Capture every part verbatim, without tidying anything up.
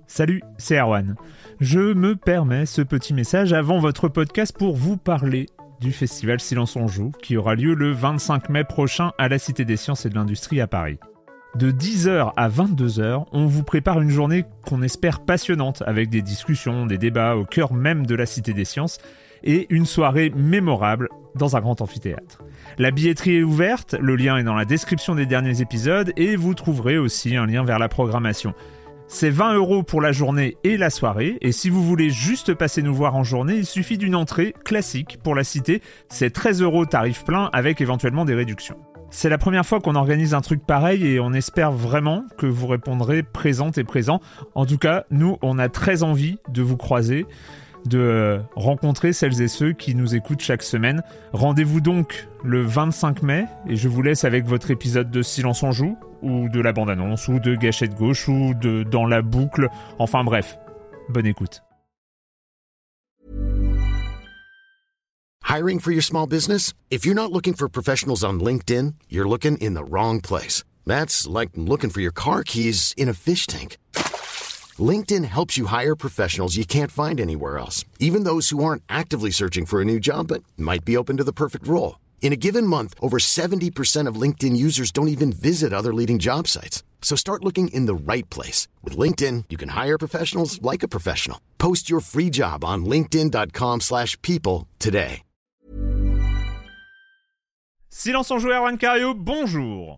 Salut, c'est Erwan. Je me permets ce petit message avant votre podcast pour vous parler du festival Silence on Joue qui aura lieu le vingt-cinq mai prochain à la Cité des Sciences et de l'Industrie à Paris. De dix heures à vingt-deux heures, on vous prépare une journée qu'on espère passionnante avec des discussions, des débats au cœur même de la Cité des Sciences et une soirée mémorable dans un grand amphithéâtre. La billetterie est ouverte, le lien est dans la description des derniers épisodes et vous trouverez aussi un lien vers la programmation. C'est vingt euros pour la journée et la soirée, et si vous voulez juste passer nous voir en journée, il suffit d'une entrée classique pour la cité, c'est treize euros tarif plein avec éventuellement des réductions. C'est la première fois qu'on organise un truc pareil et on espère vraiment que vous répondrez présente et présent. En tout cas, nous, on a très envie de vous croiser, de rencontrer celles et ceux qui nous écoutent chaque semaine. Rendez-vous donc le vingt-cinq mai et je vous laisse avec votre épisode de Silence on Joue, ou de la bande-annonce, ou de Gâchette Gauche, ou de Dans la boucle, enfin bref, bonne écoute. Hiring for your small business? If you're not looking for professionals on LinkedIn, you're looking in the wrong place. That's like looking for your car keys in a fish tank. LinkedIn helps you hire professionals you can't find anywhere else, even those who aren't actively searching for a new job but might be open to the perfect role. In a given month, over seventy percent of LinkedIn users don't even visit other leading job sites. So start looking in the right place. With LinkedIn, you can hire professionals like a professional. Post your free job on linkedin.com slash people today. Silence on Joue, Erwan Cario, bonjour.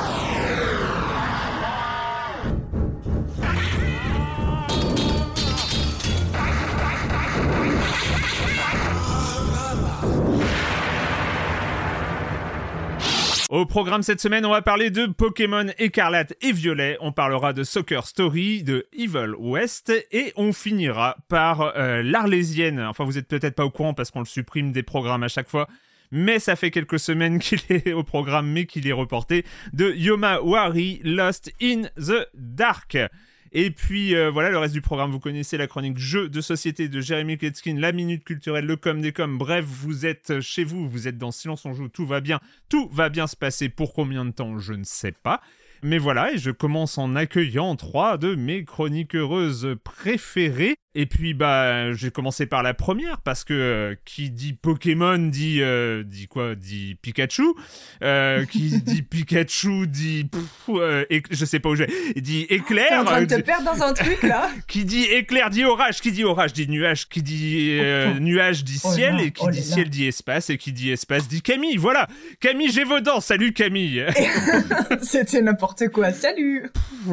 Au programme cette semaine, on va parler de Pokémon Écarlate et Violet, on parlera de Soccer Story, de Evil West, et on finira par euh, l'Arlésienne. Enfin, vous êtes peut-être pas au courant parce qu'on le supprime des programmes à chaque fois, mais ça fait quelques semaines qu'il est au programme, mais qu'il est reporté, de Yomawari Lost in the Dark. Et puis euh, voilà, le reste du programme, vous connaissez la chronique jeux de société de Jérémy Kletskin, la minute culturelle, le com des coms, bref, vous êtes chez vous, vous êtes dans Silence on Joue, tout va bien, tout va bien se passer, pour combien de temps, je ne sais pas. Mais voilà, et je commence en accueillant trois de mes chroniques heureuses préférées. Et puis, bah, j'ai commencé par la première, parce que euh, qui dit Pokémon dit... Euh, dit quoi Dit Pikachu. Euh, qui dit Pikachu dit... Pff, euh, éc- je sais pas où je vais. Dit éclair. T'es en train de te dit, perdre dans un truc, là. Qui dit éclair dit orage. Qui dit orage dit nuage. Qui dit euh, nuage dit oh ciel. là, Et qui oh dit là. ciel dit espace. Et qui dit espace dit Camille. Voilà. Camille Gévaudan. Salut Camille. C'était n'importe quoi. Salut.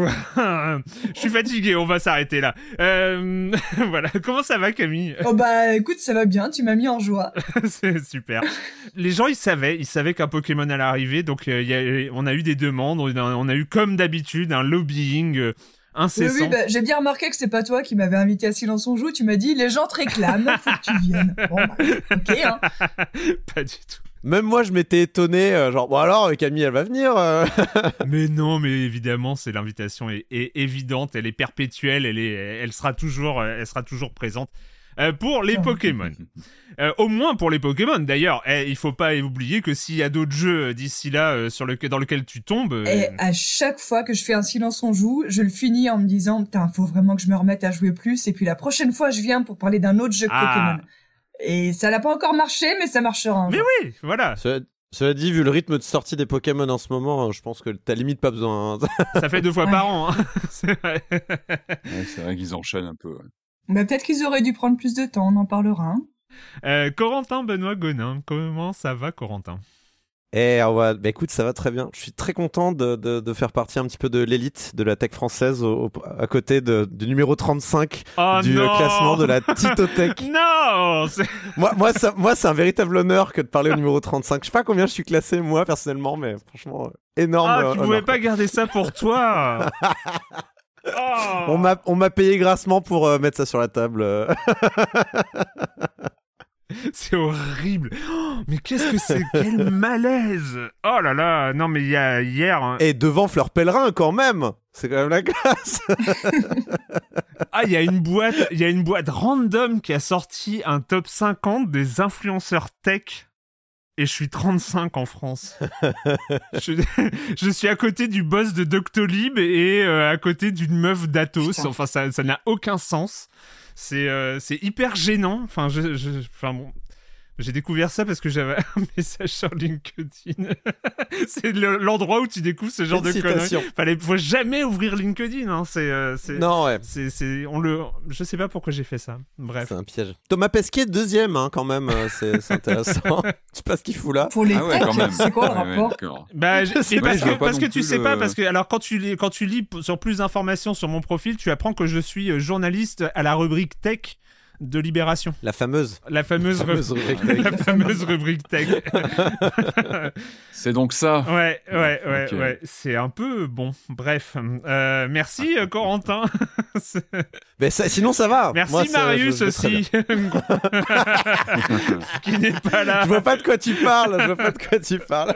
Je suis fatigué, on va s'arrêter là. Euh, voilà, comment ça va Camille? Oh bah écoute, ça va bien, tu m'as mis en joie. C'est super. Les gens, ils savaient, ils savaient qu'un Pokémon allait arriver, donc euh, y a, on a eu des demandes, on a, on a eu comme d'habitude un lobbying euh, incessant. Oui, oui, bah, j'ai bien remarqué que c'est pas toi qui m'avais invité à Silence on Joue, tu m'as dit les gens te réclament, faut que tu viennes. Bon bah, ok hein. Pas du tout. Même moi, je m'étais étonné, euh, genre, bon alors, Camille, elle va venir euh... Mais non, mais évidemment, c'est l'invitation est, est évidente, elle est perpétuelle, elle, est, elle, sera, toujours, elle sera toujours présente. Euh, pour les Pokémon. Euh, au moins pour les Pokémon, d'ailleurs. Eh, il faut pas oublier que s'il y a d'autres jeux d'ici là euh, sur le, dans lesquels tu tombes... Euh... Et à chaque fois que je fais un Silence on Joue, je le finis en me disant « Putain, faut vraiment que je me remette à jouer plus. » Et puis la prochaine fois, je viens pour parler d'un autre jeu de ah. Pokémon. Et ça n'a pas encore marché, mais ça marchera un Mais jour. oui, voilà. Cela, cela dit, vu le rythme de sortie des Pokémon en ce moment, je pense que t'as limite pas besoin. Ça fait deux fois ouais. par an. Hein. C'est vrai. Ouais, c'est vrai qu'ils enchaînent un peu. Ouais. Bah, peut-être qu'ils auraient dû prendre plus de temps, on en parlera. Hein. Euh, Corentin Benoît Gonin, comment ça va Corentin? Eh ouais, bah écoute, ça va très bien. Je suis très content de, de, de faire partie un petit peu de l'élite de la tech française au, au, à côté de, du numéro trente-cinq oh du non classement de la Titotech. Non c'est... Moi, moi, ça, moi, c'est un véritable honneur que de parler au numéro trente-cinq. Je sais pas combien je suis classé, moi, personnellement, mais franchement, énorme. Ah, tu honneur, pouvais quoi. pas garder ça pour toi. Oh. On m'a, on m'a payé grassement pour euh, mettre ça sur la table. C'est horrible. Oh, mais qu'est-ce que c'est? Quel malaise. Oh là là. Non, mais il y a hier... Hein... Et devant Fleur Pellerin, quand même. C'est quand même la classe. Ah, il y a une boîte, il y a une boîte random qui a sorti un top cinquante des influenceurs tech et je suis trente-cinq en France. je, je suis à côté du boss de Doctolib et euh, à côté d'une meuf d'Atos. Putain. Enfin, ça, ça n'a aucun sens. C'est, euh, c'est hyper gênant. Enfin, je, je, enfin bon... J'ai découvert ça parce que j'avais un message sur LinkedIn. C'est le, l'endroit où tu découvres ce genre de conneries. Fallait, faut jamais ouvrir LinkedIn. Hein. C'est, euh, c'est, non, ouais. C'est, c'est, on le, je sais pas pourquoi j'ai fait ça. Bref. C'est un piège. Thomas Pesquet, deuxième, hein, quand même. C'est, c'est intéressant. Je sais pas ce qu'il fout là. Pour les ah ouais, quand même. C'est quoi le ouais, rapport ouais, Bah, je, mais parce ouais, que, parce que tu sais le... pas, parce que alors quand tu lis, quand tu lis sur plus d'informations sur mon profil, tu apprends que je suis journaliste à la rubrique tech de Libération. La fameuse. La fameuse, la fameuse ru- rubrique tech. La fameuse rubrique tech. C'est donc ça. Ouais, ouais, ouais, okay. ouais. C'est un peu bon. Bref. Euh, merci, euh, Corentin. Mais ça, sinon, ça va. Merci, Moi, Marius je, je aussi. Qui n'est pas là. Je vois pas de quoi tu parles. Je vois pas de quoi tu parles.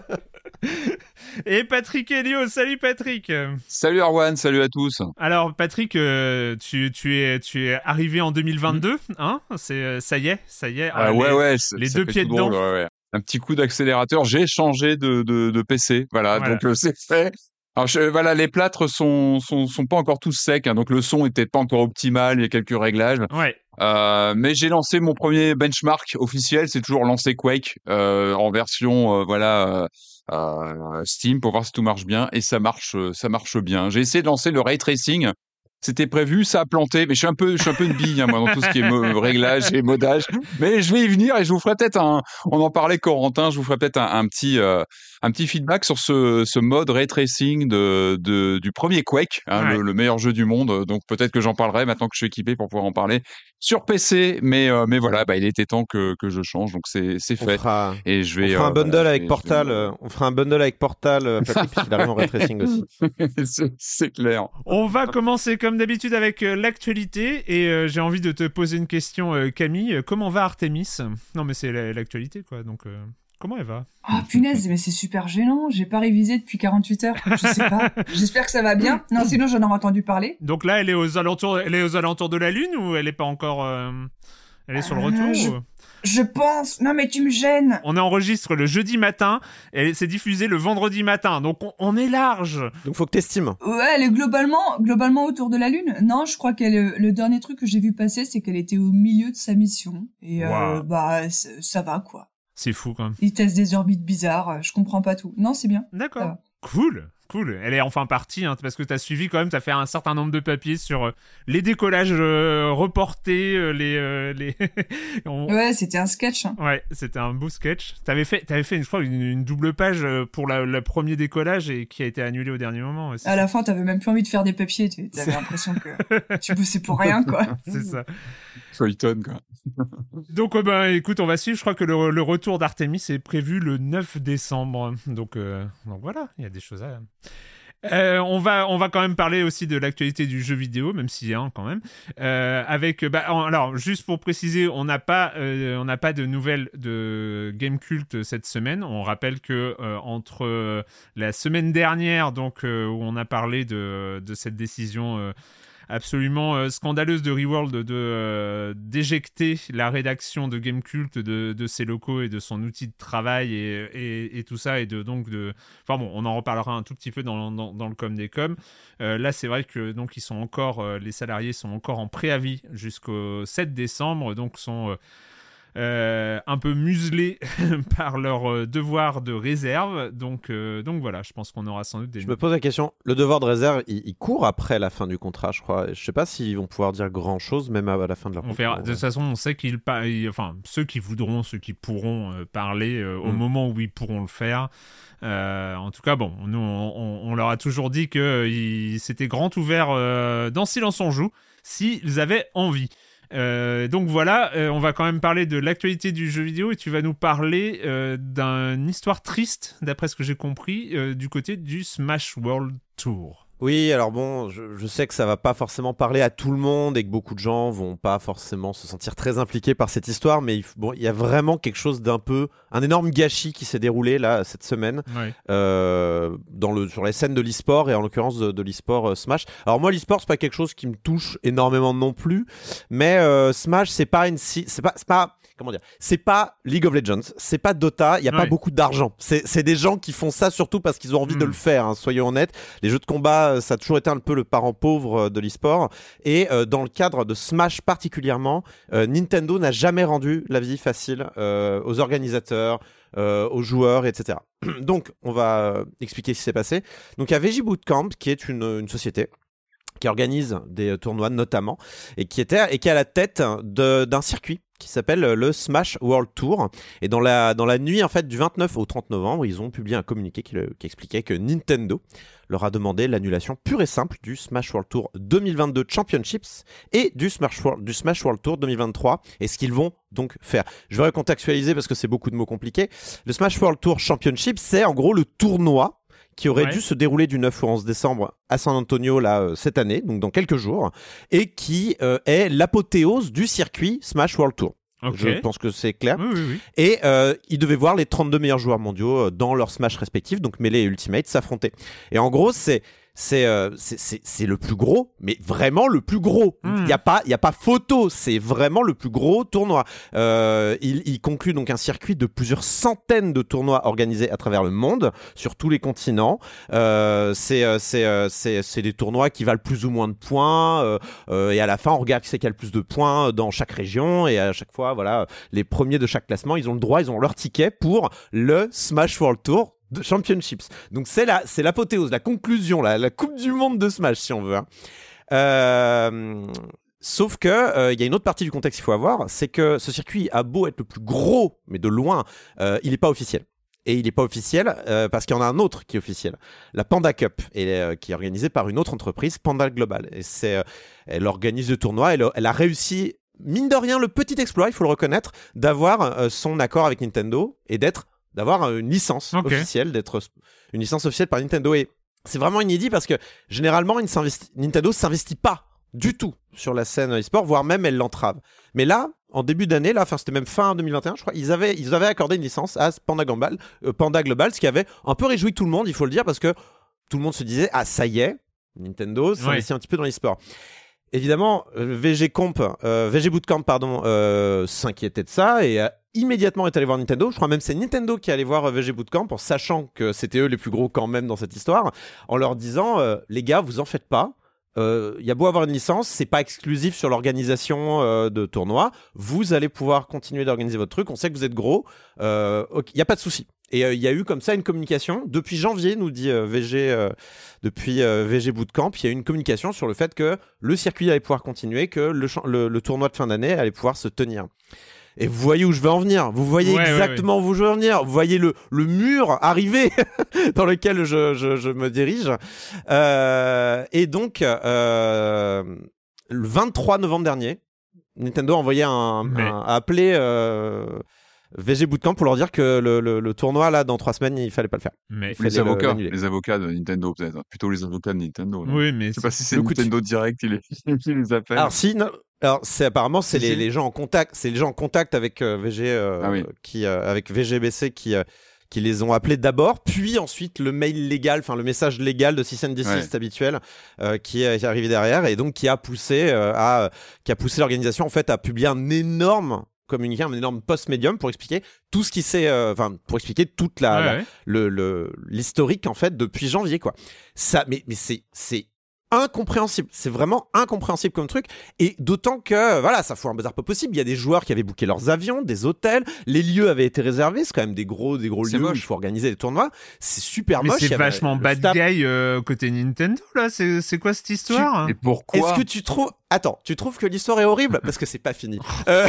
Et Patrick Helio. Salut, Patrick. Salut, Arwan. Salut à tous. Alors, Patrick, euh, tu, tu, es, tu es arrivé en deux mille vingt-deux. Hein, c'est, ça y est, ça y est. Ah, les, ouais, ouais. Les deux pieds dedans. Drôle, ouais, ouais. Un petit coup d'accélérateur. J'ai changé de, de, de P C. Voilà, voilà. Donc euh, c'est fait. Alors je, voilà, les plâtres sont, sont sont pas encore tous secs, hein, donc le son était pas encore optimal. Il y a quelques réglages. Ouais. Euh, mais j'ai lancé mon premier benchmark officiel. C'est toujours lancé Quake euh, en version euh, voilà euh, euh, Steam pour voir si tout marche bien, et ça marche ça marche bien. J'ai essayé de lancer le ray tracing. C'était prévu, ça a planté, mais je suis un peu, je suis un peu une bille, hein, moi, dans tout ce qui est mo- réglage et modage. Mais je vais y venir et je vous ferai peut-être un, on en parlait, Corentin, je vous ferai peut-être un, un petit, euh, un petit feedback sur ce, ce mode ray tracing de, de, du premier Quake, hein, ouais. le, le meilleur jeu du monde. Donc peut-être que j'en parlerai maintenant que je suis équipé pour pouvoir en parler sur P C. Mais, euh, mais voilà, bah, il était temps que, que je change, donc c'est, c'est fait. On fera, et je vais, on fera euh, un bundle voilà, avec vais, Portal. vais... Euh, on fera un bundle avec Portal, euh, Patrick, puisqu'il arrive en ray tracing aussi. c'est, c'est clair. On va commencer comme d'habitude avec euh, l'actualité, et euh, j'ai envie de te poser une question, euh, Camille. Comment va Artemis ? Non, mais c'est la, l'actualité, quoi. Donc, euh, comment elle va ? Oh punaise, mais c'est super gênant. J'ai pas révisé depuis quarante-huit heures. Je sais pas. J'espère que ça va bien. Non, sinon j'en aurais entendu parler. Donc là, elle est aux alentours, elle est aux alentours de la Lune, ou elle est pas encore euh... Elle est sur le retour euh, je... ou... je pense... Non mais tu me gênes. On enregistre le jeudi matin, et c'est diffusé le vendredi matin, donc on, on est large. Donc faut que t'estimes. Ouais, elle est globalement, globalement autour de la Lune. Non, je crois qu'elle... Le dernier truc que j'ai vu passer, c'est qu'elle était au milieu de sa mission. Et wow. euh, bah, ça va, quoi. C'est fou, quand même. Ils testent des orbites bizarres, je comprends pas tout. Non, c'est bien. D'accord. Cool. Cool, elle est enfin partie, hein, parce que t'as suivi quand même, t'as fait un certain nombre de papiers sur euh, les décollages euh, reportés, euh, les... Euh, les... On... Ouais, c'était un sketch. Hein. Ouais, c'était un beau sketch. T'avais fait, t'avais fait je crois, une, une double page pour la, le premier décollage, et qui a été annulé au dernier moment. Aussi. À la fin, t'avais même plus envie de faire des papiers, t'avais c'est... l'impression que tu bossais pour rien, quoi. C'est ça. Feuilleton, quoi. Donc, euh, bah, écoute, on va suivre. Je crois que le, le retour d'Artemis est prévu le neuf décembre. Donc, euh, donc voilà, il y a des choses à... Euh, on va on va quand même parler aussi de l'actualité du jeu vidéo, même s'il y a un quand même. Euh, avec bah alors juste pour préciser, on n'a pas euh, on n'a pas de nouvelles de Gamecult cette semaine. On rappelle que euh, entre euh, la semaine dernière, donc euh, où on a parlé de de cette décision euh, absolument euh, scandaleuse de Reworld de, de euh, d'éjecter la rédaction de Gamecult de, de ses locaux et de son outil de travail et, et, et tout ça, et de donc de enfin bon, on en reparlera un tout petit peu dans, dans, dans le com des coms. Euh, là c'est vrai que donc ils sont encore euh, les salariés sont encore en préavis jusqu'au sept décembre, donc sont euh, Euh, un peu muselés par leur euh, devoir de réserve, donc, euh, donc voilà, je pense qu'on aura sans doute des... Je me pose la question, le devoir de réserve, il, il court après la fin du contrat, je crois. Je sais pas s'ils vont pouvoir dire grand-chose, même à la fin de leur on contrat. Verra. De toute façon, on sait qu'ils... Pa- enfin, ceux qui voudront, ceux qui pourront euh, parler euh, au mm. moment où ils pourront le faire. Euh, en tout cas, bon, nous, on, on, on leur a toujours dit que euh, c'était grand ouvert euh, dans Silence on Joue, s'ils avaient envie. Euh, donc voilà, euh, on va quand même parler de l'actualité du jeu vidéo, et tu vas nous parler euh, d'une histoire triste, d'après ce que j'ai compris, euh, du côté du Smash World Tour. Oui, alors bon, je, je sais que ça va pas forcément parler à tout le monde et que beaucoup de gens vont pas forcément se sentir très impliqués par cette histoire, mais il, bon, il y a vraiment quelque chose d'un peu, un énorme gâchis qui s'est déroulé là cette semaine ouais. euh, dans le, sur les scènes de l'e-sport, et en l'occurrence de, de l'e-sport euh, Smash. Alors moi, l'e-sport, c'est pas quelque chose qui me touche énormément non plus, mais euh, Smash, c'est pas une, c'est pas, c'est pas comment dire, c'est pas League of Legends, c'est pas Dota, il y a ouais. pas beaucoup d'argent. C'est, c'est des gens qui font ça surtout parce qu'ils ont envie mmh. de le faire, hein, soyons honnêtes. Les jeux de combat, ça a toujours été un peu le parent pauvre de l'e-sport. Et euh, dans le cadre de Smash particulièrement, euh, Nintendo n'a jamais rendu la vie facile euh, aux organisateurs, euh, aux joueurs, et cetera. Donc, on va expliquer ce qui s'est passé. Donc, il y a V G Bootcamp, qui est une, une société qui organise des tournois notamment, et qui était et qui est à la tête de, d'un circuit qui s'appelle le Smash World Tour. Et dans la, dans la nuit en fait, du vingt-neuf au trente novembre, ils ont publié un communiqué qui, le, qui expliquait que Nintendo leur a demandé l'annulation pure et simple du Smash World Tour deux mille vingt-deux Championships et du Smash World, du Smash World Tour deux mille vingt-trois, et ce qu'ils vont donc faire. Je vais recontextualiser parce que c'est beaucoup de mots compliqués. Le Smash World Tour Championship, c'est en gros le tournoi qui aurait ouais. dû se dérouler du neuf au onze décembre à San Antonio là, euh, cette année, donc dans quelques jours, et qui euh, est l'apothéose du circuit Smash World Tour. Okay. Je pense que c'est clair. Oui, oui, oui. Et euh, ils devaient voir les trente-deux meilleurs joueurs mondiaux dans leurs Smash respectifs, donc Melee et Ultimate, s'affronter. Et en gros, c'est... C'est, euh, c'est, c'est, c'est le plus gros, mais vraiment le plus gros. Il mmh. n'y a pas, il y a pas photo. C'est vraiment le plus gros tournoi. Euh, il, il conclut donc un circuit de plusieurs centaines de tournois organisés à travers le monde, sur tous les continents. Euh, c'est, c'est, c'est, c'est des tournois qui valent plus ou moins de points. Euh, euh, et à la fin, on regarde qui c'est qui a le plus de points dans chaque région. Et à chaque fois, voilà, les premiers de chaque classement, ils ont le droit, ils ont leur ticket pour le Smash World Tour de Championships. Donc c'est la, c'est l'apothéose, la conclusion, la, la coupe du monde de Smash si on veut. Hein. Euh, sauf que euh, il y a une autre partie du contexte qu'il faut avoir, c'est que ce circuit a beau être le plus gros, mais de loin, euh, il n'est pas officiel. Et il n'est pas officiel euh, parce qu'il y en a un autre qui est officiel, la Panda Cup, et, euh, qui est organisée par une autre entreprise, Panda Global. Et c'est, euh, elle organise le tournoi, elle, elle a réussi, mine de rien, le petit exploit, il faut le reconnaître, d'avoir euh, son accord avec Nintendo et d'être d'avoir une licence okay. officielle, d'être une licence officielle par Nintendo. Et c'est vraiment inédit parce que généralement, il s'investit, Nintendo ne s'investit pas du tout sur la scène e-sport, voire même elle l'entrave. Mais là, en début d'année, là, enfin c'était même fin deux mille vingt et un, je crois, ils avaient, ils avaient accordé une licence à Panda Global, euh, Panda Global, ce qui avait un peu réjoui tout le monde, il faut le dire, parce que tout le monde se disait, ah ça y est, Nintendo s'investit ouais. un petit peu dans l'e-sport. Évidemment, V G Comp, euh, V G Bootcamp, pardon, euh, s'inquiétait de ça et a immédiatement est allé voir Nintendo. Je crois même que c'est Nintendo qui est allé voir V G Bootcamp en sachant que c'était eux les plus gros quand même dans cette histoire, en leur disant euh, les gars, vous en faites pas. Il euh, y a beau avoir une licence, c'est pas exclusif sur l'organisation euh, de tournois. Vous allez pouvoir continuer d'organiser votre truc. On sait que vous êtes gros. Il euh, okay, y a pas de souci. Et il euh, y a eu comme ça une communication depuis janvier, nous dit euh, V G, euh, depuis euh, V G Bootcamp, il y a eu une communication sur le fait que le circuit allait pouvoir continuer, que le, le, le tournoi de fin d'année allait pouvoir se tenir. Et vous voyez où je veux en venir. Vous voyez ouais, exactement ouais, ouais. où je veux en venir. Vous voyez le, le mur arriver dans lequel je, je, je me dirige. Euh, et donc, euh, le vingt-trois novembre dernier, Nintendo a envoyé un, Mais... un a appelé euh, V G Bootcamp pour leur dire que le, le, le tournoi là dans trois semaines il fallait pas le faire. Mais les avocats, le, les avocats de Nintendo peut-être, plutôt les avocats de Nintendo. Là. Oui, mais je sais pas si c'est Nintendo de... direct qui les, qui les appelle. Alors si, non, alors c'est apparemment c'est si, les, si. les gens en contact, c'est les gens en contact avec euh, V G, euh, ah oui. qui euh, avec V G B C qui euh, qui les ont appelés d'abord, puis ensuite le mail légal, enfin le message légal de cease and desist ouais. habituel euh, qui est arrivé derrière et donc qui a poussé euh, à qui a poussé l'organisation en fait à publier un énorme communiqué, un énorme post-médium pour expliquer tout ce qui s'est, enfin euh, pour expliquer toute la, ouais, la ouais. le le l'historique en fait depuis janvier quoi. Ça, mais mais c'est c'est incompréhensible, c'est vraiment incompréhensible comme truc et d'autant que voilà ça fout un bazar pas possible. Il y a des joueurs qui avaient booké leurs avions, des hôtels, les lieux avaient été réservés, c'est quand même des gros des gros c'est lieux moche. Où il faut organiser des tournois. C'est super mais moche. C'est vachement bad staff... guy euh, côté Nintendo là. C'est c'est quoi cette histoire tu... Et pourquoi Est-ce que tu trouves Attends, tu trouves que l'histoire est horrible parce que c'est pas fini. euh...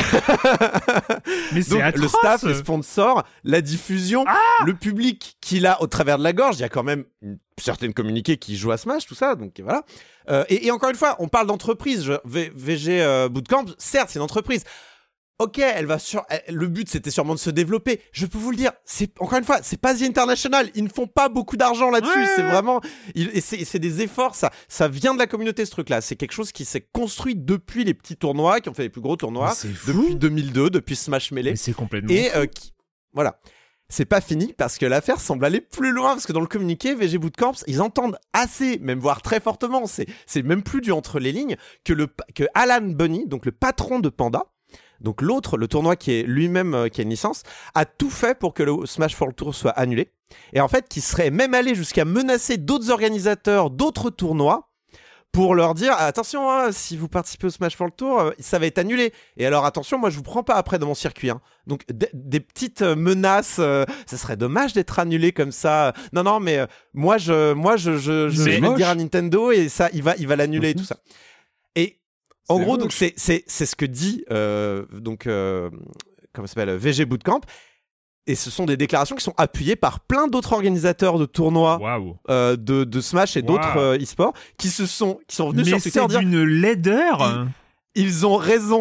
Mais c'est donc atroce. Le staff, les sponsors, la diffusion, ah le public qu'il a au travers de la gorge. Il y a quand même une certaine communiqué qui joue à Smash, tout ça. Donc voilà. Euh, et, et encore une fois, on parle d'entreprise. Je, v, V G euh, Bootcamp, certes, c'est une entreprise. Ok, elle va sur. Elle, le but, c'était sûrement de se développer. Je peux vous le dire. C'est encore une fois, c'est pas The International. Ils ne font pas beaucoup d'argent là-dessus. Ouais. C'est vraiment. Il, et c'est, c'est des efforts. Ça, ça vient de la communauté ce truc-là. C'est quelque chose qui s'est construit depuis les petits tournois, qui ont fait les plus gros tournois depuis deux mille deux, depuis Smash Melee. Mais c'est complètement. Et euh, qui, voilà. C'est pas fini parce que l'affaire semble aller plus loin parce que dans le communiqué V G Bootcamp, ils entendent assez, même voire très fortement. C'est c'est même plus du entre les lignes que le que Alan Bunny, donc le patron de Panda. donc l'autre, le tournoi qui est lui-même euh, qui a une licence, a tout fait pour que le Smash World Tour soit annulé. Et en fait, qui serait même allé jusqu'à menacer d'autres organisateurs, d'autres tournois, pour leur dire attention, hein, si vous participez au Smash World Tour, euh, ça va être annulé. Et alors attention, moi je vous prends pas après dans mon circuit. Hein. Donc d- des petites euh, menaces, euh, ça serait dommage d'être annulé comme ça. Non non, mais euh, moi je, moi je, je, je, je vais le dire à Nintendo et ça, il va, il va l'annuler et tout ça. Et en c'est gros, moche. donc c'est, c'est, c'est ce que dit euh, donc euh, comment ça s'appelle V G Bootcamp. Et ce sont des déclarations qui sont appuyées par plein d'autres organisateurs de tournois wow. euh, de, de Smash et wow. d'autres euh, e-sports qui se sont qui sont venus Mais sur Twitter dire. Mais c'est d'une laideur. Ils, ils ont raison.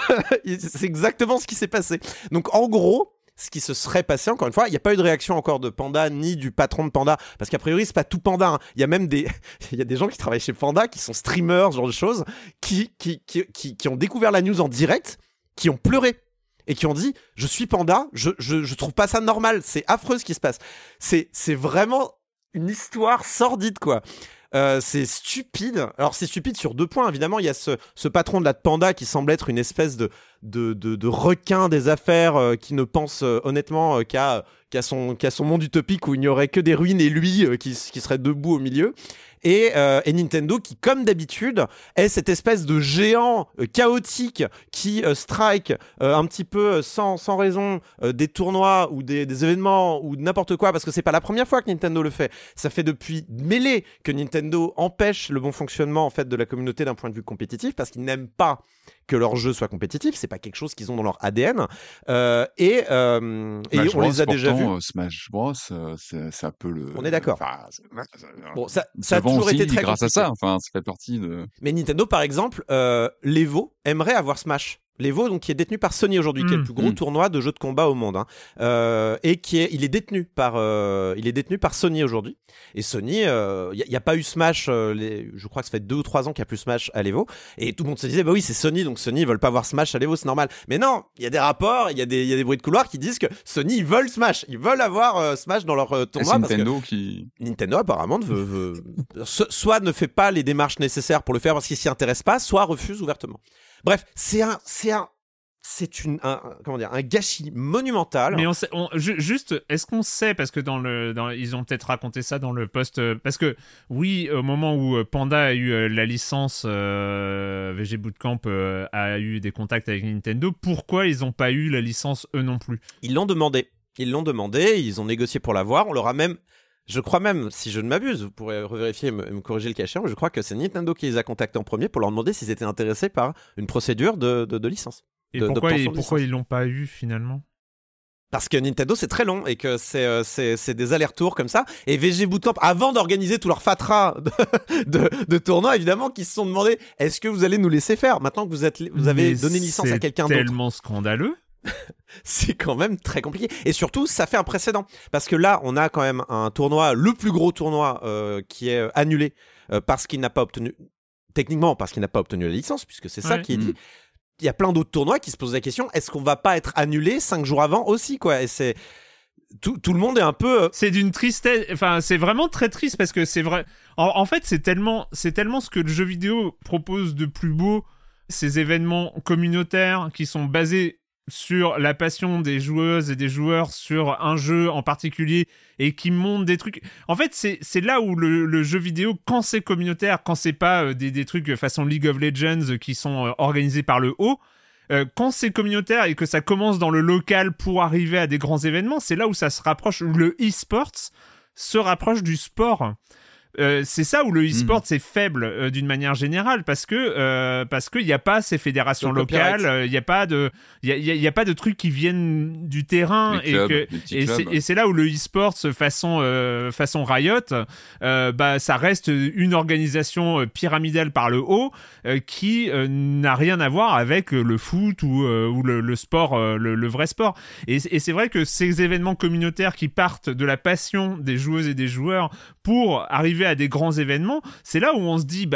C'est exactement ce qui s'est passé. Donc en gros, ce qui se serait passé, encore une fois, il n'y a pas eu de réaction encore de Panda ni du patron de Panda, parce qu'a priori c'est pas tout Panda. Hein. Il y a même des, il y a des gens qui travaillent chez Panda, qui sont streamers, ce genre de choses, qui qui qui qui, qui ont découvert la news en direct, qui ont pleuré. Et qui ont dit je suis Panda, je je je trouve pas ça normal, c'est affreux ce qui se passe. C'est c'est vraiment une histoire sordide quoi. Euh, c'est stupide. Alors c'est stupide sur deux points évidemment. Il y a ce ce patron de la Panda qui semble être une espèce de de de, de requin des affaires euh, qui ne pense euh, honnêtement euh, qu'à qu'à son qu'à son monde utopique où il n'y aurait que des ruines et lui euh, qui qui serait debout au milieu. Et, euh, et Nintendo qui, comme d'habitude, est cette espèce de géant euh, chaotique qui euh, strike euh, un petit peu sans, sans raison euh, des tournois ou des, des événements ou n'importe quoi, parce que c'est pas la première fois que Nintendo le fait. Ça fait depuis Melee que Nintendo empêche le bon fonctionnement en fait de la communauté d'un point de vue compétitif, parce qu'ils n'aiment pas que leur jeu soit compétitif, c'est pas quelque chose qu'ils ont dans leur A D N. Euh, et euh, et on Bros, les a déjà pourtant, vus. Euh, Smash Bros, euh, c'est, c'est un peu le. On est d'accord. Enfin, c'est, c'est, bon, ça, ça a toujours aussi, été très grâce compliqué. à ça. Enfin, ça fait partie de. Mais Nintendo, par exemple, euh, l'Evo aimerait avoir Smash. L'Evo, donc qui est détenu par Sony aujourd'hui, mmh. qui est le plus gros mmh. tournoi de jeux de combat au monde, hein. euh, et qui est, il est détenu par, euh, il est détenu par Sony aujourd'hui. Et Sony, il euh, y, y a pas eu Smash, euh, les, je crois que ça fait deux ou trois ans qu'il y a plus Smash à l'Evo, et tout le monde se disait bah oui c'est Sony, donc Sony ils veulent pas voir Smash à l'Evo, c'est normal. Mais non, il y a des rapports, il y a des, il y a des bruits de couloir qui disent que Sony ils veulent Smash, ils veulent avoir euh, Smash dans leur euh, tournoi. C'est parce Nintendo que qui. Nintendo apparemment veut, veut soit ne fait pas les démarches nécessaires pour le faire parce qu'il s'y intéresse pas, soit refuse ouvertement. Bref, c'est un, c'est un. C'est une, un, comment dire, un gâchis monumental. Mais on sait, on, ju- juste, est-ce qu'on sait, parce que dans le, dans, ils ont peut-être raconté ça dans le post, euh, parce que oui, au moment où Panda a eu euh, la licence, euh, V G Bootcamp euh, a eu des contacts avec Nintendo, pourquoi ils n'ont pas eu la licence eux non plus ? Ils l'ont demandé. Ils l'ont demandé, ils ont négocié pour l'avoir. On leur a même, je crois même, si je ne m'abuse, vous pourrez revérifier et me, me corriger le cas échéant, je crois que c'est Nintendo qui les a contactés en premier pour leur demander s'ils étaient intéressés par une procédure de, de, de licence. Et de, pourquoi, ils, pourquoi ils l'ont pas eu finalement ? Parce que Nintendo c'est très long et que c'est, euh, c'est, c'est des allers-retours comme ça. Et V G Bootcamp, avant d'organiser tout leur fatras de, de, de tournois, évidemment, qui se sont demandé est-ce que vous allez nous laisser faire maintenant que vous, êtes, vous avez Mais donné licence à quelqu'un d'autre ? C'est tellement scandaleux. C'est quand même très compliqué. Et surtout, ça fait un précédent. Parce que là, on a quand même un tournoi, le plus gros tournoi euh, qui est annulé euh, parce qu'il n'a pas obtenu, techniquement, parce qu'il n'a pas obtenu la licence, puisque c'est ça ouais. qui est dit. Mmh. Il y a plein d'autres tournois qui se posent la question est-ce qu'on va pas être annulé cinq jours avant aussi quoi. Et c'est tout, tout le monde est un peu. C'est d'une tristesse. Enfin, c'est vraiment très triste parce que c'est vrai. En, en fait, c'est tellement, c'est tellement ce que le jeu vidéo propose de plus beau. Ces événements communautaires qui sont basés sur la passion des joueuses et des joueurs sur un jeu en particulier et qui montrent des trucs. En fait, c'est, c'est là où le, le jeu vidéo, quand c'est communautaire, quand c'est pas euh, des, des trucs façon League of Legends qui sont euh, organisés par le haut, euh, quand c'est communautaire et que ça commence dans le local pour arriver à des grands événements, c'est là où ça se rapproche, où le e-sports se rapproche du sport. Euh, c'est ça où le e-sport mmh. c'est faible euh, d'une manière générale parce que euh, parce que il y a pas ces fédérations le locales, il euh, y a pas de il y a, y a pas de trucs qui viennent du terrain les et clubs, que et c'est, et c'est là où le e-sport façon euh, façon Riot euh, bah ça reste une organisation pyramidale par le haut euh, qui euh, n'a rien à voir avec le foot ou euh, ou le, le sport euh, le, le vrai sport et, et c'est vrai que ces événements communautaires qui partent de la passion des joueuses et des joueurs pour arriver à des grands événements, c'est là où on se dit bah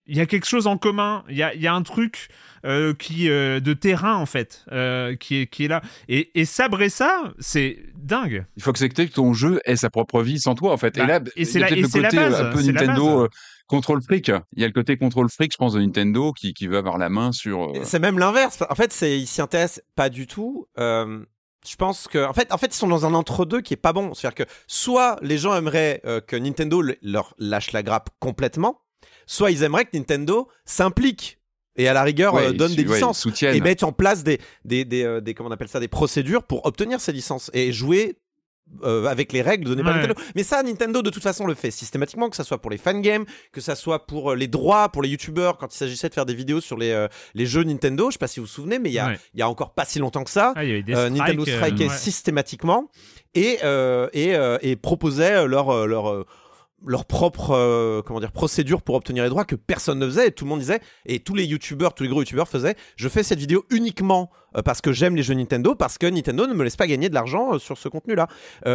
il y a quelque chose en commun, il y a, il y a un truc euh, qui, euh, de terrain en fait, euh, qui, est, qui est là. Et, et sabrer ça, c'est dingue. Il faut accepter que ton jeu ait sa propre vie sans toi en fait. Bah, et là, et c'est il y a la, peut-être et le c'est côté la base, un peu c'est la Nintendo base. euh, contrôle fric. Il y a le côté contrôle fric, je pense, de Nintendo qui, qui veut avoir la main sur. Euh... C'est même l'inverse. En fait, c'est, ils s'y intéressent pas du tout. Euh... Je pense que, en fait, en fait, ils sont dans un entre-deux qui est pas bon. C'est-à-dire que soit les gens aimeraient euh, que Nintendo leur lâche la grappe complètement, soit ils aimeraient que Nintendo s'implique et à la rigueur ouais, euh, donne su- des ouais, licences soutiennent. et mette en place des, des, des, euh, des, comment on appelle ça, des procédures pour obtenir ces licences et jouer euh, avec les règles données par Ouais. Nintendo. Mais ça, Nintendo de toute façon le fait systématiquement, que ça soit pour les fangames, que ça soit pour euh, les droits, pour les youtubeurs quand il s'agissait de faire des vidéos sur les, euh, les jeux Nintendo. Je sais pas si vous vous souvenez, mais il y a, Ouais. il y a encore pas si longtemps que ça. Ah, il y avait des Euh, strikes, Nintendo euh, strikeait ouais. systématiquement et, euh, et, euh, et proposait leur, euh, leur, euh, leur propre euh, comment dire, procédure pour obtenir les droits que personne ne faisait et tout le monde disait, et tous les youtubeurs, tous les gros youtubeurs faisaient, je fais cette vidéo uniquement euh, parce que j'aime les jeux Nintendo, parce que Nintendo ne me laisse pas gagner de l'argent euh, sur ce contenu-là.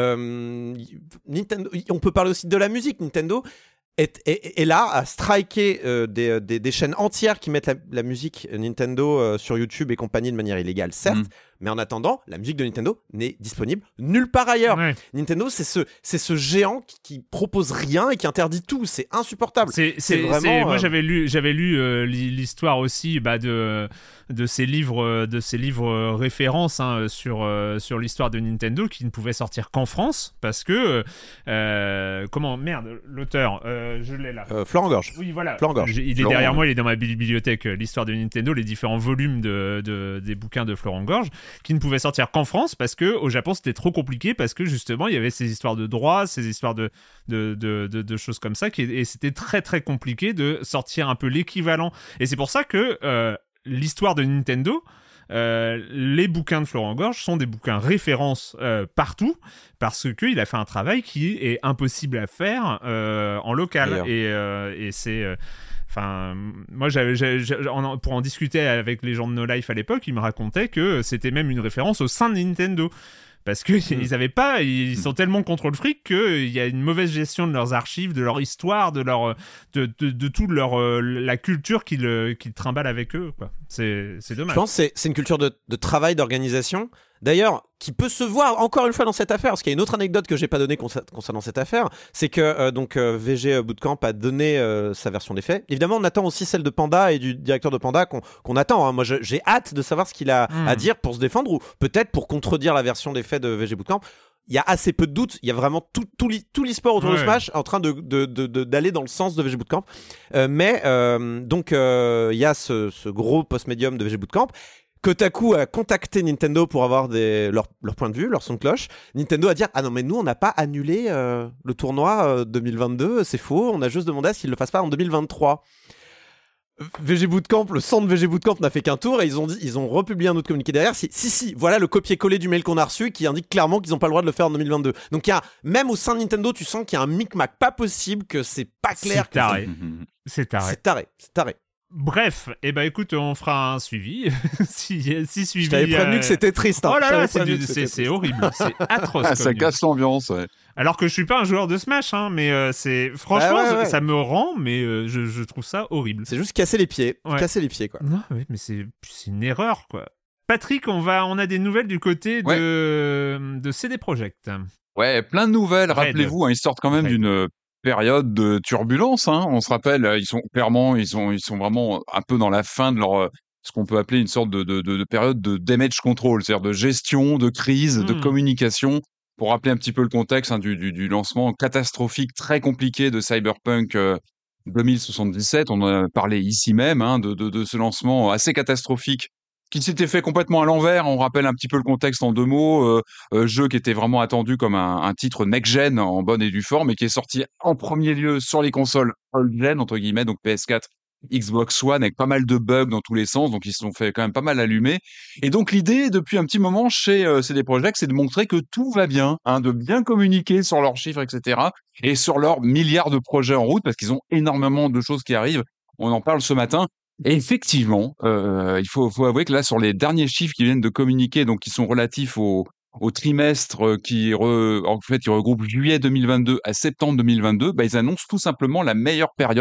Euh, Nintendo, on peut parler aussi de la musique. Nintendo est, est, est là à striker euh, des, des, des chaînes entières qui mettent la, la musique Nintendo euh, sur YouTube et compagnie de manière illégale, certes, Mm. mais en attendant, la musique de Nintendo n'est disponible nulle part ailleurs. Ouais. Nintendo, c'est ce, c'est ce géant qui, qui propose rien et qui interdit tout. C'est insupportable. C'est, c'est, vraiment, c'est- moi euh, j'avais lu, j'avais lu euh, li- l'histoire aussi bah, de de ces livres, euh, de ces livres euh, références hein, sur euh, sur l'histoire de Nintendo qui ne pouvaient sortir qu'en France parce que euh, comment merde l'auteur, euh, je l'ai là. Euh, Florent Gorge. Oui, voilà. Florent Gorge. J'ai- Il est Florent, derrière ouais. moi, il est dans ma bibliothèque, euh, l'histoire de Nintendo, les différents volumes de, de- des bouquins de Florent Gorge, qui ne pouvaient sortir qu'en France parce que au Japon c'était trop compliqué parce que justement il y avait ces histoires de droits, ces histoires de de, de, de, de choses comme ça, qui, et c'était très très compliqué de sortir un peu l'équivalent. Et c'est pour ça que euh, l'histoire de Nintendo. Euh, les bouquins de Florent Gorge sont des bouquins références euh, partout parce qu'il a fait un travail qui est impossible à faire euh, en local D'ailleurs. et, euh, et c'est euh, enfin moi j'avais, j'avais- j'avais- en- pour en discuter avec les gens de No Life à l'époque, ils me racontaient que c'était même une référence au sein de Nintendo parce que Mm. ils avaient pas, ils sont tellement contre le fric qu'il y a une mauvaise gestion de leurs archives, de leur histoire, de leur de, de, de toute leur euh, la culture qu'ils euh, qu'ils trimballent avec eux quoi. C'est c'est dommage. Je pense que c'est, c'est une culture de, de travail, d'organisation. D'ailleurs, qui peut se voir encore une fois dans cette affaire, parce qu'il y a une autre anecdote que j'ai pas donnée concer- concernant cette affaire, c'est que euh, donc euh, V G Bootcamp a donné euh, sa version des faits. Évidemment, on attend aussi celle de Panda et du directeur de Panda qu'on, qu'on attend. Hein. Moi, je- j'ai hâte de savoir ce qu'il a Mm. à dire pour se défendre ou peut-être pour contredire la version des faits de V G Bootcamp. Il y a assez peu de doutes. Il y a vraiment tout, tout, l'e- tout l'e-sport autour de Ouais. Smash en train de, de, de, de- d'aller dans le sens de V G Bootcamp. Euh, mais euh, donc, euh, il y a ce, ce gros post-médium de V G Bootcamp. Kotaku a contacté Nintendo pour avoir des, leur, leur point de vue, leur son de cloche. Nintendo a dit ah non mais nous on n'a pas annulé euh, le tournoi euh, deux mille vingt-deux, c'est faux, on a juste demandé à ce qu'ils le fassent pas en deux mille vingt-trois. V G Bootcamp, le centre V G Bootcamp n'a fait qu'un tour et ils ont dit, ils ont republié un autre communiqué derrière. Si, si, si, voilà le copier-coller du mail qu'on a reçu qui indique clairement qu'ils n'ont pas le droit de le faire en deux mille vingt-deux. Donc il y a, même au sein de Nintendo, tu sens qu'il y a un micmac pas possible, que c'est pas clair. C'est que ça- taré. C'est taré. C'est taré, c'est taré. Bref, eh ben écoute, on fera un suivi. si, si suivi. Je t'avais prévenu euh, que c'était triste. Hein. Oh là Je là, t'avais c'est, prévenu du- que c'est, c'était c'est triste. horrible, c'est atroce. Ah, comme ça news. casse l'ambiance. Ouais. Alors que je suis pas un joueur de Smash, hein, mais euh, c'est franchement, Bah ouais, ça- ouais. ça me rend, mais euh, je, je trouve ça horrible. C'est juste casser les pieds, Ouais. casser les pieds quoi. Non, oui, mais c'est, c'est une erreur, quoi. Patrick, on va, on a des nouvelles du côté Ouais. de, de C D Projekt. Ouais, plein de nouvelles. Raid. Rappelez-vous, hein, ils sortent quand même Raid. d'une période de turbulence. Hein. On se rappelle, euh, ils sont clairement, ils sont, ils sont vraiment un peu dans la fin de leur, euh, ce qu'on peut appeler une sorte de, de, de, de période de damage control, c'est-à-dire de gestion, de crise, de Mm. communication. Pour rappeler un petit peu le contexte hein, du, du, du lancement catastrophique, très compliqué de Cyberpunk euh, deux mille soixante-dix-sept, on en a parlé ici même, hein, de, de, de ce lancement assez catastrophique qui s'était fait complètement à l'envers. On rappelle un petit peu le contexte en deux mots. Euh, euh, jeu qui était vraiment attendu comme un, un titre next-gen en bonne et due forme et qui est sorti en premier lieu sur les consoles old-gen, entre guillemets, donc P S quatre, Xbox One, avec pas mal de bugs dans tous les sens. Donc ils se sont fait quand même pas mal allumer. Et donc l'idée, depuis un petit moment chez euh, C D Projekt, c'est de montrer que tout va bien, hein, de bien communiquer sur leurs chiffres, et cetera. Et sur leurs milliards de projets en route, parce qu'ils ont énormément de choses qui arrivent. On en parle ce matin. Et effectivement, euh, il faut, faut avouer que là, sur les derniers chiffres qui viennent de communiquer, donc qui sont relatifs au, au trimestre euh, qui, re, en fait, qui regroupe juillet deux mille vingt-deux à septembre deux mille vingt-deux, bah, ils annoncent tout simplement la meilleure période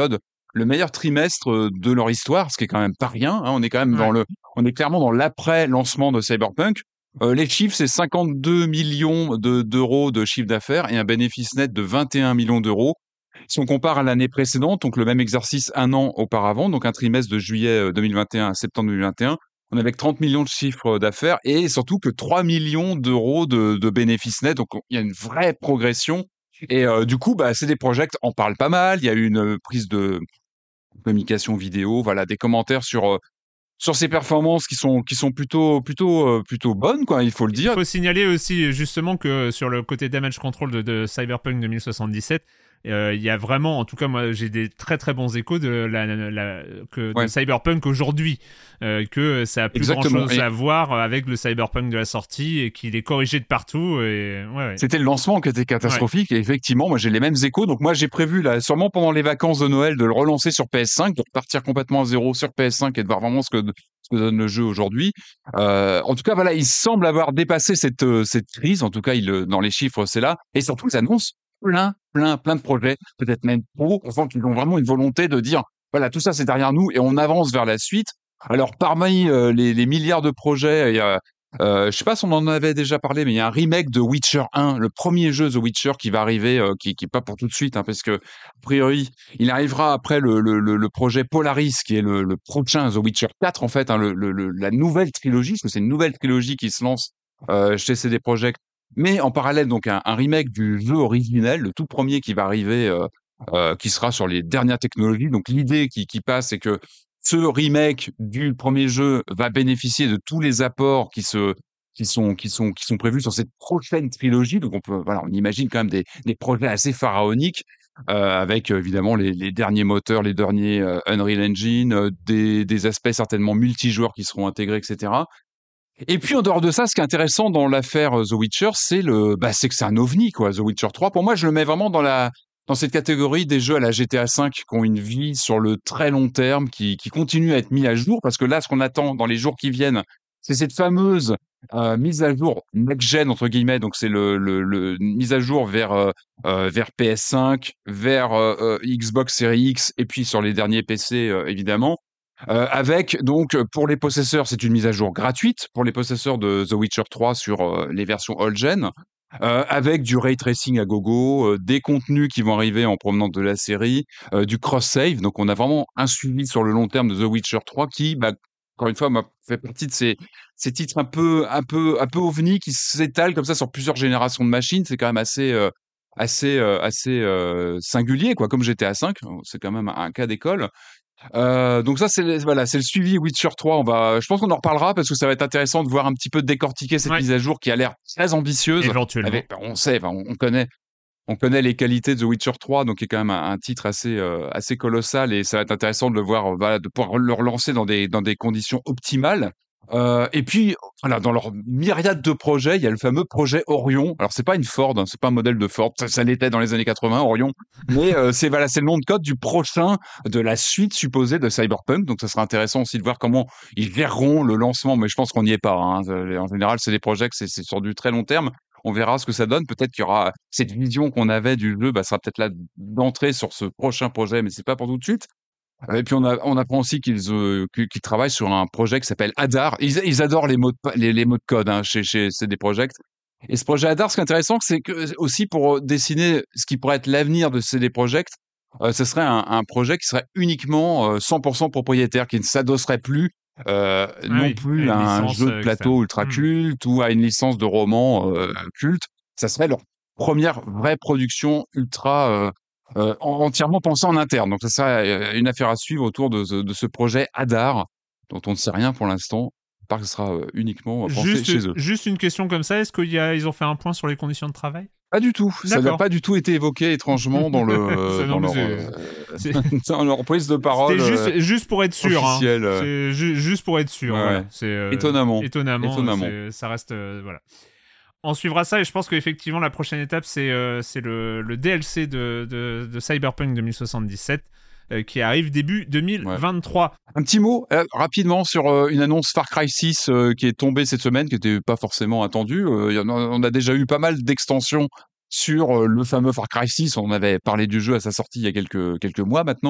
le meilleur trimestre de leur histoire, ce qui est quand même pas rien. Hein. On est quand même ouais. dans le, on est clairement dans l'après-lancement de Cyberpunk. Euh, les chiffres, c'est cinquante-deux millions de, d'euros de chiffre d'affaires et un bénéfice net de vingt et un millions d'euros. Si on compare à l'année précédente, donc le même exercice un an auparavant, donc un trimestre de juillet deux mille vingt et un à septembre deux mille vingt et un, on avait trente millions de chiffres d'affaires et surtout que trois millions d'euros de, de bénéfices nets. Donc il y a une vraie progression. Et euh, du coup, bah, C D Projekt en parle pas mal. Il y a eu une prise de communication vidéo, voilà, des commentaires sur euh, sur ces performances qui sont qui sont plutôt plutôt euh, plutôt bonnes, quoi. Il faut le dire. Il faut signaler aussi justement que sur le côté damage control de, de Cyberpunk deux mille soixante-dix-sept, il euh, y a vraiment, en tout cas moi j'ai des très très bons échos de la, la, la que ouais. de Cyberpunk aujourd'hui, euh, que ça a plus grand chose et... à voir avec le Cyberpunk de la sortie et qu'il est corrigé de partout. Et ouais, ouais. C'était le lancement qui était catastrophique ouais. et effectivement moi j'ai les mêmes échos. Donc moi j'ai prévu là sûrement pendant les vacances de Noël de le relancer sur P S cinq, de repartir complètement à zéro sur P S cinq et de voir vraiment ce que ce que donne le jeu aujourd'hui. Euh, en tout cas voilà, il semble avoir dépassé cette cette crise. En tout cas il dans les chiffres c'est là et surtout ils annoncent plein, plein, plein de projets, peut-être même trop. On sent qu'ils ont vraiment une volonté de dire, voilà, tout ça c'est derrière nous et on avance vers la suite. Alors parmi euh, les, les milliards de projets, il y a, euh, je sais pas si on en avait déjà parlé, mais il y a un remake de Witcher un, le premier jeu The Witcher qui va arriver, euh, qui, qui est pas pour tout de suite, hein, parce que a priori il arrivera après le, le, le, le projet Polaris, qui est le, le prochain The Witcher quatre en fait, hein, le, le, le, la nouvelle trilogie, parce que c'est une nouvelle trilogie qui se lance euh, chez C D Projekt. Mais en parallèle, donc un, un remake du jeu originel, le tout premier qui va arriver, euh, euh, qui sera sur les dernières technologies. Donc l'idée qui, qui passe, c'est que ce remake du premier jeu va bénéficier de tous les apports qui se, qui sont, qui sont, qui sont prévus sur cette prochaine trilogie. Donc on peut, voilà, on imagine quand même des, des projets assez pharaoniques, euh, avec évidemment les, les derniers moteurs, les derniers euh, Unreal Engine, euh, des, des aspects certainement multijoueurs qui seront intégrés, et cetera. Et puis en dehors de ça, ce qui est intéressant dans l'affaire The Witcher, c'est le, bah c'est que c'est un ovni, quoi. The Witcher trois, pour moi, je le mets vraiment dans la, dans cette catégorie des jeux à la G T A cinq qui ont une vie sur le très long terme, qui, qui continuent à être mis à jour, parce que là, ce qu'on attend dans les jours qui viennent, c'est cette fameuse euh, mise à jour next-gen entre guillemets, donc c'est le, le, le mise à jour vers euh, euh, vers P S cinq, vers euh, Xbox Series X, et puis sur les derniers P C euh, évidemment. Euh, avec donc pour les possesseurs, c'est une mise à jour gratuite pour les possesseurs de The Witcher trois sur euh, les versions old-gen, euh, avec du ray tracing à gogo, euh, des contenus qui vont arriver en provenance de la série, euh, du cross-save. Donc on a vraiment un suivi sur le long terme de The Witcher trois qui, bah, encore une fois, m'a fait partie de ces, ces titres un peu, un peu, un peu ovni qui s'étalent comme ça sur plusieurs générations de machines. C'est quand même assez, euh, assez, euh, assez euh, singulier, quoi. Comme G T A cinq, c'est quand même un, un cas d'école. Euh, donc ça c'est voilà, c'est le suivi Witcher trois. On va, je pense qu'on en reparlera parce que ça va être intéressant de voir un petit peu décortiquer cette ouais. mise à jour qui a l'air très ambitieuse. Éventuellement. Avec, on sait, on, on connaît, on connaît les qualités de The Witcher trois, donc qui est quand même un, un titre assez euh, assez colossal et ça va être intéressant de le voir, voilà, de pouvoir le relancer dans des dans des conditions optimales. Euh, et puis voilà, dans leur myriade de projets, il y a le fameux projet Orion. Alors c'est pas une Ford, hein, c'est pas un modèle de Ford, ça, ça l'était dans les années quatre-vingts, Orion. Mais euh, c'est voilà, c'est le nom de code du prochain, de la suite supposée de Cyberpunk. Donc ça sera intéressant aussi de voir comment ils verront le lancement. Mais je pense qu'on n'y est pas. Hein. En général, c'est des projets que c'est, c'est sur du très long terme. On verra ce que ça donne. Peut-être qu'il y aura cette vision qu'on avait du jeu, bah, sera peut-être là d'entrée sur ce prochain projet, mais c'est pas pour tout de suite. Et puis on, a, on apprend aussi qu'ils, euh, qu'ils travaillent sur un projet qui s'appelle Hadar. Ils, ils adorent les mots de, les, les mots de code hein, chez, chez C D Projekt. Et ce projet Hadar, ce qui est intéressant, c'est que aussi pour dessiner ce qui pourrait être l'avenir de C D Projekt, euh, ce serait un, un projet qui serait uniquement euh, cent pour cent propriétaire, qui ne s'adosserait plus euh, ah non oui, plus à un jeu de plateau euh, ultra culte mmh. ou à une licence de roman euh, culte. Ça serait leur première vraie production ultra euh, Euh, entièrement pensé en interne. Donc, ça sera une affaire à suivre autour de, de, de ce projet Hadar, dont on ne sait rien pour l'instant, pas que ce sera uniquement pensé juste, chez eux. Juste une question comme ça, est-ce qu'ils ont fait un point sur les conditions de travail ? Pas du tout. D'accord. Ça n'a pas du tout été évoqué étrangement dans, le, dans, leur, c'est... dans leur prise de parole. C'était juste, juste pour être sûr. Hein. C'est ju- juste pour être sûr. Ouais. Voilà. C'est, euh, étonnamment. Étonnamment. étonnamment. C'est, ça reste... Euh, voilà. On suivra ça et je pense qu'effectivement la prochaine étape c'est, euh, c'est le, le D L C de, de, de Cyberpunk deux mille soixante-dix-sept euh, qui arrive début deux mille vingt-trois. Ouais. Un petit mot euh, rapidement sur euh, une annonce Far Cry six euh, qui est tombée cette semaine, qui n'était pas forcément attendue. Euh, y en a, on a déjà eu pas mal d'extensions sur euh, le fameux Far Cry six. On avait parlé du jeu à sa sortie il y a quelques, quelques mois maintenant.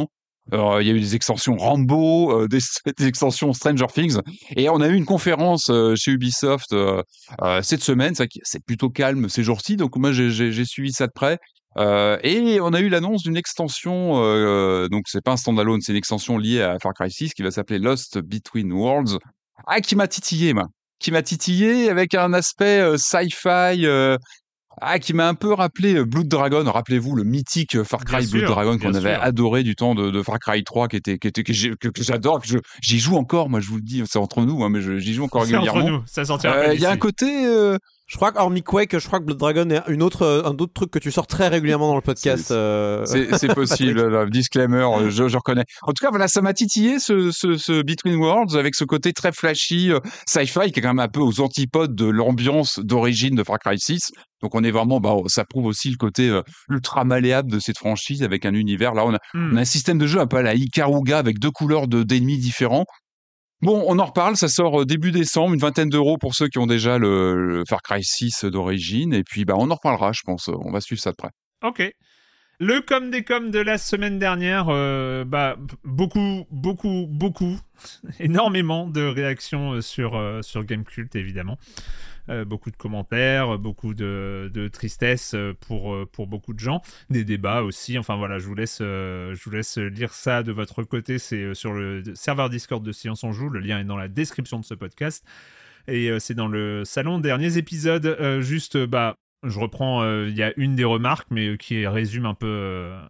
Euh, Il y a eu des extensions Rambo, euh, des, des extensions Stranger Things, et on a eu une conférence euh, chez Ubisoft euh, euh, cette semaine. Ça, c'est plutôt calme ces jours-ci, donc moi j'ai, j'ai, j'ai suivi ça de près. Euh, et on a eu l'annonce d'une extension, euh, donc c'est pas un standalone, c'est une extension liée à Far Cry six qui va s'appeler Lost Between Worlds. Ah, qui m'a titillé, moi. Qui m'a titillé avec un aspect euh, sci-fi, euh, ah, qui m'a un peu rappelé euh, Blood Dragon. Rappelez-vous le mythique euh, Far Cry Bien Blood sûr, Dragon bien qu'on avait sûr. adoré du temps de, de Far Cry trois, qui était, qui était, que, j'ai- que, que j'adore, que je, j'y joue encore. Moi, je vous le dis, c'est entre nous, hein, mais je- j'y joue encore C'est entre régulièrement. nous, ça sortira Euh, pas Il y a un d'ici. côté, euh, Je crois qu'hormis Quake, je crois que Blood Dragon est une autre, euh, un autre truc que tu sors très régulièrement dans le podcast. C'est- euh, C'est, c'est possible, là, disclaimer, euh, je, je reconnais. En tout cas, voilà, ça m'a titillé ce, ce, ce Between Worlds avec ce côté très flashy, euh, sci-fi, qui est quand même un peu aux antipodes de l'ambiance d'origine de Far Cry six. Donc on est vraiment, bah, ça prouve aussi le côté euh, ultra malléable de cette franchise avec un univers. Là, on a, Hmm. on a un système de jeu un peu à la Ikaruga avec deux couleurs de, d'ennemis différents. Bon, on en reparle, ça sort euh, début décembre, une vingtaine d'euros pour ceux qui ont déjà le, le Far Cry six d'origine. Et puis, bah, on en reparlera, je pense. On va suivre ça de près. Ok. Le com des com de la semaine dernière, euh, bah, beaucoup, beaucoup, beaucoup, énormément de réactions euh, sur, euh, sur Gamecult, évidemment. Euh, beaucoup de commentaires, beaucoup de, de tristesse euh, pour, euh, pour beaucoup de gens. Des débats aussi. Enfin voilà, je vous laisse, euh, je vous laisse lire ça de votre côté. C'est euh, sur le serveur Discord de Silence on Joue. Le lien est dans la description de ce podcast. Et euh, c'est dans le salon derniers épisodes. Euh, juste, euh, bah... Je reprends, il euh, y a une des remarques, mais euh, qui résume un peu euh,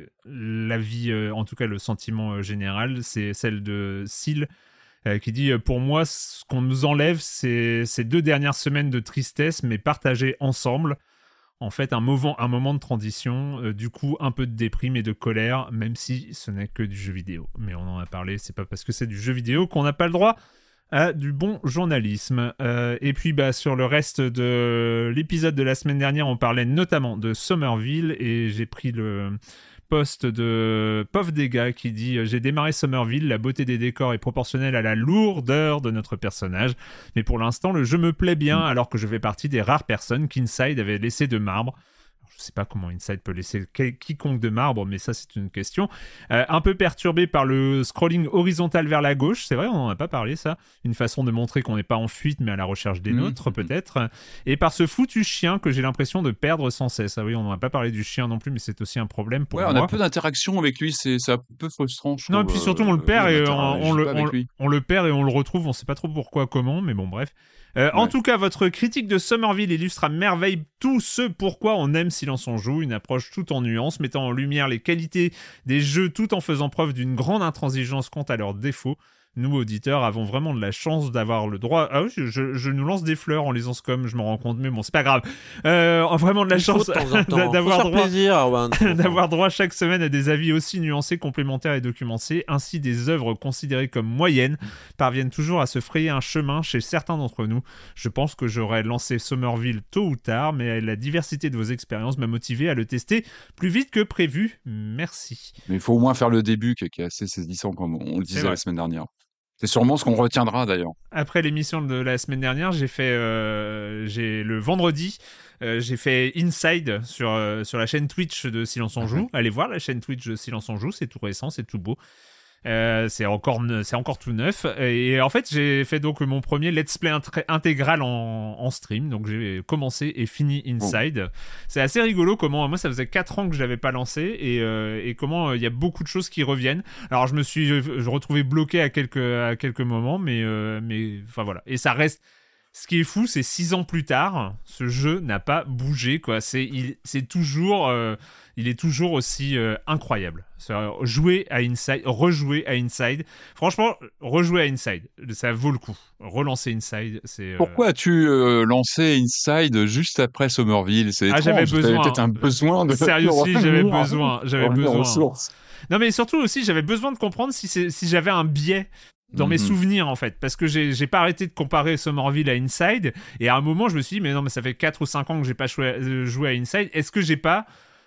l'avis, euh, en tout cas le sentiment euh, général. C'est celle de Syl, euh, qui dit euh, « Pour moi, ce qu'on nous enlève, c'est ces deux dernières semaines de tristesse, mais partagées ensemble. En fait, un moment, un moment de transition, euh, du coup, un peu de déprime et de colère, même si ce n'est que du jeu vidéo. » Mais on en a parlé, c'est pas parce que c'est du jeu vidéo qu'on n'a pas le droit à du bon journalisme. Euh, et puis bah, sur le reste de l'épisode de la semaine dernière, on parlait notamment de Somerville, et j'ai pris le post de Pof Dega qui dit « J'ai démarré Somerville, la beauté des décors est proportionnelle à la lourdeur de notre personnage, mais pour l'instant le jeu me plaît bien, alors que je fais partie des rares personnes qu'Inside avait laissé de marbre. » Je sais pas comment Inside peut laisser quiconque de marbre, mais ça c'est une question. Euh, un peu perturbé par le scrolling horizontal vers la gauche, c'est vrai, on n'en a pas parlé ça. Une façon de montrer qu'on n'est pas en fuite, mais à la recherche des Mmh. nôtres peut-être. Et par ce foutu chien que j'ai l'impression de perdre sans cesse. Ah oui, on n'en a pas parlé du chien non plus, mais c'est aussi un problème pour Ouais, moi. on a peu d'interaction avec lui, c'est, c'est un peu frustrant. Je Non, et trouve, puis surtout on le euh, perd oui, et on on, on n'interagit le, pas avec on, lui. on le perd et on le retrouve, on sait pas trop pourquoi, comment, mais bon, bref. Euh, en Ouais. tout cas, votre critique de Somerville illustre à merveille tout ce pourquoi on aime Silence on Joue, une approche tout en nuances, mettant en lumière les qualités des jeux tout en faisant preuve d'une grande intransigeance quant à leurs défauts. Nous, auditeurs, avons vraiment de la chance d'avoir le droit... Ah oui, je, je, je nous lance des fleurs en lisant ce com, je me rends compte, mais bon, c'est pas grave. Euh, vraiment de la il faut chance de temps en temps. d'avoir Faut se faire droit... plaisir, Arwan, de temps en temps. d'avoir droit chaque semaine à des avis aussi nuancés, complémentaires et documentés. Ainsi, des œuvres considérées comme moyennes parviennent toujours à se frayer un chemin chez certains d'entre nous. Je pense que j'aurais lancé Somerville tôt ou tard, mais la diversité de vos expériences m'a motivé à le tester plus vite que prévu. Merci. Mais il faut au moins faire le début qui est, qui est assez saisissant, comme on le C'est disait vrai. la semaine dernière. C'est sûrement ce qu'on retiendra d'ailleurs. Après l'émission de la semaine dernière, j'ai fait, euh, j'ai le vendredi, euh, j'ai fait Inside sur euh, sur la chaîne Twitch de Silence on Joue. Allez voir la chaîne Twitch de Silence on Joue, c'est tout récent, c'est tout beau. Euh, c'est encore ne- c'est encore tout neuf, et en fait j'ai fait donc mon premier let's play intré- intégral en, en stream, donc j'ai commencé et fini Inside. C'est assez rigolo comment moi ça faisait quatre ans que je l'avais pas lancé, et, euh, et comment il euh, y a beaucoup de choses qui reviennent. Alors je me suis je, je retrouvais bloqué à quelques à quelques moments, mais euh, mais enfin voilà, et ça reste. Ce qui est fou, c'est six ans plus tard, ce jeu n'a pas bougé, quoi. C'est, il, c'est toujours, euh, il est toujours aussi euh, incroyable. C'est, euh, jouer à Inside, rejouer à Inside. Franchement, rejouer à Inside, ça vaut le coup. Relancer Inside, c'est. euh, Pourquoi as-tu euh, lancé Inside juste après Somerville? C'est Ah, étrange. j'avais T'avais besoin. peut-être un besoin de. Sérieux, de si, j'avais revenir- besoin, j'avais revenir aux besoin. sources. Non, mais surtout aussi, j'avais besoin de comprendre si, c'est, si j'avais un biais dans mes Mhm. souvenirs, en fait, parce que j'ai, j'ai pas arrêté de comparer Somerville à Inside, et à un moment je me suis dit mais non, mais ça fait quatre ou cinq ans que j'ai pas joué, euh, joué à Inside, est-ce que j'ai pas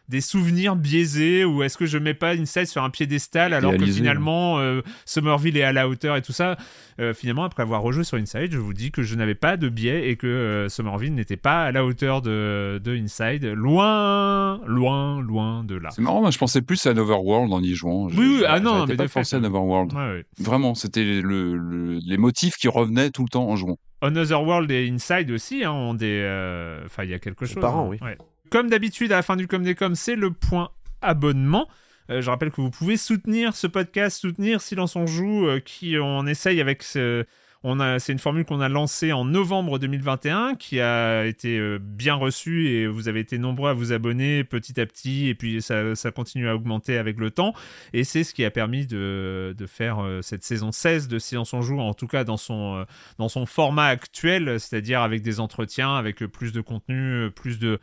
des souvenirs biaisés, ou est-ce que je mets pas Inside sur un piédestal alors Réalisé, que finalement euh, Somerville est à la hauteur et tout ça. Euh, finalement, après avoir rejoué sur Inside, je vous dis que je n'avais pas de biais et que euh, Somerville n'était pas à la hauteur de, de Inside. Loin, loin, loin de là. C'est marrant, moi je pensais plus à Overworld en y jouant. Je, oui, oui, ah non, mais pas pensé à Overworld. Ouais, ouais. Vraiment, c'était le, le, les motifs qui revenaient tout le temps en jouant. Otherworld et Inside aussi hein, ont des. Enfin, euh, il y a quelque chose. Parents, hein. oui. Ouais. Comme d'habitude, à la fin du Com des Com, c'est le point abonnement. Euh, je rappelle que vous pouvez soutenir ce podcast, soutenir Silence on Joue, euh, qui on essaye avec ce. On a, c'est une formule qu'on a lancée en novembre deux mille vingt et un, qui a été euh, bien reçue et vous avez été nombreux à vous abonner petit à petit et puis ça, ça continue à augmenter avec le temps et c'est ce qui a permis de, de faire euh, cette saison seize de Silence on Joue, en tout cas dans son, euh, dans son format actuel, c'est-à-dire avec des entretiens, avec plus de contenu, plus de...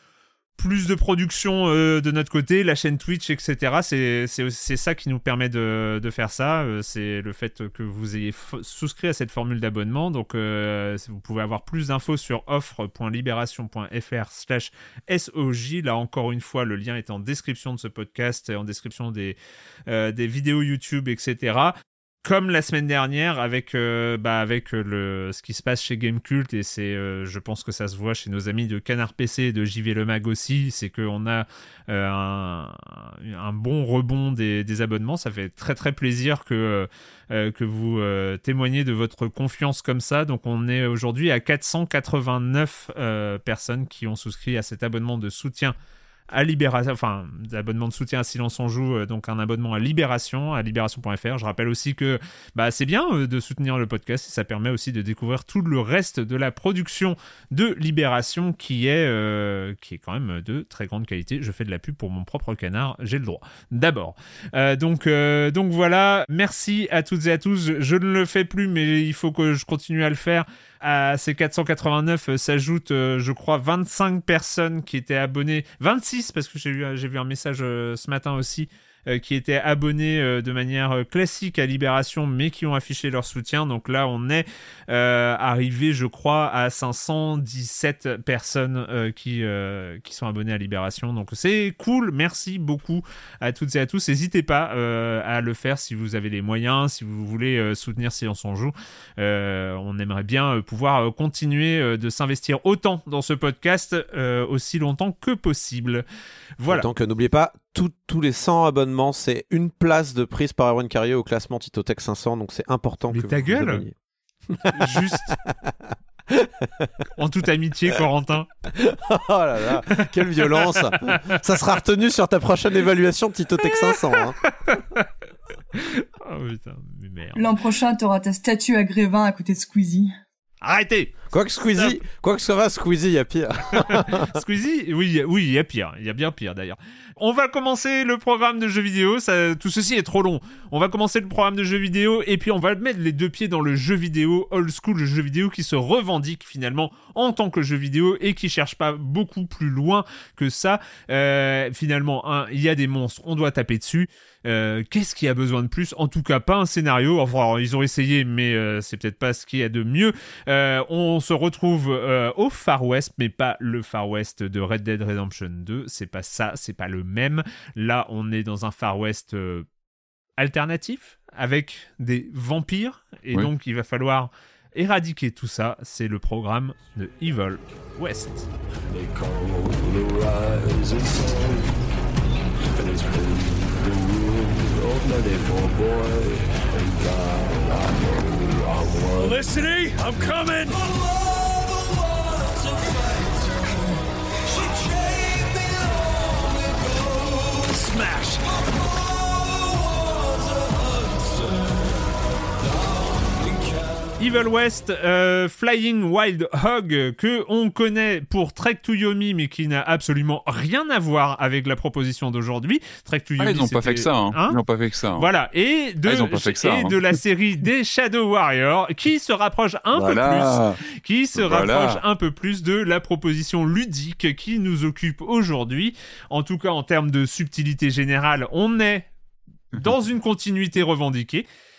plus de production euh, de notre côté, la chaîne Twitch, et cetera. C'est, c'est, c'est ça qui nous permet de, de faire ça. Euh, c'est le fait que vous ayez f- souscrit à cette formule d'abonnement. Donc, euh, vous pouvez avoir plus d'infos sur offre point libération point f r slash S O J. Là, encore une fois, le lien est en description de ce podcast, en description des, euh, des vidéos YouTube, et cetera. Comme la semaine dernière avec euh, bah avec le ce qui se passe chez Gamecult et c'est euh, je pense que ça se voit chez nos amis de Canard P C et de J V Le Mag aussi, c'est qu'on a euh, un, un bon rebond des, des abonnements. Ça fait très très plaisir que euh, que vous euh, témoignez de votre confiance comme ça. Donc on est aujourd'hui à quatre cent quatre-vingt-neuf euh, personnes qui ont souscrit à cet abonnement de soutien à Libération, enfin, d'abonnement de soutien à Silence on Joue, euh, donc un abonnement à Libération, à libération point f r. Je rappelle aussi que bah, c'est bien euh, de soutenir le podcast et ça permet aussi de découvrir tout le reste de la production de Libération qui est, euh, qui est quand même de très grande qualité. Je fais de la pub pour mon propre canard, j'ai le droit. D'abord. Euh, donc, euh, donc voilà, merci à toutes et à tous. Je, je ne le fais plus, mais il faut que je continue à le faire. À ces quatre cent quatre-vingt-neuf euh, s'ajoutent, euh, je crois, vingt-cinq personnes qui étaient abonnées, vingt-six parce que j'ai vu, j'ai vu un message euh, ce matin aussi, euh, qui étaient abonnés euh, de manière euh, classique à Libération, mais qui ont affiché leur soutien. Donc là, on est euh, arrivé, je crois, à cinq cent dix-sept personnes euh, qui, euh, qui sont abonnées à Libération. Donc c'est cool, merci beaucoup à toutes et à tous. N'hésitez pas euh, à le faire si vous avez les moyens, si vous voulez euh, soutenir Silence on Joue. Euh, on aimerait bien euh, pouvoir euh, continuer euh, de s'investir autant dans ce podcast euh, aussi longtemps que possible. Voilà. Donc n'oubliez pas, tous les cent abonnements, c'est une place de prise par Erwan Carrier au classement Titotech cinq cents, donc c'est important. Mais que ta vous gueule vous abonniez. Juste en toute amitié, Corentin. Oh là là, quelle violence. Ça sera retenu sur ta prochaine évaluation de Titotech cinq cents. Hein. Oh putain, mais merde. L'an prochain, t'auras ta statue à Grévin à côté de Squeezie. Arrêtez. Quoique Squeezie, quoi que ce soit, Squeezie, il y a pire. Squeezie, oui, oui, il y a pire. Il y a bien pire d'ailleurs. On va commencer le programme de jeux vidéo. Ça, tout ceci est trop long. On va commencer le programme de jeux vidéo et puis on va mettre les deux pieds dans le jeu vidéo old school, le jeu vidéo qui se revendique finalement en tant que jeu vidéo et qui cherche pas beaucoup plus loin que ça. Euh, finalement, hein, il y a des monstres, on doit taper dessus. Euh, qu'est-ce qu'il y a besoin de plus ? En tout cas, pas un scénario. Enfin, alors, ils ont essayé, mais euh, c'est peut-être pas ce qu'il y a de mieux. Euh, on se retrouve euh, au Far West, mais pas le Far West de Red Dead Redemption deux. C'est pas ça, c'est pas le même. Là, on est dans un Far West euh, alternatif avec des vampires, et oui. Donc il va falloir éradiquer tout ça. C'est le programme de Evil West. Felicity, I'm coming! Smash! Evil West, euh, Flying Wild Hog, que on connaît pour Trek to Yomi, mais qui n'a absolument rien à voir avec la proposition d'aujourd'hui. Trek to Yomi, ah, ils n'ont pas fait que ça. Hein. Hein ils n'ont pas fait que ça. Hein. Voilà, et de ah, ils ont pas fait que ça, et hein. de la série des Shadow Warriors, qui se rapproche un voilà. peu plus, qui se voilà. rapproche un peu plus de la proposition ludique qui nous occupe aujourd'hui. En tout cas, en termes de subtilité générale, on est dans une continuité revendiquée.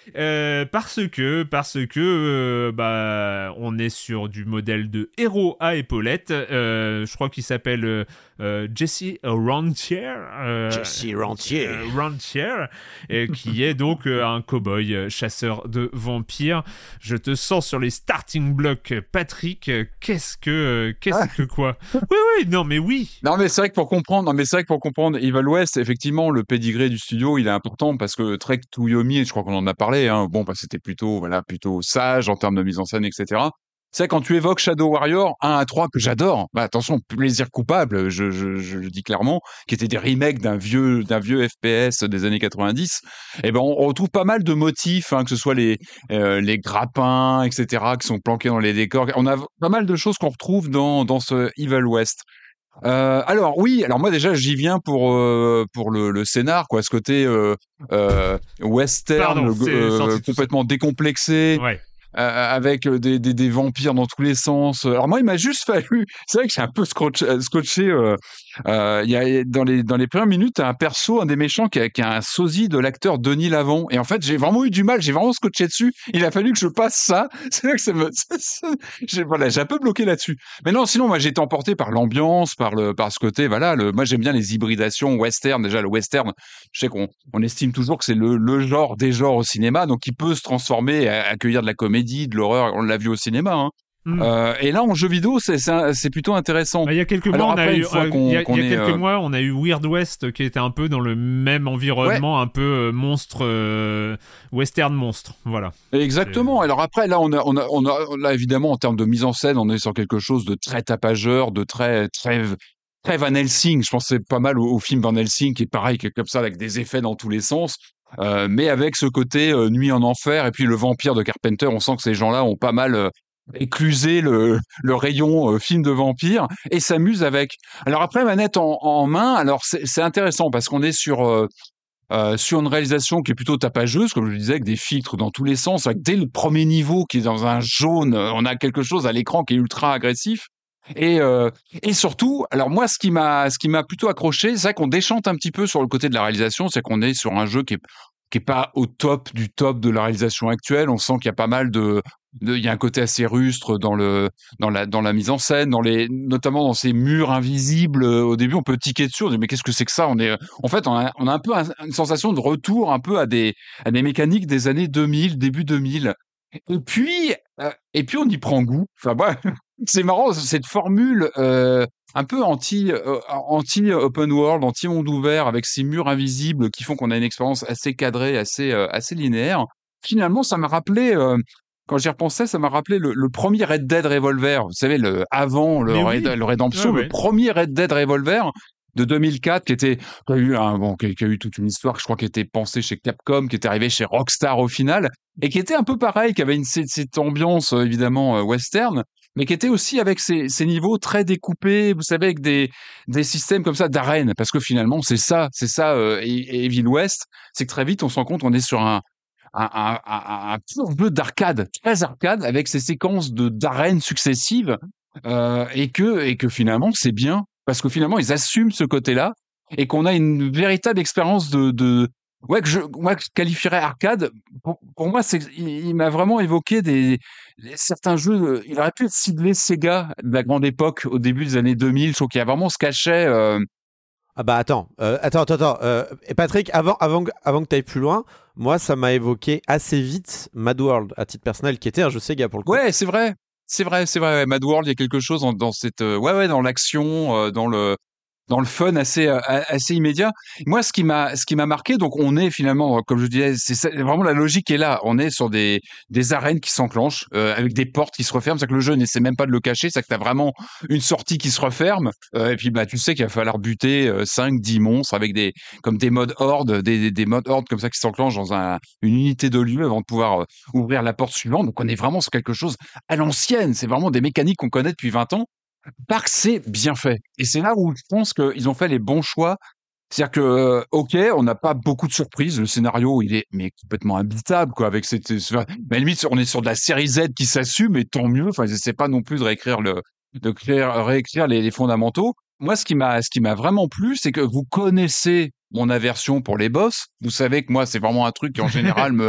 Euh, parce que, parce que, euh, bah, on est sur du modèle de héros à épaulettes. Euh, je crois qu'il s'appelle euh, euh, Jesse Rentier. Euh, Jesse Rentier. Euh, Rentier, euh, qui est donc euh, un cow-boy euh, chasseur de vampires. Je te sens sur les starting blocks, Patrick. Qu'est-ce que, euh, qu'est-ce Ah. que quoi? Oui, oui, non, mais oui. Non, mais c'est vrai que pour comprendre, non, mais c'est vrai que pour comprendre Evil West, effectivement, le pédigré du studio, il est important parce que Trek to Yomi, je crois qu'on en a parlé, hein, bon, bah, c'était plutôt, voilà, plutôt sage en termes de mise en scène, et cetera. C'est quand tu évoques Shadow Warrior un à trois que j'adore, bah attention, plaisir coupable, je, je, je le dis clairement, qui étaient des remakes d'un vieux, d'un vieux F P S des années quatre-vingt-dix, et ben on, on retrouve pas mal de motifs, hein, que ce soit les, euh, les grappins, et cetera, qui sont planqués dans les décors. On a pas mal de choses qu'on retrouve dans, dans ce Evil West. Euh, alors oui, alors moi déjà j'y viens pour euh, pour le, le scénar, quoi, ce côté euh, euh, western, Pardon, c'est euh, sorti tout complètement décomplexé. Ouais. Euh, avec des, des, des vampires dans tous les sens. Alors moi, il m'a juste fallu. C'est vrai que j'ai un peu scotché. scotché euh, euh, il y a dans les dans les premières minutes, t'as un perso, un des méchants qui a, qui a un sosie de l'acteur Denis Lavant. Et en fait, j'ai vraiment eu du mal. J'ai vraiment scotché dessus. Il a fallu que je passe ça. C'est vrai que ça me. Ça, ça, j'ai, voilà, j'ai un peu bloqué là-dessus. Mais non, sinon, moi, j'ai été emporté par l'ambiance, par le par ce côté. Voilà, le, moi, j'aime bien les hybridations western. Déjà, le western, je sais qu'on on estime toujours que c'est le le genre des genres au cinéma, donc il peut se transformer et accueillir de la comédie, de l'horreur, on l'a vu au cinéma, hein. Mm. Euh, et là en jeu vidéo c'est, c'est, c'est plutôt intéressant. Bah, il y a quelques mois, Alors, on après, a eu, euh, il y a, qu'on il y a est, quelques euh... mois, on a eu Weird West qui était un peu dans le même environnement, ouais. un peu euh, monstre, euh, western monstre, voilà. Exactement. C'est... Alors après, là, on a, on a, on a, là évidemment en termes de mise en scène, on est sur quelque chose de très tapageur, de très, très, très Van Helsing. Je pensais pas mal au, au film Van Helsing qui est pareil, qui est comme ça avec des effets dans tous les sens. Euh, mais avec ce côté euh, nuit en enfer et puis le vampire de Carpenter, on sent que ces gens-là ont pas mal euh, éclusé le, le rayon euh, film de vampire et s'amusent avec. Alors après, manette en, en main, alors c'est, c'est intéressant parce qu'on est sur euh, euh, sur une réalisation qui est plutôt tapageuse, comme je le disais, avec des filtres dans tous les sens. Avec dès le premier niveau qui est dans un jaune, on a quelque chose à l'écran qui est ultra agressif. Et euh, et surtout, alors moi, ce qui m'a ce qui m'a plutôt accroché, c'est vrai qu'on déchante un petit peu sur le côté de la réalisation, c'est qu'on est sur un jeu qui est qui est pas au top du top de la réalisation actuelle. On sent qu'il y a pas mal de, de il y a un côté assez rustre dans le dans la dans la mise en scène, dans les notamment dans ces murs invisibles. Au début, on peut tiquer dessus, on dit mais qu'est-ce que c'est que ça? On est en fait on a on a un peu un, une sensation de retour un peu à des à des mécaniques des années deux mille, début deux mille. Et puis euh, et puis on y prend goût. Enfin bah, c'est marrant cette formule euh, un peu anti euh, anti open world, anti monde ouvert avec ces murs invisibles qui font qu'on a une expérience assez cadrée, assez euh, assez linéaire. Finalement, ça m'a rappelé euh, quand j'y repensais, ça m'a rappelé le, le premier Red Dead Revolver. Vous savez, le avant le, Red, oui. le Redemption, ah, ouais. le premier Red Dead Revolver de deux mille quatre, qui était qui a eu un bon, qui, qui a eu toute une histoire, je crois, qui était pensée chez Capcom, qui était arrivé chez Rockstar au final, et qui était un peu pareil, qui avait une cette, cette ambiance évidemment western, mais qui était aussi avec ces, ces niveaux très découpés, vous savez, avec des des systèmes comme ça d'arène, parce que finalement c'est ça, c'est ça euh, Evil West, c'est que très vite on se rend compte qu'on est sur un un, un, un, un pur jeu d'arcade, très arcade, avec ces séquences de d'arènes successives, euh, et que et que finalement c'est bien. Parce que finalement, ils assument ce côté-là et qu'on a une véritable expérience de, de, ouais, que je, moi, que je qualifierais arcade. Pour, pour moi, c'est, il, il m'a vraiment évoqué des, des, certains jeux. Il aurait pu être ciblé Sega de la grande époque au début des années deux mille. Je trouve qu'il y a vraiment ce cachet. Euh... Ah bah attends, euh, attends, attends, attends. Euh, et Patrick, avant, avant, avant que tu ailles plus loin, moi, ça m'a évoqué assez vite Mad World à titre personnel, qui était un jeu Sega pour le coup. Ouais, c'est vrai. C'est vrai, c'est vrai. Mad World, il y a quelque chose dans, dans cette, euh, ouais, ouais, dans l'action, euh, dans le, dans le fun assez, euh, assez immédiat. Moi, ce qui m'a, ce qui m'a marqué, donc on est finalement, comme je disais, c'est ça, vraiment la logique est là. On est sur des, des arènes qui s'enclenchent euh, avec des portes qui se referment. C'est que le jeu n'essaie même pas de le cacher. C'est que t'as vraiment une sortie qui se referme. Euh, et puis, bah, tu sais qu'il va falloir buter euh, cinq, dix monstres avec des, comme des modes horde, des, des, des modes horde comme ça qui s'enclenchent dans un, une unité de lieu avant de pouvoir euh, ouvrir la porte suivante. Donc, on est vraiment sur quelque chose à l'ancienne. C'est vraiment des mécaniques qu'on connaît depuis vingt ans. Par que c'est bien fait. Et c'est là où je pense qu'ils ont fait les bons choix. C'est-à-dire que, euh, ok, on n'a pas beaucoup de surprises. Le scénario, il est mais complètement imbitable, quoi. Avec cette, mais à la limite, on est sur de la série Z qui s'assume, et tant mieux. Enfin, c'est pas non plus de réécrire le, de créer, réécrire les, les fondamentaux. Moi, ce qui m'a, ce qui m'a vraiment plu, c'est que vous connaissez mon aversion pour les boss. Vous savez que moi, c'est vraiment un truc qui en général me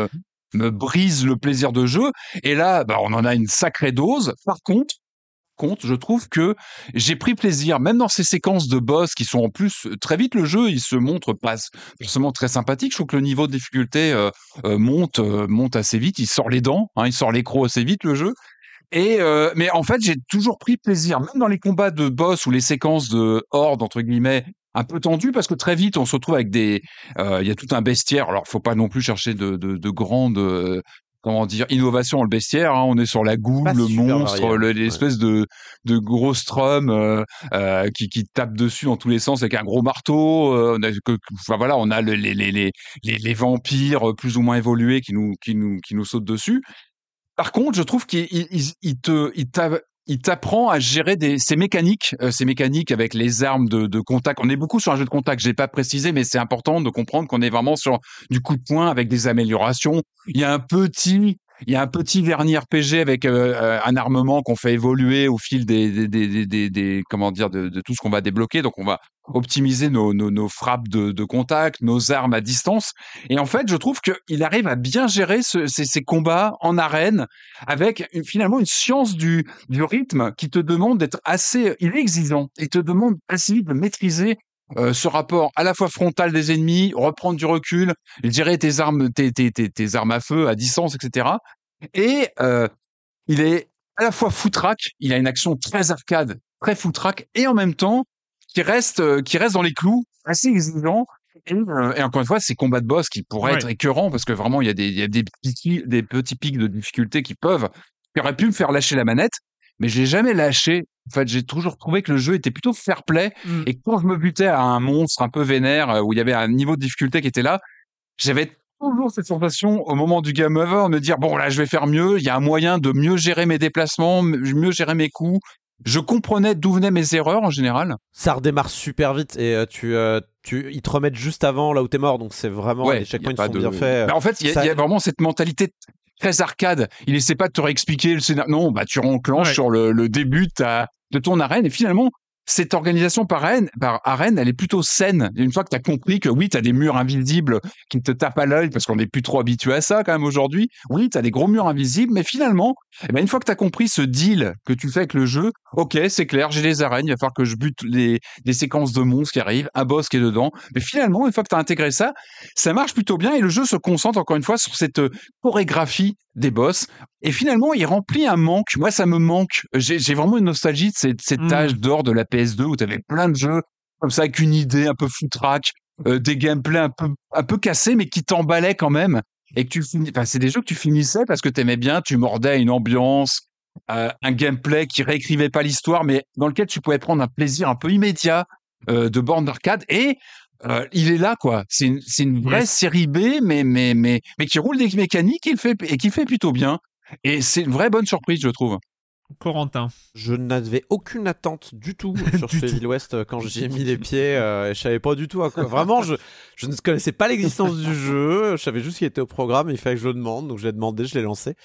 me brise le plaisir de jeu. Et là, bah, on en a une sacrée dose. Par contre, contre, je trouve que j'ai pris plaisir, même dans ces séquences de boss qui sont en plus très vite le jeu, il se montre pas forcément très sympathique. Je trouve que le niveau de difficulté euh, euh, monte, euh, monte assez vite. Il sort les dents, hein, il sort les crocs assez vite le jeu. Et euh, mais en fait, j'ai toujours pris plaisir, même dans les combats de boss ou les séquences de horde entre guillemets un peu tendues, parce que très vite on se retrouve avec des, il euh, y a tout un bestiaire. Alors, faut pas non plus chercher de, de, de grandes euh, comment dire, innovation dans le bestiaire, hein. On est sur la goule, le monstre, le, l'espèce ouais. de, de gros strum euh, euh, qui, qui tape dessus dans tous les sens avec un gros marteau. Euh, on a, que, enfin voilà, on a le, les, les, les, les, les vampires plus ou moins évolués qui nous, qui nous, qui nous sautent dessus. Par contre, je trouve qu'il il, il, il te, il t'a, il t'apprend à gérer des, ces mécaniques, euh, ces mécaniques avec les armes de, de contact. On est beaucoup sur un jeu de contact, je l'ai pas précisé, mais c'est important de comprendre qu'on est vraiment sur du coup de poing avec des améliorations. Il y a un petit, il y a un petit vernis R P G avec euh, un armement qu'on fait évoluer au fil des, des, des, des, des, des comment dire, de, de tout ce qu'on va débloquer. Donc on va optimiser nos, nos, nos frappes de, de contact, nos armes à distance. Et en fait, je trouve qu'il arrive à bien gérer ce, ces, ces combats en arène avec une, finalement une science du, du rythme qui te demande d'être assez, il est exigeant, il te demande assez vite de maîtriser euh, ce rapport à la fois frontal des ennemis, reprendre du recul, gérer tes armes, tes, tes, tes, tes armes à feu à distance, et cetera. Et euh, il est à la fois foutraque, il a une action très arcade, très foutraque, et en même temps, qui reste, euh, qui reste dans les clous, assez exigeant. Et, euh, et encore une fois, ces combats de boss qui pourraient ouais. être écœurants parce que vraiment, il y a des, il y a des petits, des petits pics de difficulté qui peuvent, qui auraient pu me faire lâcher la manette, mais je l'ai jamais lâché. En fait, j'ai toujours trouvé que le jeu était plutôt fair play. Mm. Et quand je me butais à un monstre un peu vénère, où il y avait un niveau de difficulté qui était là, j'avais toujours cette sensation au moment du game over, me dire, bon, là, je vais faire mieux. Il y a un moyen de mieux gérer mes déplacements, mieux gérer mes coups. Je comprenais d'où venaient mes erreurs en général. Ça redémarre super vite et euh, tu, euh, tu, ils te remettent juste avant là où t'es mort, donc c'est vraiment ouais, les checkpoints sont de... bien faits. Bah en fait, il y, ça... y a vraiment cette mentalité très arcade. Il essaie pas de te réexpliquer le scénario. Non, bah tu renclenches ouais. sur le, le début de, ta, de ton arène et finalement. Cette organisation par arène, par arène, elle est plutôt saine. Une fois que tu as compris que oui, tu as des murs invisibles qui te tapent à l'œil parce qu'on n'est plus trop habitué à ça quand même aujourd'hui. Oui, tu as des gros murs invisibles, mais finalement, eh ben, une fois que tu as compris ce deal que tu fais avec le jeu, ok, c'est clair, j'ai les arènes, il va falloir que je bute les, des séquences de monstres qui arrivent, un boss qui est dedans. Mais finalement, une fois que tu as intégré ça, ça marche plutôt bien et le jeu se concentre encore une fois sur cette chorégraphie des boss. Et finalement, il remplit un manque. Moi, ça me manque. J'ai, j'ai vraiment une nostalgie de cette, cette mmh. âge d'or de la P S deux où tu avais plein de jeux comme ça avec une idée un peu foutraque, euh, des gameplays un peu, un peu cassés, mais qui t'emballaient quand même. Et que tu finis, enfin, c'est des jeux que tu finissais parce que t'aimais bien, tu mordais à une ambiance, euh, un gameplay qui réécrivait pas l'histoire, mais dans lequel tu pouvais prendre un plaisir un peu immédiat euh, de borne d'arcade. Et Euh, il est là, quoi. C'est une, c'est une vraie yes. série B, mais, mais, mais, mais qui roule des mécaniques et, il fait, et qui fait plutôt bien. Et c'est une vraie bonne surprise, je trouve. Corentin. Je n'avais aucune attente du tout sur ce Evil West quand j'y ai mis les pieds. Euh, et je savais pas du tout à quoi. Vraiment, je, je ne connaissais pas l'existence du jeu. Je savais juste qu'il était au programme. Il fallait que je le demande. Donc je l'ai demandé, je l'ai lancé.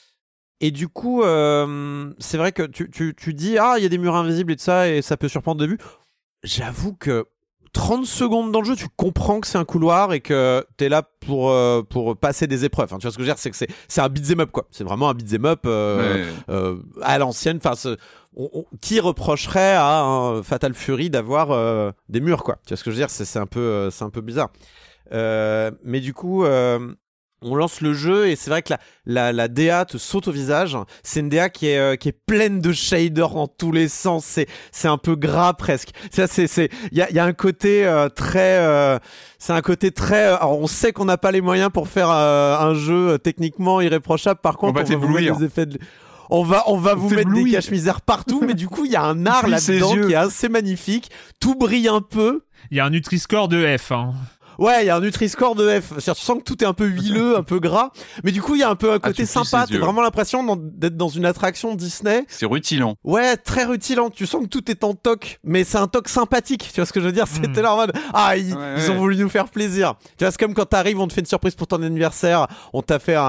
Et du coup, euh, c'est vrai que tu, tu, tu dis, ah, il y a des murs invisibles et tout ça, et ça peut surprendre au début. J'avoue que trente secondes dans le jeu, tu comprends que c'est un couloir et que t'es là pour, euh, pour passer des épreuves. Enfin, tu vois ce que je veux dire, c'est que c'est, c'est un beat'em up, quoi. C'est vraiment un beat'em up euh, ouais. euh, à l'ancienne. Enfin, on, on, qui reprocherait à un Fatal Fury d'avoir euh, des murs, quoi. Tu vois ce que je veux dire, c'est, c'est, un, peu, euh, c'est un peu bizarre. Euh, mais du coup... Euh, on lance le jeu et c'est vrai que la, la, la D A te saute au visage. C'est une D A qui est, euh, qui est pleine de shaders dans tous les sens. C'est, c'est un peu gras presque. Ça, c'est, c'est, il y a, y a un côté euh, très, euh, c'est un côté très. Euh, alors on sait qu'on n'a pas les moyens pour faire euh, un jeu euh, techniquement irréprochable. Par contre, on va, on va vous mettre des effets de. On va, on va vous mettre des cache-misères partout, mais du coup, il y a un art là-dedans qui est assez magnifique. Tout brille un peu. Il y a un Nutri-Score de F, hein. Ouais, il y a un Nutri-Score de F. C'est-à-dire, tu sens que tout est un peu huileux, un peu gras. Mais du coup, il y a un peu un côté ah, sympa. T'as vraiment l'impression dans, d'être dans une attraction Disney. C'est rutilant. Ouais, très rutilant. Tu sens que tout est en toc. Mais c'est un toc sympathique. Tu vois ce que je veux dire? Mmh. C'était leur mode. Ah, ils, ouais, ils ouais. ont voulu nous faire plaisir. Tu vois, c'est comme quand t'arrives, on te fait une surprise pour ton anniversaire. On t'a fait un,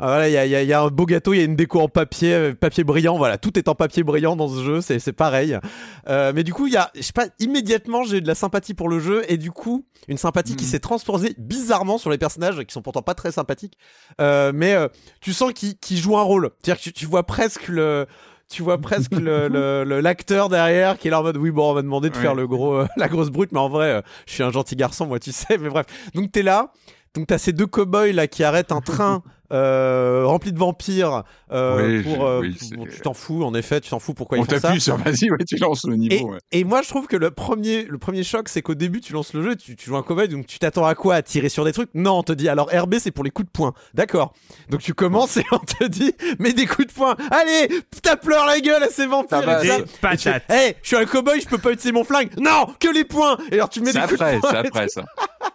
Ah, voilà, il y, y, y a un beau gâteau, il y a une déco en papier, papier brillant, voilà, tout est en papier brillant dans ce jeu, c'est, c'est pareil. Euh, mais du coup, il y a, je sais pas, immédiatement, j'ai eu de la sympathie pour le jeu, et du coup, une sympathie mmh. qui s'est transposée bizarrement sur les personnages, qui sont pourtant pas très sympathiques, euh, mais euh, tu sens qu'ils, qu'ils jouent un rôle. C'est-à-dire que tu, tu vois presque le... Tu vois presque le, le, le, l'acteur derrière qui est là en mode oui bon on m'a demandé de ouais. faire le gros euh, la grosse brute mais en vrai euh, je suis un gentil garçon moi tu sais mais bref donc t'es là donc t'as ces deux cow-boys là qui arrêtent un train euh, rempli de vampires euh, oui, pour, euh, oui, pour bon, tu t'en fous en effet tu t'en fous pourquoi on ils font ça t'appuie sur vas-y ouais tu lances le niveau et, ouais. et moi je trouve que le premier le premier choc c'est qu'au début tu lances le jeu tu, tu joues un cow-boy donc tu t'attends à quoi à tirer sur des trucs non on te dit alors R B c'est pour les coups de poing d'accord donc tu commences et on te dit mets des coups de poing allez tape-leur la gueule à ces vampires et des patates hé hey, je suis un cow-boy je peux pas utiliser mon flingue non que les poings et alors tu mets c'est des coups après, de poing c'est après ça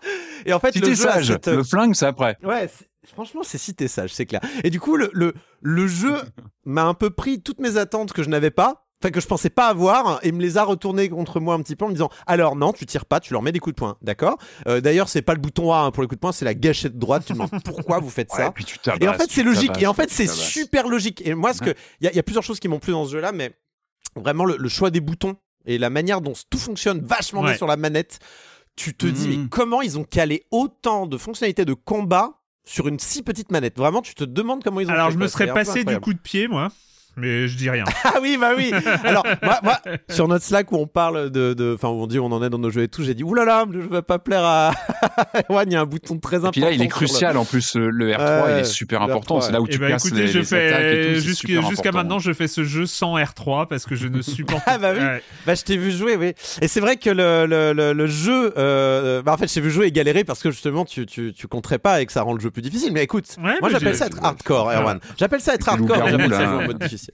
et en fait si le t'es jeu sage cette... le flingue c'est après ouais c'est... Franchement, c'est si t'es sage, c'est clair. Et du coup, le, le, le jeu m'a un peu pris toutes mes attentes que je n'avais pas, enfin que je pensais pas avoir, et me les a retournées contre moi un petit peu en me disant alors non, tu tires pas, tu leur mets des coups de poing, d'accord euh, D'ailleurs, c'est pas le bouton A hein, pour les coups de poing, c'est la gâchette droite. Tu te demandes pourquoi vous faites ça. Ouais, et, puis tu tabasses, et en fait, c'est logique. Tabasses, et en fait, c'est super logique. Et moi, ce que il y, y a plusieurs choses qui m'ont plu dans ce jeu-là, mais vraiment le, le choix des boutons et la manière dont tout fonctionne vachement ouais. bien sur la manette. Tu te mmh. dis mais comment ils ont calé autant de fonctionnalités de combat sur une si petite manette. Vraiment, tu te demandes comment ils ont Alors, fait. je me serais passé du coup de pied, moi. Mais je dis rien. Ah oui, bah oui. Alors, moi, moi, sur notre Slack où on parle de, de, enfin, où on dit où on en est dans nos jeux et tout, j'ai dit, oulala, je vais pas plaire à Erwan, il y a un bouton très important. Et puis là, il est crucial le... en plus, le R trois, euh, il est super important. C'est là où tu bah, casses écoutez, les, je les fais... attaques et tout. Jusqu'... Jusqu'à important. Maintenant, je fais ce jeu sans R trois parce que je ne supporte pas. Ah bah oui. Ouais. Bah, je t'ai vu jouer, oui. Et c'est vrai que le, le, le, le jeu, euh, bah, en fait, je t'ai vu jouer et galérer parce que justement, tu, tu, tu compterais pas et que ça rend le jeu plus difficile. Mais écoute, ouais, moi, j'appelle ça être hardcore, Erwan. J'appelle ça être hardcore et j'appelle ça jouer en mode difficile.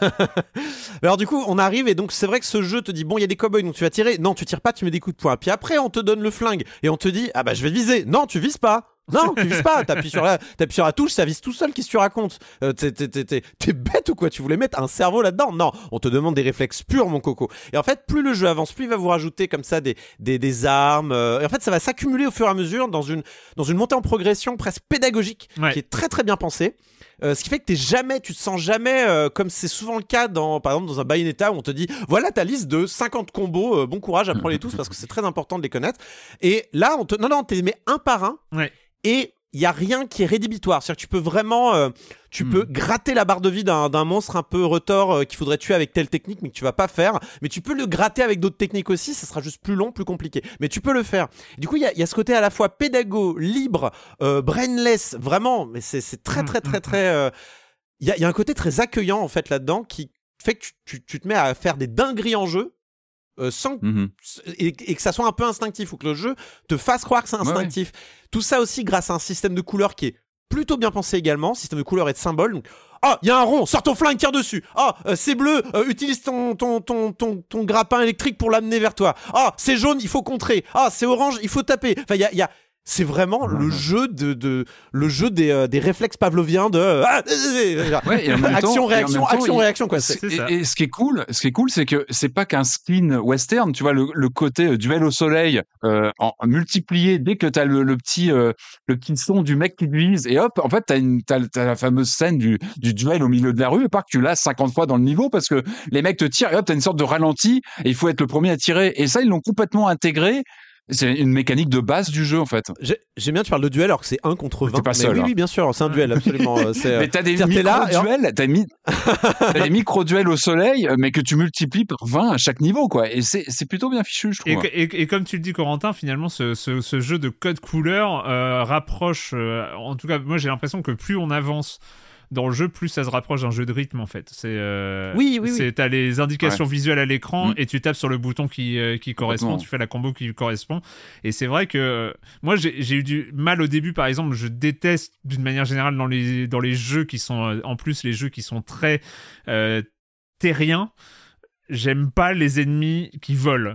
Alors du coup on arrive et donc c'est vrai que ce jeu te dit bon il y a des cowboys donc tu vas tirer, non tu tires pas, tu mets des coups de poing, puis après on te donne le flingue et on te dit ah bah je vais viser, non tu vises pas, non tu vises pas, t'appuies sur la, t'appuies sur la touche, ça vise tout seul, qu'est-ce que tu racontes, euh, t'es, t'es, t'es, t'es, t'es bête ou quoi, tu voulais mettre un cerveau là-dedans, non on te demande des réflexes purs mon coco. Et en fait plus le jeu avance, plus il va vous rajouter comme ça des, des, des armes, euh, et en fait ça va s'accumuler au fur et à mesure dans une, dans une montée en progression presque pédagogique ouais. qui est très très bien pensée. Euh, ce qui fait que t'es jamais, tu te sens jamais euh, comme c'est souvent le cas dans, par exemple dans un Bayonetta où on te dit voilà ta liste de cinquante combos, euh, bon courage, apprends-les tous parce que c'est très important de les connaître. Et là on te, non non, t'es mis un par un ouais. et il y a rien qui est rédhibitoire, c'est-à-dire que tu peux vraiment, euh, tu mmh. peux gratter la barre de vie d'un, d'un monstre un peu retors euh, qu'il faudrait tuer avec telle technique mais que tu vas pas faire, mais tu peux le gratter avec d'autres techniques aussi, ça sera juste plus long, plus compliqué, mais tu peux le faire. Du coup il y a, y a ce côté à la fois pédago, libre, euh, brainless, vraiment, mais c'est, c'est très très très très, il euh, y, a, y a un côté très accueillant en fait là-dedans qui fait que tu, tu, tu te mets à faire des dingueries en jeu. Euh, sans mmh. et, et que ça soit un peu instinctif ou que le jeu te fasse croire que c'est instinctif. Ouais, ouais. Tout ça aussi grâce à un système de couleurs qui est plutôt bien pensé également, système de couleurs et de symboles. Donc, ah, il y a un rond, sors ton flingue, tire dessus. Ah, euh, c'est bleu, euh, utilise ton ton, ton ton ton grappin électrique pour l'amener vers toi. Ah, c'est jaune, il faut contrer. Ah, c'est orange, il faut taper. Enfin, il y a il y a c'est vraiment mmh. le jeu de, de le jeu des, euh, des réflexes pavloviens de euh, ah, ouais, et en même action temps, réaction et en même action temps, réaction quoi. C'est, c'est et, et ce qui est cool, ce qui est cool, c'est que c'est pas qu'un screen western, tu vois le, le côté euh, duel au soleil euh, en, en multiplié dès que t'as le, le petit euh, le petit son du mec qui te vise et hop en fait t'as une t'as, t'as la fameuse scène du du duel au milieu de la rue, et pas que tu l'as cinquante fois dans le niveau parce que les mecs te tirent et hop t'as une sorte de ralenti et il faut être le premier à tirer, et ça ils l'ont complètement intégré. C'est une mécanique de base du jeu en fait. J'ai, j'aime bien tu parles de duel alors que c'est un contre vingt. T'es pas seul. Mais oui, hein. oui, bien sûr, c'est un duel absolument. C'est, mais t'as des micro-duels, t'as, mis... t'as des micro-duels au soleil, mais que tu multiplies par vingt à chaque niveau quoi. Et c'est, c'est plutôt bien fichu je trouve. Et, et, et comme tu le dis Corentin, finalement ce, ce, ce jeu de code couleur euh, rapproche, euh, en tout cas moi j'ai l'impression que plus on avance dans le jeu, plus ça se rapproche d'un jeu de rythme en fait. C'est euh, oui, oui, c'est oui. T'as les indications ouais. visuelles à l'écran mmh. et tu tapes sur le bouton qui euh, qui correspond, tu fais la combo qui correspond. Et c'est vrai que euh, moi j'ai j'ai eu du mal au début par exemple. Je déteste d'une manière générale dans les dans les jeux qui sont euh, en plus les jeux qui sont très euh, terriens. J'aime pas les ennemis qui volent.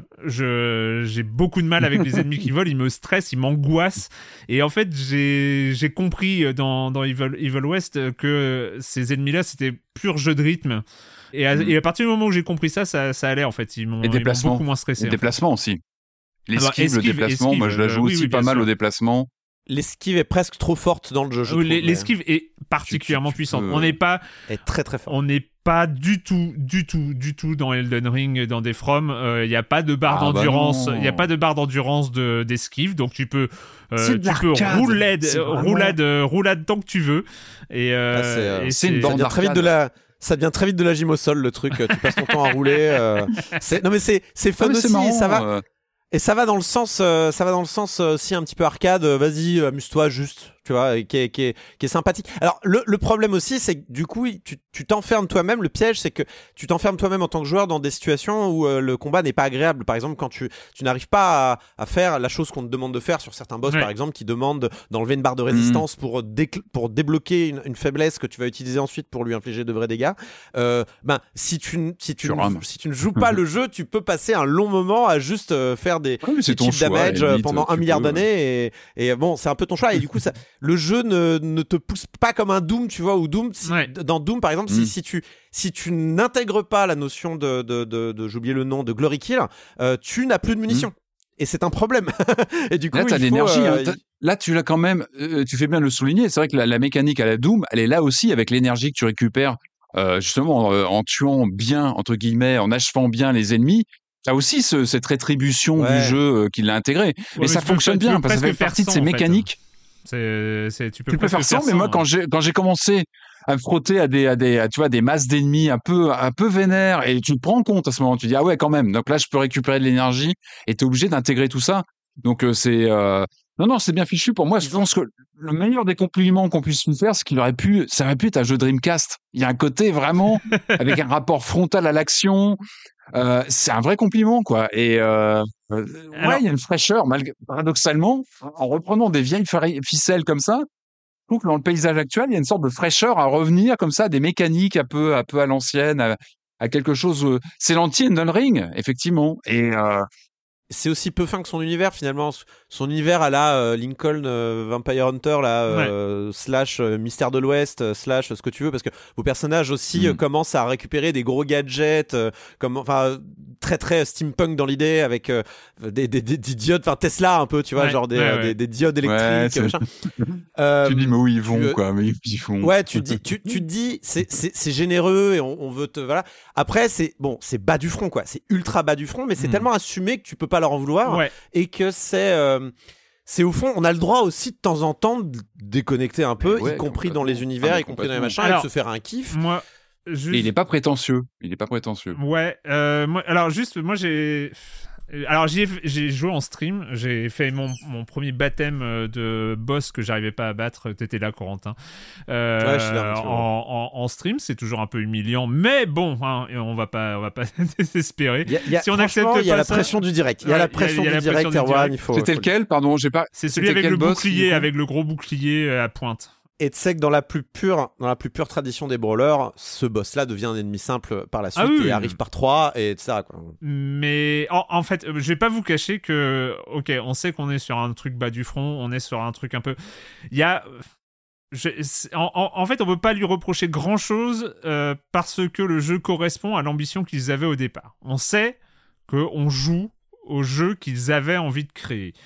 Je, j'ai beaucoup de mal avec les ennemis qui volent. Ils me stressent, ils m'angoissent. Et en fait, j'ai, j'ai compris dans, dans Evil, Evil West que ces ennemis-là, c'était pur jeu de rythme. Et à, mmh. et à partir du moment où j'ai compris ça, ça, ça allait en fait. Ils m'ont, et ils m'ont beaucoup moins stressé. Les déplacements aussi. L'esquive, Alors, esquive, le déplacement. esquive, moi, je la joue euh, aussi oui, oui, pas mal sûr. au déplacement. l'esquive est presque trop forte dans le jeu. Je euh, trouve, l'esquive mais... est particulièrement tu, tu, tu puissante. peux... On n'est pas, est très très fort. On n'est pas du tout, du tout, du tout dans Elden Ring, dans des From. Il euh, n'y a pas de barre ah d'endurance. Il bah y a pas de barre d'endurance de, d'esquive, donc tu peux, euh, tu peux roulade, vraiment... roulade, roulade tant que tu veux. Et, euh, ah, c'est, euh, et c'est, c'est une bande très vite de la. Ça devient très vite de la gym au sol, le truc. Tu passes ton temps à rouler. Euh... C'est... Non mais c'est c'est fun ah, mais aussi. C'est marrant, ça va. Euh... Et ça va dans le sens, euh, ça va dans le sens aussi euh, un petit peu arcade. Euh, vas-y, amuse-toi juste, tu vois, qui est, qui est, qui est sympathique. Alors le, le problème aussi, c'est que du coup, tu, tu t'enfermes toi-même. Le piège, c'est que tu t'enfermes toi-même en tant que joueur dans des situations où euh, le combat n'est pas agréable. Par exemple, quand tu, tu n'arrives pas à, à faire la chose qu'on te demande de faire sur certains boss, ouais. par exemple, qui demandent d'enlever une barre de résistance mmh. pour, dé- pour débloquer une, une faiblesse que tu vas utiliser ensuite pour lui infliger de vrais dégâts. Euh, ben, si tu, si tu, ne, si tu ne joues pas le jeu, tu peux passer un long moment à juste euh, faire des, oui, des cheap damage limite, pendant un milliard peux, d'années. Et, et bon, c'est un peu ton choix. Et du coup, ça, le jeu ne, ne te pousse pas comme un Doom, tu vois, ou Doom, si, ouais. dans Doom, par exemple, mmh. si, si tu, si tu n'intègres pas la notion de, de, de, de j'ai oublié le nom, de Glory Kill, euh, tu n'as plus de munitions. Mmh. Et c'est un problème. Et du coup, là, t'as il l'énergie. faut, euh, hein. Là, tu l'as quand même. Euh, tu fais bien de le souligner. C'est vrai que la, la mécanique à la Doom, elle est là aussi avec l'énergie que tu récupères, euh, justement, euh, en tuant bien, entre guillemets, en achevant bien les ennemis. T'as aussi ce, cette rétribution ouais. du jeu euh, qui l'a intégré. Ouais, et ça fonctionne bien parce que ça fait partie de ces mécaniques. C'est, c'est, tu peux, tu peux faire ça, mais moi, quand j'ai, quand j'ai commencé à me frotter à des, à des, à, tu vois, des masses d'ennemis un peu, un peu vénères, et tu te prends compte à ce moment, tu dis, ah ouais, quand même. Donc là, je peux récupérer de l'énergie, et t'es obligé d'intégrer tout ça. Donc, euh, c'est, euh... non, non, c'est bien fichu. Pour moi, je pense que le meilleur des compliments qu'on puisse lui faire, c'est qu'il aurait pu, ça aurait pu être un jeu Dreamcast. Il y a un côté vraiment, avec un rapport frontal à l'action. Euh, c'est un vrai compliment, quoi. Et euh, euh, Alors, ouais, il y a une fraîcheur, malgré, paradoxalement, en reprenant des vieilles ficelles comme ça. Je trouve que dans le paysage actuel, il y a une sorte de fraîcheur à revenir comme ça, des mécaniques un peu, un peu à l'ancienne, à, à quelque chose. Euh, c'est l'anti-Elden Ring, effectivement. Et euh, c'est aussi peu fin que son univers finalement. Son univers à la euh, Lincoln euh, Vampire Hunter là, euh, ouais. slash euh, Mystère de l'Ouest euh, slash ce que tu veux, parce que vos personnages aussi mm. euh, commencent à récupérer des gros gadgets, euh, comme enfin très très steampunk dans l'idée, avec euh, des, des, des, des diodes, enfin Tesla un peu, tu vois, ouais. genre des, ouais, ouais. Des, des diodes électriques. Ouais, machin. euh, tu dis mais où ils vont tu, quoi, mais ils font. Ouais, tu dis, tu, tu te dis c'est c'est c'est généreux et on, on veut te voilà. Après c'est bon, c'est bas du front quoi, c'est ultra bas du front, mais c'est mm. tellement assumé que tu peux pas leur en vouloir ouais. et que c'est euh, c'est au fond, on a le droit aussi de temps en temps de déconnecter un peu, ouais, y compris dans les univers, ah, y compris dans les machins, alors, et de se faire un kiff. Moi, juste... Et il est pas prétentieux. Il est pas prétentieux. Ouais. Euh, moi, alors juste, moi j'ai. Alors j'ai, j'ai joué en stream, j'ai fait mon, mon premier baptême de boss que j'arrivais pas à battre, t'étais là Corentin, euh, ouais, je suis là, en, en, en stream, c'est toujours un peu humiliant, mais bon, hein, on va pas, on va pas désespérer. Y a, y a, si on accepte pas, il y a la ça, pression du direct, il y a la pression du direct, Erwan, il faut. C'était faut lequel, pardon, j'ai pas. C'est celui avec le boss, bouclier, avec le gros bouclier à pointe. Et tu sais que dans la plus pure, dans la plus pure tradition des brawlers, ce boss-là devient un ennemi simple par la suite ah oui, et oui. arrive par trois et et cetera quoi. Mais en, en fait, je vais pas vous cacher que, ok, on sait qu'on est sur un truc bas du front, on est sur un truc un peu, il y a, je, en, en, en fait, on peut pas lui reprocher grand-chose euh, parce que le jeu correspond à l'ambition qu'ils avaient au départ. On sait qu'on joue au jeu qu'ils avaient envie de créer.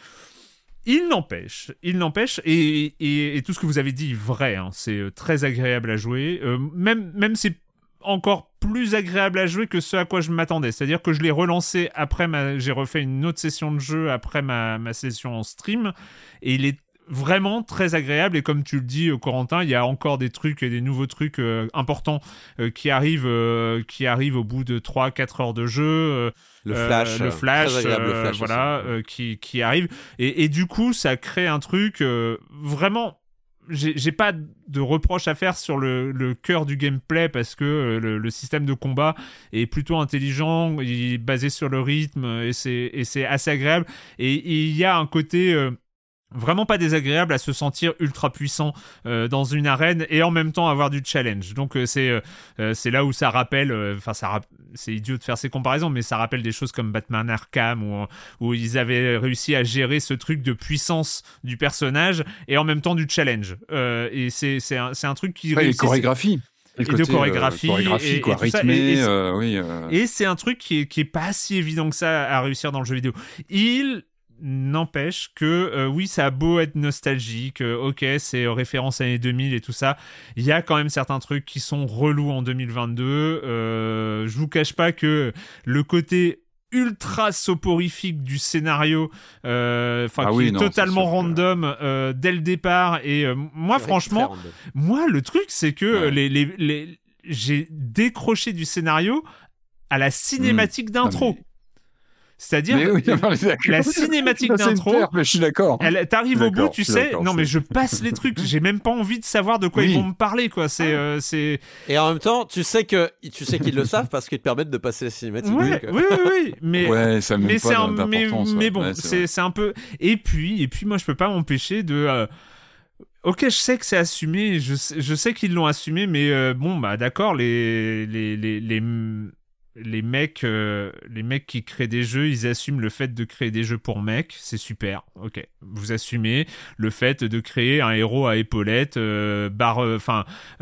Il n'empêche, il n'empêche, et, et, et tout ce que vous avez dit est vrai, hein, c'est très agréable à jouer, euh, même, même c'est encore plus agréable à jouer que ce à quoi je m'attendais, c'est-à-dire que je l'ai relancé après, ma, j'ai refait une autre session de jeu après ma, ma session en stream, et il est vraiment très agréable, et comme tu le dis Corentin, il y a encore des trucs et des nouveaux trucs euh, importants euh, qui arrivent euh, qui arrivent au bout de trois à quatre heures de jeu, euh, le flash, euh, le flash, très agréable, euh, le flash voilà, euh, qui qui arrive, et, et du coup ça crée un truc euh, vraiment. J'ai, j'ai pas de reproche à faire sur le, le cœur du gameplay parce que euh, le, le système de combat est plutôt intelligent, il est basé sur le rythme et c'est, et c'est assez agréable, et, et il y a un côté euh, vraiment pas désagréable à se sentir ultra puissant euh, dans une arène et en même temps avoir du challenge. Donc euh, c'est euh, c'est là où ça rappelle, enfin euh, ça rap- c'est idiot de faire ces comparaisons, mais ça rappelle des choses comme Batman Arkham où où ils avaient réussi à gérer ce truc de puissance du personnage et en même temps du challenge. Euh, et c'est c'est un c'est un truc qui ouais, réussit. Les chorégraphies. Et, et de chorégraphie, euh, chorégraphie et, quoi, et rythmé, et, et, euh, oui, euh... et c'est un truc qui est, qui est pas si évident que ça à réussir dans le jeu vidéo. Il n'empêche que euh, oui, ça a beau être nostalgique, euh, ok, c'est euh, référence années deux mille et tout ça, il y a quand même certains trucs qui sont relous en deux mille vingt-deux. Euh, je vous cache pas que le côté ultra soporifique du scénario, enfin euh, ah qui oui, est non, totalement c'est random euh, dès le départ. Et euh, moi, c'est franchement, moi le truc c'est que ouais. les, les, les, j'ai décroché du scénario à la cinématique mmh. d'intro. Mais... C'est-à-dire oui, la cinématique ça, d'intro, perte, mais je suis d'accord. Elle, t'arrives au bout, tu sais. Non, mais je passe les trucs. J'ai même pas envie de savoir de quoi oui. ils vont me parler, quoi. C'est, euh, c'est. Et en même temps, tu sais que tu sais qu'ils le savent parce qu'ils te permettent de passer la cinématique. Ouais, oui, oui, oui. Mais ouais, ça mais c'est un, mais, ouais. mais bon, ouais, c'est, c'est, c'est un peu. Et puis, et puis, moi, je peux pas m'empêcher de. Euh... Ok, je sais que c'est assumé. Je sais, je sais qu'ils l'ont assumé, mais euh, bon, bah d'accord, les les les les. Les mecs, euh, les mecs qui créent des jeux, ils assument le fait de créer des jeux pour mecs, c'est super. Ok, vous assumez le fait de créer un héros à épaulettes, euh, barre, enfin,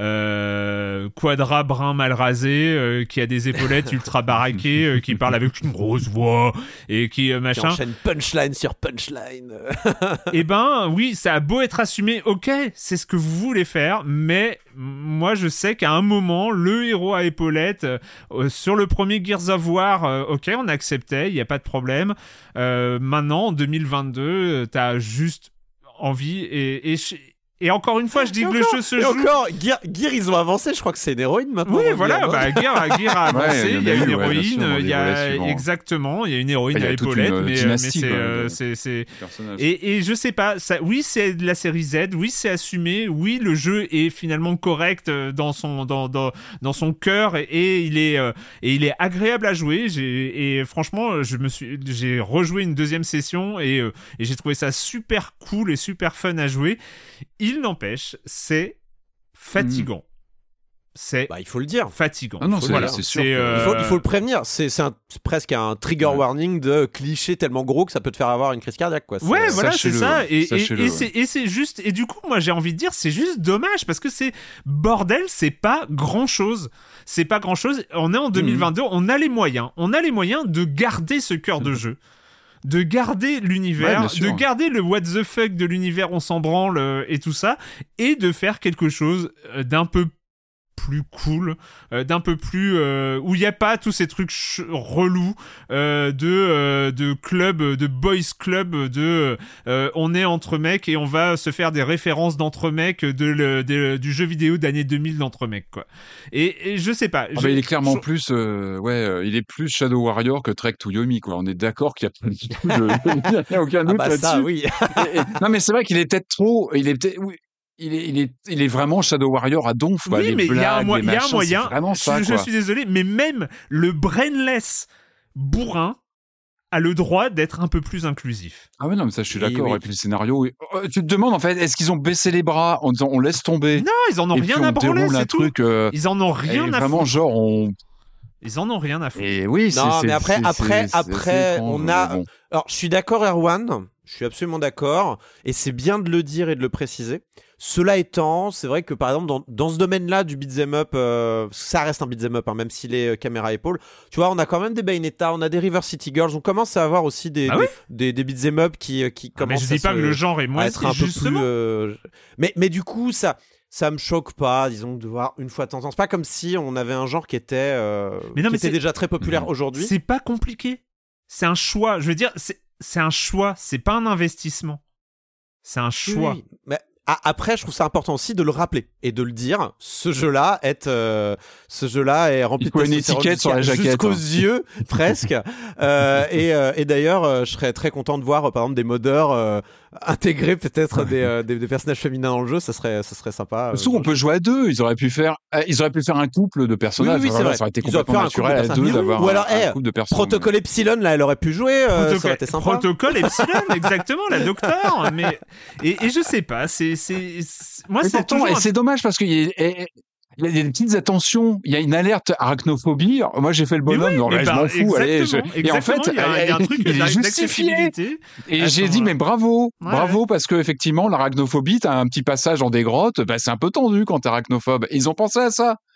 euh, quadra brun mal rasé, euh, qui a des épaulettes ultra baraquées, euh, qui parle avec une grosse voix et qui euh, machin. Qui enchaîne punchline sur punchline. Eh ben, oui, ça a beau être assumé. Ok, c'est ce que vous voulez faire, mais moi, je sais qu'à un moment, le héros à épaulettes euh, sur le premier Premier Gears of War, euh, ok, on acceptait, il n'y a pas de problème. Euh, maintenant, en deux mille vingt-deux, euh, t'as juste envie et, et, et encore une fois, je dis et que encore, le jeu se et joue. encore, Gear, Gear, ils ont avancé, je crois que c'est une héroïne maintenant. Oui, voilà, bah, Gear, Gear a avancé, ouais, il y a, y a une eu, héroïne, ouais, il y a exactement, il y a une héroïne à l'épaulette, mais, mais c'est, euh, c'est, c'est... Et, et je sais pas, ça, oui, c'est de la série Z, oui, c'est assumé, oui, le jeu est finalement correct dans son, dans, dans, dans son cœur et, et il est, euh, et il est agréable à jouer. J'ai, et franchement, je me suis, j'ai rejoué une deuxième session et, euh, et j'ai trouvé ça super cool et super fun à jouer. Il n'empêche, c'est fatigant. Mmh. C'est bah, il faut le dire. Fatigant. Ah non, c'est, voilà. c'est sûr. C'est, euh... il, faut, il faut le prévenir. C'est, c'est, un, c'est presque un trigger ouais. warning de cliché tellement gros que ça peut te faire avoir une crise cardiaque, quoi. C'est, ouais, voilà, sachez-le, c'est ça. Et, et, et, ouais. c'est, et c'est juste. Et du coup, moi, j'ai envie de dire, c'est juste dommage parce que c'est bordel, c'est pas grand chose. C'est pas grand chose. On est en deux mille vingt-deux, mmh. on a les moyens. On a les moyens de garder ce cœur de jeu. De garder l'univers, ouais, de garder le what the fuck de l'univers, on s'en branle euh, et tout ça, et de faire quelque chose euh, d'un peu plus cool, euh, d'un peu plus euh, où il n'y a pas tous ces trucs ch- relous euh, de euh, de club, de boys club, de euh, on est entre mecs et on va se faire des références d'entre mecs de, le, de du jeu vidéo d'année deux mille d'entre mecs, quoi. Et, et je sais pas. Ah je, bah il est clairement je... plus euh, ouais, euh, il est plus Shadow Warrior que Trek to Yomi, quoi. On est d'accord qu'il y a pas du tout de... il y a aucun doute ah bah là-dessus. Ça, oui. et, et... Non mais c'est vrai qu'il est peut-être trop, il est peut-être oui. Il est, il, est, il est vraiment Shadow Warrior à donf. Oui, les mais il y a un, mo- machins, y a un moyen. Je, ça, je suis désolé, mais même le brainless bourrin a le droit d'être un peu plus inclusif. Ah ouais, non, mais ça, je suis d'accord. Et, oui. Et puis le scénario, tu te demandes en fait, est-ce qu'ils ont baissé les bras en disant on laisse tomber? Non, ils en ont rien à branler, c'est tout. Truc, euh, ils en ont rien à vraiment, foutre. genre, on. Ils en ont rien à foutre. Et oui, c'est. Non, c'est, mais après, c'est, après, c'est, après, c'est on a. Bon. Alors, je suis d'accord, Erwan. Je suis absolument d'accord. Et c'est bien de le dire et de le préciser. Cela étant, c'est vrai que par exemple, dans, dans ce domaine-là du beat'em up, euh, ça reste un beat'em up, hein, même s'il est euh, caméra épaule. Tu vois, on a quand même des Bayonetta, on a des River City Girls. On commence à avoir aussi des, ah oui des, des, des beat'em up qui, qui ah, commencent mais je dis à pas se, que le genre est moins être un peu plus. Euh... Mais, mais du coup, ça. Ça me choque pas, disons, de voir une fois de temps en temps. C'est pas comme si on avait un genre qui était, euh, mais non, qui mais était déjà très populaire mmh. aujourd'hui. C'est pas compliqué. C'est un choix. Je veux dire, c'est, c'est un choix. C'est pas un investissement. C'est un choix. Oui, mais après, je trouve ça important aussi de le rappeler et de le dire. Ce jeu-là est, euh, ce jeu-là est rempli de une étiquette sur la jaquette jusqu'aux hein. yeux presque. euh, et, euh, et d'ailleurs, euh, je serais très content de voir, euh, par exemple, des modeurs euh, intégrer peut-être des, euh, des, des personnages féminins dans le jeu. Ça serait, ça serait sympa. Euh, Surtout, on peut jouer à deux. Ils auraient pu faire, ils auraient pu faire un couple de personnages. Oui, oui, c'est voilà, vrai. Ça aurait été Ils complètement naturel à deux d'avoir Ou alors, un, hey, un couple de personnages. Protocole Epsilon, là, elle aurait pu jouer. Euh, Protocole, ça aurait été sympa. Protocole Epsilon, exactement, la docteur. Mais et, et je sais pas. C'est, c'est, c'est... moi, mais c'est pourtant, toujours. Et c'est dommage parce qu'il y a, il y a des petites attentions. Il y a une alerte arachnophobie. Moi, j'ai fait le bonhomme. Oui, non, là, bah, je m'en fous. Allez, je... Et en fait, il y a, il y a un truc il est justifié. Et j'ai dit, mais bravo, ouais, bravo, ouais. Parce que effectivement, l'arachnophobie, t'as un petit passage dans des grottes. Bah, c'est un peu tendu quand t'es arachnophobe. Et ils ont pensé à ça.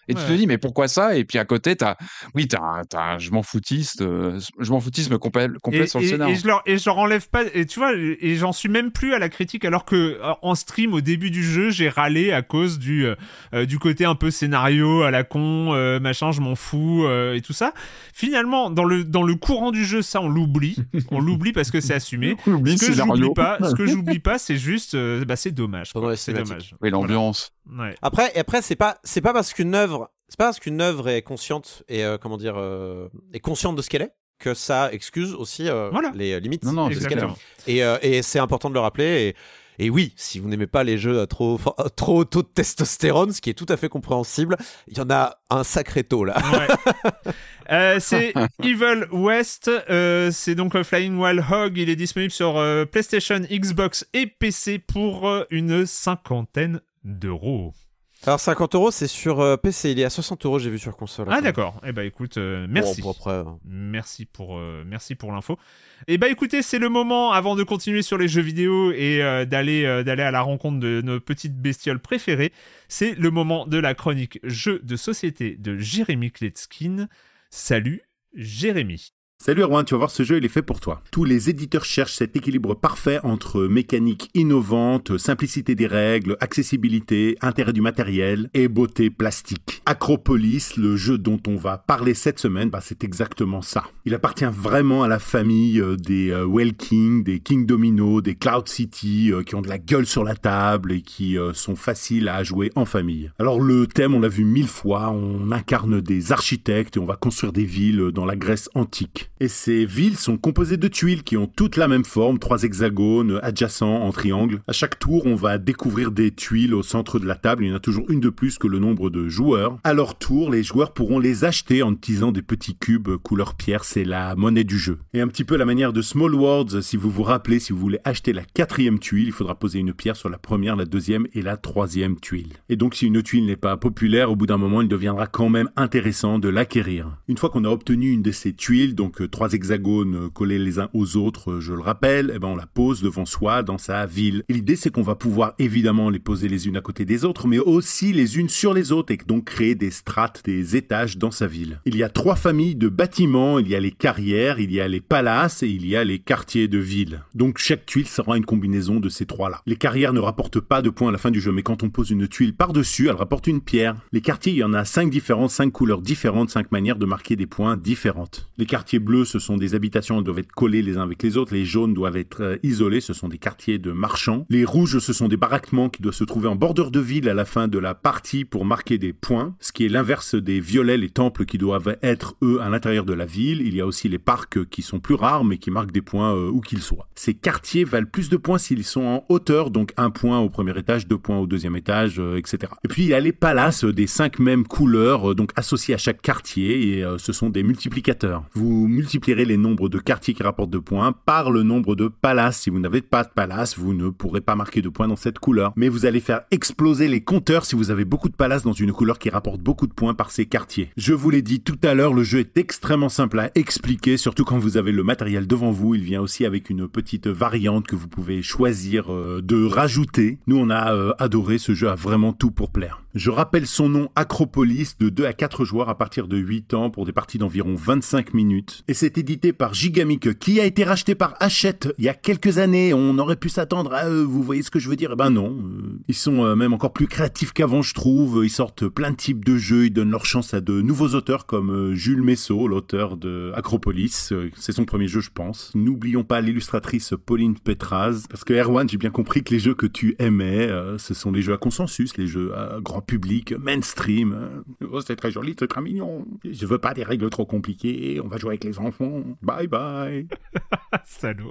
Et Ouais. tu te dis, mais pourquoi ça? Et puis à côté, t'as, oui, t'as, un- t'as un je m'en foutiste, euh, je m'en foutisme complet, complet Et, sur le et- scénar. et je leur et je leur enlève pas et tu vois et j'en suis même plus à la critique alors que euh, en stream au début du jeu j'ai râlé à cause du euh, euh, du côté un peu scénario à la con euh, machin je m'en fous euh, et tout ça. Finalement dans le dans le courant du jeu ça on l'oublie on l'oublie parce que c'est assumé. On oublie Ce le que scénario. j'oublie pas ce que j'oublie pas c'est juste euh, bah c'est dommage quoi. Pendant les C'est cinématiques. dommage. Oui, l'ambiance. Voilà. Ouais. Après, et après, c'est pas, c'est pas parce qu'une œuvre, c'est pas parce qu'une œuvre est consciente et euh, comment dire, euh, est consciente de ce qu'elle est que ça excuse aussi euh, Voilà. les limites Non, non, de ce qu'elle est. Exactement. Et, euh, et c'est important de le rappeler. Et, et oui, si vous n'aimez pas les jeux à trop, fo- à trop taux de testostérone, ce qui est tout à fait compréhensible, il y en a un sacré taux là. Ouais. Euh, c'est Evil West, euh, c'est donc euh, Flying Wild Hog, il est disponible sur euh, PlayStation, Xbox et P C pour euh, une cinquantaine d'euros. Alors cinquante euros, c'est sur euh, P C, il est à soixante euros, j'ai vu sur console. Ah d'accord, eh ben écoute, euh, merci. Bon, bon, après, euh, Merci pour, euh, merci pour l'info. Et bah écoutez, c'est le moment, avant de continuer sur les jeux vidéo et euh, d'aller, euh, d'aller à la rencontre de nos petites bestioles préférées, c'est le moment de la chronique jeux de société de Jérémy Kletskin. Salut Jérémy. Salut Erwan, tu vas voir, ce jeu il est fait pour toi. Tous les éditeurs cherchent cet équilibre parfait entre mécanique innovante, simplicité des règles, accessibilité, intérêt du matériel et beauté plastique. Acropolis, le jeu dont on va parler cette semaine, bah c'est exactement ça. Il appartient vraiment à la famille euh, des euh, Well King, des King Domino, des Cloud City, euh, qui ont de la gueule sur la table et qui euh, sont faciles à jouer en famille. Alors le thème, on l'a vu mille fois, on incarne des architectes et on va construire des villes dans la Grèce antique. Et ces villes sont composées de tuiles qui ont toutes la même forme, trois hexagones adjacents en triangle. À chaque tour, on va découvrir des tuiles au centre de la table. Il y en a toujours une de plus que le nombre de joueurs. À leur tour, les joueurs pourront les acheter en utilisant des petits cubes couleur pierre. C'est la monnaie du jeu. Et un petit peu la manière de Small Worlds, si vous vous rappelez, si vous voulez acheter la quatrième tuile, il faudra poser une pierre sur la première, la deuxième et la troisième tuile. Et donc, si une tuile n'est pas populaire, au bout d'un moment, il deviendra quand même intéressant de l'acquérir. Une fois qu'on a obtenu une de ces tuiles, donc trois hexagones collés les uns aux autres, je le rappelle, eh ben on la pose devant soi dans sa ville. Et l'idée, c'est qu'on va pouvoir évidemment les poser les unes à côté des autres, mais aussi les unes sur les autres et donc créer des strates, des étages dans sa ville. Il y a trois familles de bâtiments, il y a les carrières, il y a les palaces et il y a les quartiers de ville. Donc chaque tuile sera une combinaison de ces trois-là. Les carrières ne rapportent pas de points à la fin du jeu, mais quand on pose une tuile par-dessus, elle rapporte une pierre. Les quartiers, il y en a cinq différents, cinq couleurs différentes, cinq manières de marquer des points différentes. Les quartiers bleus, ce sont des habitations, elles doivent être collées les uns avec les autres. Les jaunes doivent être euh, isolés, ce sont des quartiers de marchands. Les rouges, ce sont des baraquements qui doivent se trouver en bordure de ville à la fin de la partie pour marquer des points, ce qui est l'inverse des violets, les temples qui doivent être, eux, à l'intérieur de la ville. Il y a aussi les parcs qui sont plus rares, mais qui marquent des points euh, où qu'ils soient. Ces quartiers valent plus de points s'ils sont en hauteur, donc un point au premier étage, deux points au deuxième étage, euh, et cetera. Et puis il y a les palaces, euh, des cinq mêmes couleurs, euh, donc associés à chaque quartier, et euh, ce sont des multiplicateurs. Vous multiplierez les nombres de quartiers qui rapportent de points par le nombre de palaces. Si vous n'avez pas de palace, vous ne pourrez pas marquer de points dans cette couleur. Mais vous allez faire exploser les compteurs si vous avez beaucoup de palaces dans une couleur qui rapporte beaucoup de points par ces quartiers. Je vous l'ai dit tout à l'heure, le jeu est extrêmement simple à expliquer, surtout quand vous avez le matériel devant vous. Il vient aussi avec une petite variante que vous pouvez choisir euh, de rajouter. Nous, on a euh, adoré, ce jeu a vraiment tout pour plaire. Je rappelle son nom, Acropolis, de deux à quatre joueurs à partir de huit ans pour des parties d'environ vingt-cinq minutes. Et c'est édité par Gigamic, qui a été racheté par Hachette il y a quelques années. On aurait pu s'attendre à eux, vous voyez ce que je veux dire? Eh ben non, euh, ils sont euh, même encore plus créatifs qu'avant, je trouve. Ils sortent plein de types de jeux, ils donnent leur chance à de nouveaux auteurs comme euh, Jules Messot, l'auteur de Acropolis. Euh, c'est son premier jeu, je pense. N'oublions pas l'illustratrice Pauline Petraz, parce que Erwan, j'ai bien compris que les jeux que tu aimais, euh, ce sont les jeux à consensus, les jeux à grand public, mainstream. Oh, c'est très joli, c'est très mignon. Je veux pas des règles trop compliquées, on va jouer avec les enfants. Bye bye. Salaud.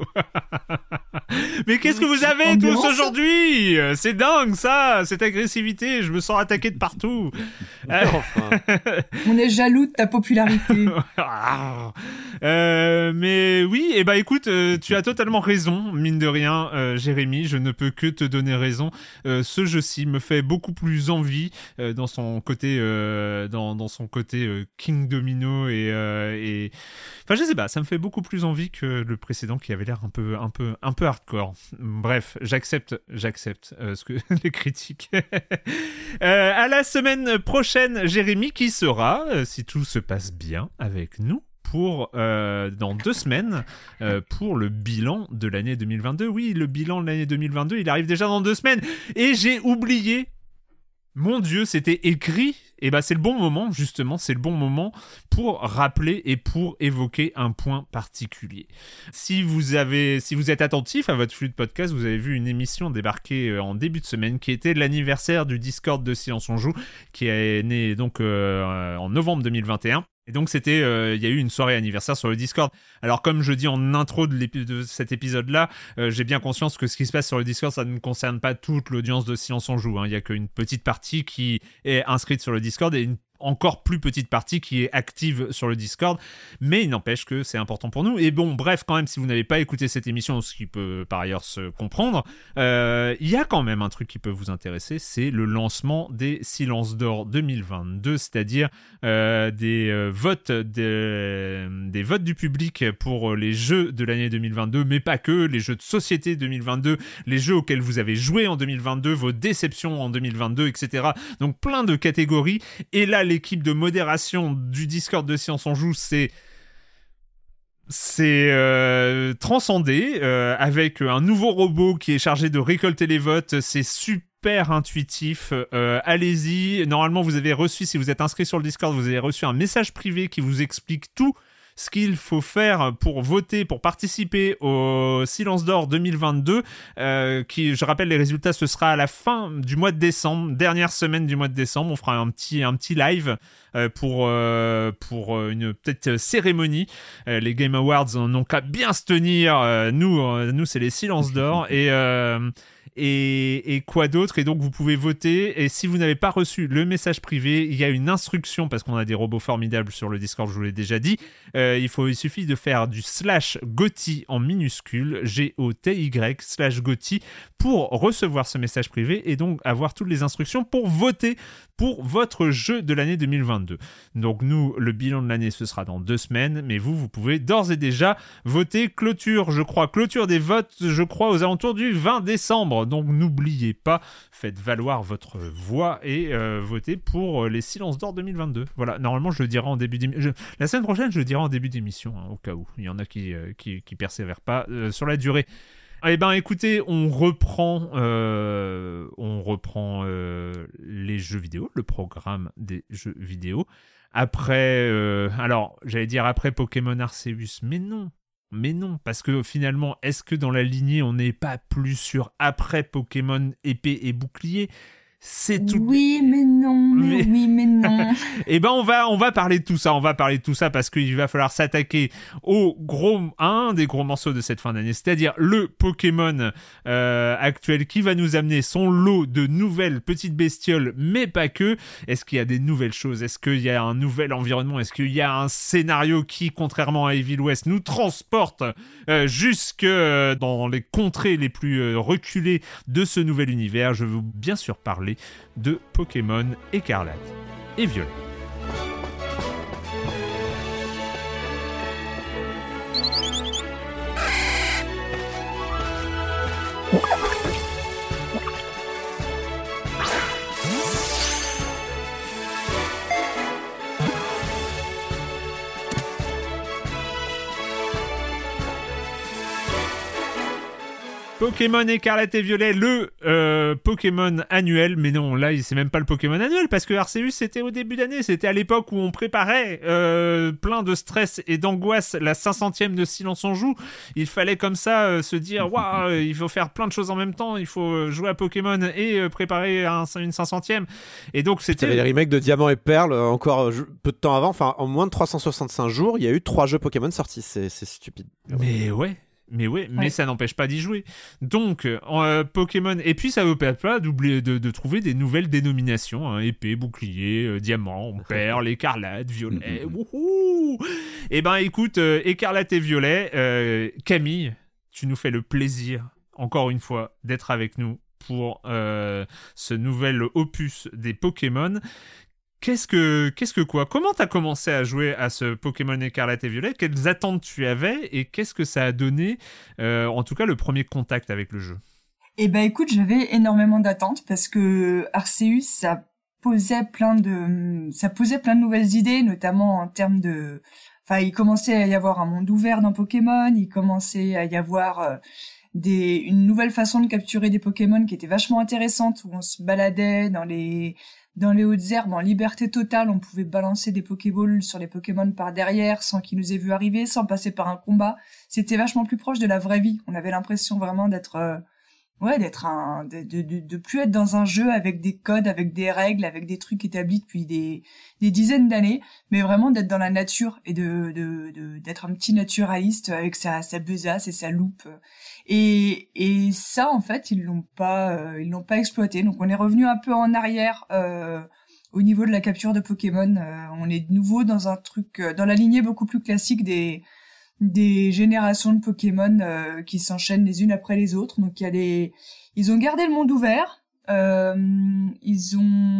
Mais qu'est-ce que vous avez Ambiance. tous aujourd'hui? C'est dingue ça, cette agressivité, je me sens attaqué de partout. Euh, enfin. On est jaloux de ta popularité. ah. Euh, mais oui, et eh bah écoute, euh, tu as totalement raison, mine de rien, euh, Jérémy, je ne peux que te donner raison. Euh, ce jeu-ci me fait beaucoup plus envie euh, dans son côté, euh, dans, dans son côté euh, King Domino et, euh, et, enfin je sais pas, ça me fait beaucoup plus envie que le précédent qui avait l'air un peu, un peu, un peu hardcore. Bref, j'accepte, j'accepte euh, ce que les critiques. euh, à la semaine prochaine, Jérémy, qui sera, euh, si tout se passe bien, avec nous. Pour euh, dans deux semaines euh, pour le bilan de l'année deux mille vingt-deux. Oui, le bilan de l'année deux mille vingt-deux, il arrive déjà dans deux semaines. Et j'ai oublié. Mon Dieu, c'était écrit. Et bah c'est le bon moment, justement, c'est le bon moment pour rappeler et pour évoquer un point particulier. Si vous avez, si vous êtes attentif à votre flux de podcast, vous avez vu une émission débarquer en début de semaine qui était l'anniversaire du Discord de Silence on Joue, qui est né donc euh, en novembre deux mille vingt et un. Et donc c'était, il euh, y a eu une soirée anniversaire sur le Discord. Alors comme je dis en intro de, l'épi- de cet épisode-là, euh, j'ai bien conscience que ce qui se passe sur le Discord, ça ne concerne pas toute l'audience de Silence on Joue. Hein. Il y a qu'une petite partie qui est inscrite sur le Discord et une encore plus petite partie qui est active sur le Discord, mais il n'empêche que c'est important pour nous. Et bon, bref, quand même, si vous n'avez pas écouté cette émission, ce qui peut par ailleurs se comprendre, euh, il y a quand même un truc qui peut vous intéresser, c'est le lancement des Silences d'Or deux mille vingt-deux, c'est-à-dire euh, des euh, votes des, des votes du public pour les jeux de l'année deux mille vingt-deux, mais pas que, les jeux de société deux mille vingt-deux, les jeux auxquels vous avez joué en deux mille vingt-deux, vos déceptions en deux mille vingt-deux, et cetera. Donc plein de catégories. Et là, l'équipe de modération du Discord de Silence on Joue, c'est c'est euh, transcendé euh, avec un nouveau robot qui est chargé de récolter les votes. C'est super intuitif. Euh, allez-y. Normalement, vous avez reçu, si vous êtes inscrit sur le Discord, vous avez reçu un message privé qui vous explique tout ce qu'il faut faire pour voter, pour participer au Silence d'Or deux mille vingt-deux, euh, qui, je rappelle, les résultats, ce sera à la fin du mois de décembre, dernière semaine du mois de décembre. On fera un petit, un petit live euh, pour, euh, pour une peut-être cérémonie. Euh, les Game Awards n'ont qu'à bien se tenir. Euh, nous, euh, nous, c'est les Silences d'Or. Et... Euh, Et, et quoi d'autre? Et donc vous pouvez voter, et si vous n'avez pas reçu le message privé, il y a une instruction, parce qu'on a des robots formidables sur le Discord, je vous l'ai déjà dit. euh, il, faut, il suffit de faire du slash Gotti en minuscule, G O T Y slash Gotti, pour recevoir ce message privé et donc avoir toutes les instructions pour voter pour votre jeu de l'année deux mille vingt-deux. Donc nous, le bilan de l'année, ce sera dans deux semaines, mais vous, vous pouvez d'ores et déjà voter. Clôture, je crois, clôture des votes, je crois, aux alentours du vingt décembre. Donc n'oubliez pas, faites valoir votre voix et euh, votez pour les Silences d'Or deux mille vingt-deux. Voilà, normalement je le dirai en début d'émission. La semaine prochaine, je le dirai en début d'émission, hein, au cas où. Il y en a qui, euh, qui, qui persévèrent pas euh, sur la durée. Eh ben écoutez, on reprend, euh, on reprend euh, les jeux vidéo, le programme des jeux vidéo. Après, euh, alors j'allais dire après Pokémon Arceus, mais non. Mais non, parce que finalement, est-ce que dans la lignée, on n'est pas plus sur après Pokémon épée et bouclier ? C'est tout. Oui, mais non, mais, mais... oui, mais non. Eh ben, on va, on va parler de tout ça. On va parler de tout ça parce qu'il va falloir s'attaquer au gros, à un des gros morceaux de cette fin d'année, c'est-à-dire le Pokémon euh, actuel qui va nous amener son lot de nouvelles petites bestioles, mais pas que. Est-ce qu'il y a des nouvelles choses ? Est-ce qu'il y a un nouvel environnement ? Est-ce qu'il y a un scénario qui, contrairement à Evil West, nous transporte euh, jusque dans les contrées les plus euh, reculées de ce nouvel univers ? Je veux bien sûr parler de Pokémon Écarlate et Violet. Pokémon Écarlate et Violet, le euh, Pokémon annuel, mais non, là, c'est même pas le Pokémon annuel, parce que Arceus, c'était au début d'année, c'était à l'époque où on préparait euh, plein de stress et d'angoisse la cinq centième de Silence on Joue. Il fallait comme ça euh, se dire, waouh, il faut faire plein de choses en même temps, il faut jouer à Pokémon et euh, préparer un, une cinq centième. Et donc, c'était... Il y avait les remakes de Diamant et Perle euh, encore euh, peu de temps avant, enfin, en moins de trois cent soixante-cinq jours, il y a eu trois jeux Pokémon sortis, c'est, c'est stupide. Mais ouais. Mais ouais, mais Ouais. ça n'empêche pas d'y jouer. Donc, euh, Pokémon... Et puis, ça ne vous permet pas d'oublier de, de trouver des nouvelles dénominations. Hein, épée, bouclier, euh, diamant, perle, écarlate, violet. Wouhou. Eh ben, écoute, euh, écarlate et violet, euh, Camille, tu nous fais le plaisir, encore une fois, d'être avec nous pour euh, ce nouvel opus des Pokémon. Qu'est-ce que, qu'est-ce que quoi ? Comment t'as commencé à jouer à ce Pokémon Écarlate et Violet ? Quelles attentes tu avais et qu'est-ce que ça a donné, euh, en tout cas, le premier contact avec le jeu ? Eh ben, écoute, j'avais énormément d'attentes parce que Arceus, ça posait plein de, ça posait plein de nouvelles idées, notamment en termes de, enfin, il commençait à y avoir un monde ouvert dans Pokémon, il commençait à y avoir euh, des, une nouvelle façon de capturer des Pokémon qui était vachement intéressante, où on se baladait dans les, dans les hautes herbes en liberté totale, on pouvait balancer des Pokéballs sur les Pokémon par derrière sans qu'ils nous aient vu arriver, sans passer par un combat. C'était vachement plus proche de la vraie vie. On avait l'impression vraiment d'être, euh, ouais, d'être un, de, de, de, de plus être dans un jeu avec des codes, avec des règles, avec des trucs établis depuis des, des dizaines d'années, mais vraiment d'être dans la nature et de, de, de d'être un petit naturaliste avec sa, sa besace et sa loupe. Et, et ça, en fait, ils l'ont pas, euh, ils l'ont pas exploité. Donc, on est revenu un peu en arrière, euh, au niveau de la capture de Pokémon. Euh, on est de nouveau dans un truc, euh, dans la lignée beaucoup plus classique des, des générations de Pokémon, euh, qui s'enchaînent les unes après les autres. Donc, il y a des, ils ont gardé le monde ouvert. Euh, ils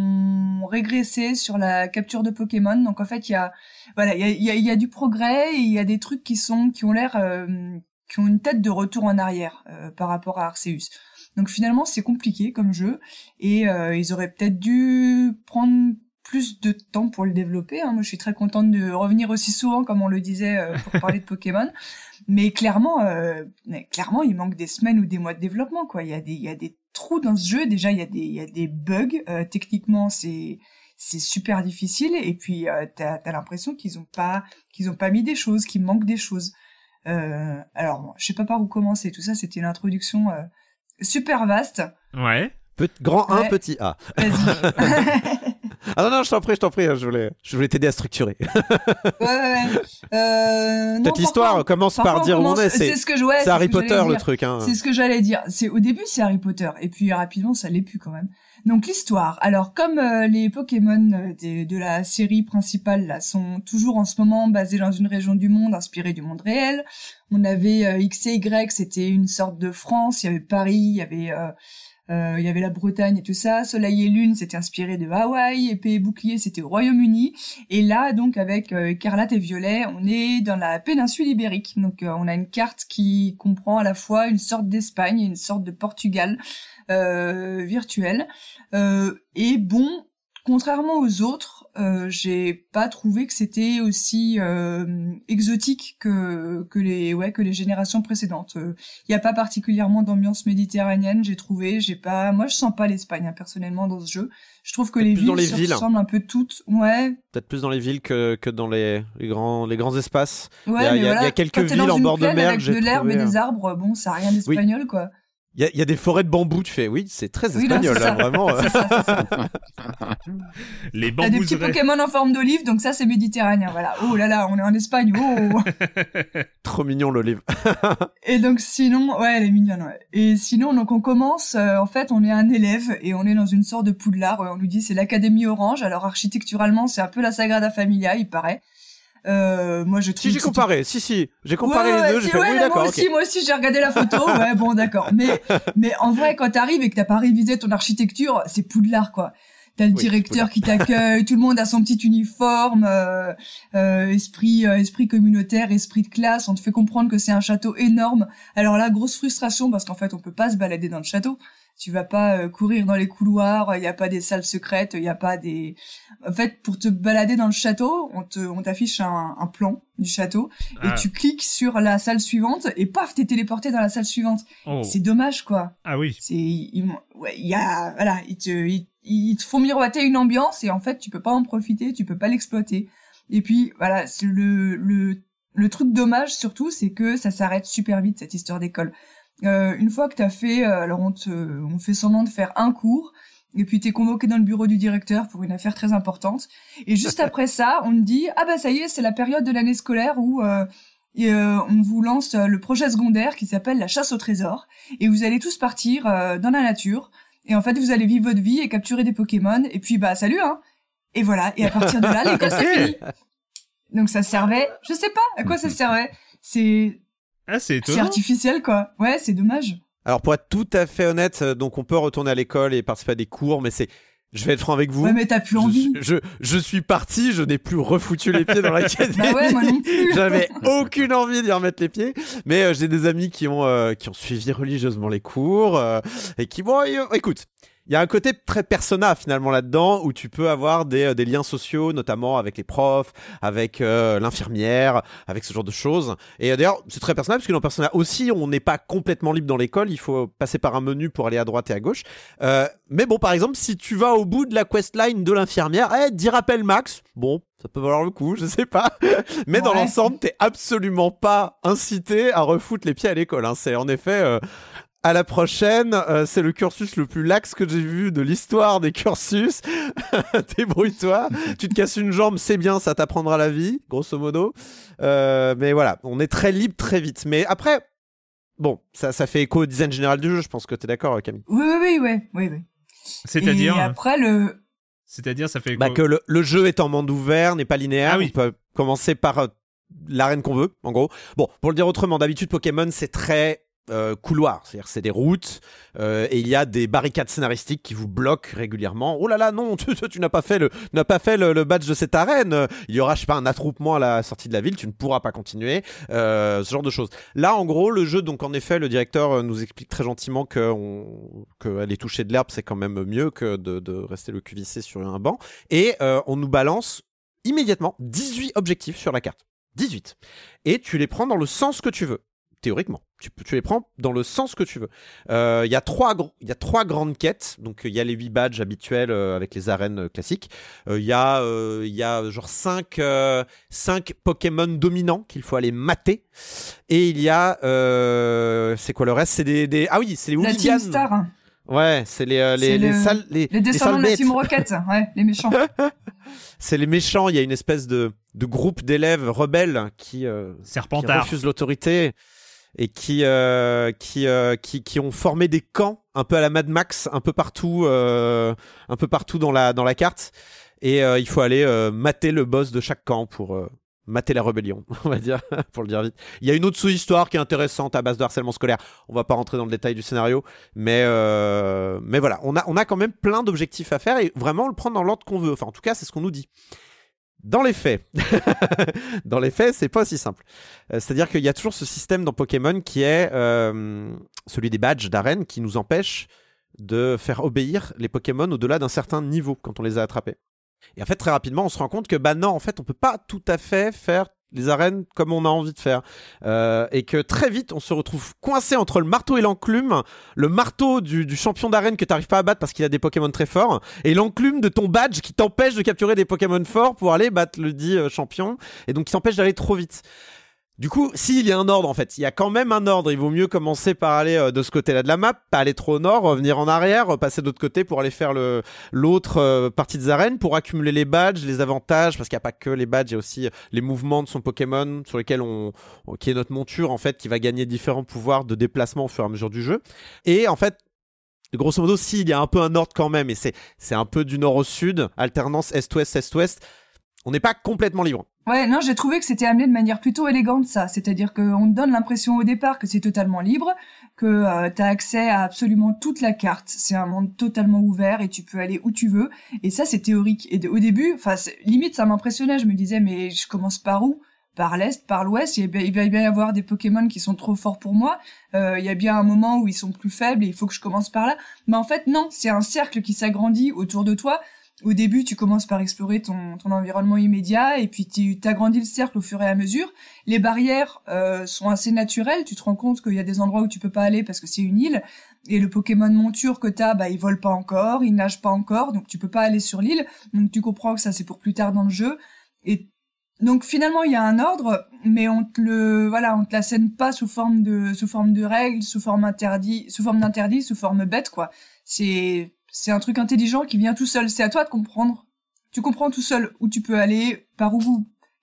ont régressé sur la capture de Pokémon. Donc, en fait, il y a, voilà, il y a, il y a, il y a du progrès et il y a des trucs qui sont, qui ont l'air, euh, qui ont une tête de retour en arrière euh, par rapport à Arceus. Donc finalement, c'est compliqué comme jeu et euh, ils auraient peut-être dû prendre plus de temps pour le développer. Hein. Moi, je suis très contente de revenir aussi souvent, comme on le disait, euh, pour parler de Pokémon. Mais clairement, euh, mais clairement, il manque des semaines ou des mois de développement, quoi. Il y a des, il y a des trous dans ce jeu. Déjà, il y a des, il y a des bugs. Euh, techniquement, c'est c'est super difficile. Et puis, euh, t'as, t'as l'impression qu'ils ont pas, qu'ils ont pas mis des choses, qu'il manque des choses. Euh, alors, bon, je sais pas par où commencer. Tout ça, c'était une introduction euh, super vaste. Ouais. Pe- grand un, Ouais. petit A. Vas-y. Ah non, non, je t'en prie, je t'en prie, hein, je voulais, je voulais t'aider à structurer. ouais, ouais, ouais. Euh, non, Cette histoire parfois- commence par parfois, dire où on commence- est. C'est, C'est ce que je, ouais, c'est c'est Harry ce que j'allais Potter le dire. truc. Hein. C'est ce que j'allais dire. C'est au début c'est Harry Potter et puis rapidement ça l'est plus quand même. Donc l'histoire. Alors comme euh, les Pokémon euh, des- de la série principale là sont toujours en ce moment basés dans une région du monde inspirée du monde réel. On avait euh, X et Y, c'était une sorte de France. Il y avait Paris, il y avait euh, euh, il y avait la Bretagne et tout ça. Soleil et Lune, c'était inspiré de Hawaï. Épée et Bouclier, c'était au Royaume-Uni. Et là, donc, avec euh, Écarlate et Violet, on est dans la péninsule ibérique. Donc, euh, on a une carte qui comprend à la fois une sorte d'Espagne et une sorte de Portugal euh, virtuel. Euh, et bon, contrairement aux autres, euh, j'ai pas trouvé que c'était aussi euh, exotique que que les ouais que les générations précédentes. Il euh, y a pas particulièrement d'ambiance méditerranéenne, j'ai trouvé. J'ai pas, moi je sens pas l'Espagne hein, personnellement dans ce jeu. Je trouve que Peut-être les plus villes dans les se villes. ressemblent un peu toutes. Ouais. Peut-être plus dans les villes que, que dans les, les, grands, les grands espaces. Ouais, Il y a- mais il y a- voilà, il y a quelques quand t'es villes dans en une bord de plaine mer avec que j'ai de l'herbe et trouvé, des hein. arbres, bon, ça a rien d'espagnol quoi. Il y, a, il y a des forêts de bambous, tu fais, oui, c'est très Oui, non, espagnol, c'est là, ça. vraiment. euh. C'est ça, c'est ça. Les T'as des petits bambouserets. Pokémon en forme d'olive, donc ça c'est méditerranéen. Voilà. Oh là là, on est en Espagne. Oh. Trop mignon, l'olive. Et donc sinon, ouais, elle est mignonne, ouais. Et sinon, donc on commence, euh, en fait, on est un élève et on est dans une sorte de Poudlard. Ouais, on nous dit c'est l'Académie Orange. Alors architecturalement, c'est un peu la Sagrada Familia, il paraît. Euh, moi, je trouve. Si j'ai que c'est comparé, si, si, j'ai comparé Ouais, les ouais, deux, si, j'ai fait, ouais, oui, là, d'accord, moi ok. aussi, moi aussi, j'ai regardé la photo. Ouais, bon, d'accord. Mais, mais en vrai, quand t'arrives et que t'as pas révisé ton architecture, c'est Poudlard, quoi. T'as le Oui, directeur Poudlard. qui t'accueille, tout le monde a son petit uniforme, euh, euh, esprit, euh, esprit communautaire, esprit de classe. On te fait comprendre que c'est un château énorme. Alors là, grosse frustration parce qu'en fait, on peut pas se balader dans le château. Tu vas pas euh, courir dans les couloirs. Il y a pas des salles secrètes. Il y a pas des. En fait, pour te balader dans le château, on te, on t'affiche un, un plan du château et Ah. tu cliques sur la salle suivante et paf, t'es téléporté dans la salle suivante. Oh. C'est dommage, quoi. Ah oui. C'est, ils, ouais, il y a, voilà, ils te, ils, ils te font miroiter une ambiance et en fait, tu peux pas en profiter, tu peux pas l'exploiter. Et puis, voilà, c'est le, le, le truc dommage surtout, c'est que ça s'arrête super vite, cette histoire d'école. Euh, une fois que t'as fait, euh, alors on te, on fait semblant de faire un cours, et puis t'es convoqué dans le bureau du directeur pour une affaire très importante. Et juste après ça, on te dit, ah bah ça y est, c'est la période de l'année scolaire où, euh, et, euh, on vous lance euh, le projet secondaire qui s'appelle la chasse au trésor, et vous allez tous partir euh, dans la nature, et en fait vous allez vivre votre vie et capturer des Pokémon, et puis bah salut hein. Et voilà, et à partir de là, l'école c'est fini. Donc ça servait, je sais pas à quoi ça servait. C'est ah, c'est étonnant. C'est artificiel quoi. Ouais, c'est dommage. Alors pour être tout à fait honnête, donc on peut retourner à l'école et participer à des cours, mais c'est je vais être franc avec vous. Ouais, mais t'as plus envie. Je, je, je suis parti, je n'ai plus refoutu les pieds dans l'académie. Bah ouais, moi non plus. J'avais aucune envie d'y remettre les pieds. Mais euh, j'ai des amis qui ont, euh, qui ont suivi religieusement les cours euh, et qui, bon, euh, écoute. Il y a un côté très persona finalement là-dedans où tu peux avoir des, des liens sociaux, notamment avec les profs, avec euh, l'infirmière, avec ce genre de choses. Et euh, d'ailleurs, c'est très personnel parce que dans persona aussi, on n'est pas complètement libre dans l'école. Il faut passer par un menu pour aller à droite et à gauche. Euh, mais bon, par exemple, si tu vas au bout de la questline de l'infirmière, eh, dix rappels max. Bon, ça peut valoir le coup, je sais pas. Mais ouais. Dans l'ensemble, t'es absolument pas incité à refoutre les pieds à l'école. Hein. C'est en effet... Euh, à la prochaine, euh, c'est le cursus le plus lax que j'ai vu de l'histoire des cursus. Débrouille-toi. Tu te casses une jambe, c'est bien, ça t'apprendra la vie, grosso modo. Euh, mais voilà, on est très libre très vite. Mais après, bon, ça, ça fait écho au design général du jeu, je pense que t'es d'accord, Camille. Oui, oui, oui, oui, oui, oui. C'est-à-dire Et après, le... C'est-à-dire, ça fait écho... Bah, que le, le jeu est en monde ouvert, n'est pas linéaire. Ah, oui. On peut commencer par euh, l'arène qu'on veut, en gros. Bon, pour le dire autrement, d'habitude, Pokémon, c'est très... Euh, couloir, c'est-à-dire c'est des routes euh, et il y a des barricades scénaristiques qui vous bloquent régulièrement. Oh là là, non, tu, tu n'as pas fait le, tu n'as pas fait le, le badge de cette arène. Il y aura, je sais pas, un attroupement à la sortie de la ville, tu ne pourras pas continuer. Euh, ce genre de choses. Là, en gros, le jeu, donc en effet, le directeur nous explique très gentiment que, on, que aller toucher de l'herbe, c'est quand même mieux que de, de rester le cul vissé sur un banc. Et euh, on nous balance immédiatement dix-huit objectifs sur la carte. dix-huit. Et tu les prends dans le sens que tu veux. Théoriquement, tu, tu les prends dans le sens que tu veux. Il euh, y a trois, il y a trois grandes quêtes. Donc il y a les huit badges habituels euh, avec les arènes euh, classiques. Il euh, y a, il euh, y a genre cinq, euh, cinq Pokémon dominants qu'il faut aller mater. Et il y a, euh, c'est quoi le reste? C'est des, des, ah oui, c'est les hooligans. La Team Star. Ouais, c'est les, euh, les, les, le... salles, les, les descendants les de la Team Rocket. Ouais, les méchants. C'est les méchants. Il y a une espèce de, de groupe d'élèves rebelles qui, euh, qui refusent l'autorité. Et qui, euh, qui, euh, qui, qui ont formé des camps un peu à la Mad Max, un peu partout, euh, un peu partout dans la, dans la carte. Et euh, il faut aller euh, mater le boss de chaque camp pour euh, mater la rébellion, on va dire, pour le dire vite. Il y a une autre sous-histoire qui est intéressante à base de harcèlement scolaire. On va pas rentrer dans le détail du scénario, mais, euh, mais voilà, on a, on a quand même plein d'objectifs à faire et vraiment on le prend dans l'ordre qu'on veut. Enfin, en tout cas, c'est ce qu'on nous dit. Dans les faits, dans les faits, c'est pas aussi simple. Euh, c'est-à-dire qu'il y a toujours ce système dans Pokémon qui est euh, celui des badges d'arène qui nous empêche de faire obéir les Pokémon au-delà d'un certain niveau quand on les a attrapés. Et en fait, très rapidement, on se rend compte que bah non, en fait, on peut pas tout à fait faire les arènes comme on a envie de faire. Euh, et que très vite, on se retrouve coincé entre le marteau et l'enclume, le marteau du, du champion d'arène que t'arrives pas à battre parce qu'il a des Pokémon très forts, et l'enclume de ton badge qui t'empêche de capturer des Pokémon forts pour aller battre le dit euh, champion, et donc qui t'empêche d'aller trop vite. Du coup, s'il y a un ordre en fait, il y a quand même un ordre, il vaut mieux commencer par aller euh, de ce côté-là de la map, pas aller trop au nord, revenir en arrière, passer de l'autre côté pour aller faire le, l'autre euh, partie des arènes, pour accumuler les badges, les avantages, parce qu'il n'y a pas que les badges, il y a aussi les mouvements de son Pokémon, sur lesquels on, on qui est notre monture en fait, qui va gagner différents pouvoirs de déplacement au fur et à mesure du jeu. Et en fait, grosso modo, si, il y a un peu un ordre quand même, et c'est, c'est un peu du nord au sud, alternance est-ouest, est-ouest, on n'est pas complètement libre. Ouais, non, j'ai trouvé que c'était amené de manière plutôt élégante, ça. C'est-à-dire qu'on te donne l'impression au départ que c'est totalement libre, que euh, t'as accès à absolument toute la carte. C'est un monde totalement ouvert et tu peux aller où tu veux. Et ça, c'est théorique. Et de, au début, enfin, limite, ça m'impressionnait. Je me disais, mais je commence par où? Par l'est, par l'ouest, il, il va bien y avoir des Pokémon qui sont trop forts pour moi. Euh, il y a bien un moment où ils sont plus faibles et il faut que je commence par là. Mais en fait, non, c'est un cercle qui s'agrandit autour de toi. Au début, tu commences par explorer ton, ton environnement immédiat et puis tu t'agrandis le cercle au fur et à mesure. Les barrières euh, sont assez naturelles. Tu te rends compte qu'il y a des endroits où tu peux pas aller parce que c'est une île. Et le Pokémon monture que t'as, bah, il vole pas encore, il nage pas encore, donc tu peux pas aller sur l'île. Donc tu comprends que ça, c'est pour plus tard dans le jeu. Et donc finalement, il y a un ordre, mais on te le, voilà, on te l'assène pas sous forme de, sous forme de règles, sous forme interdit, sous forme d'interdit, sous forme bête, quoi. C'est, C'est un truc intelligent qui vient tout seul. C'est à toi de comprendre. Tu comprends tout seul où tu peux aller, par où,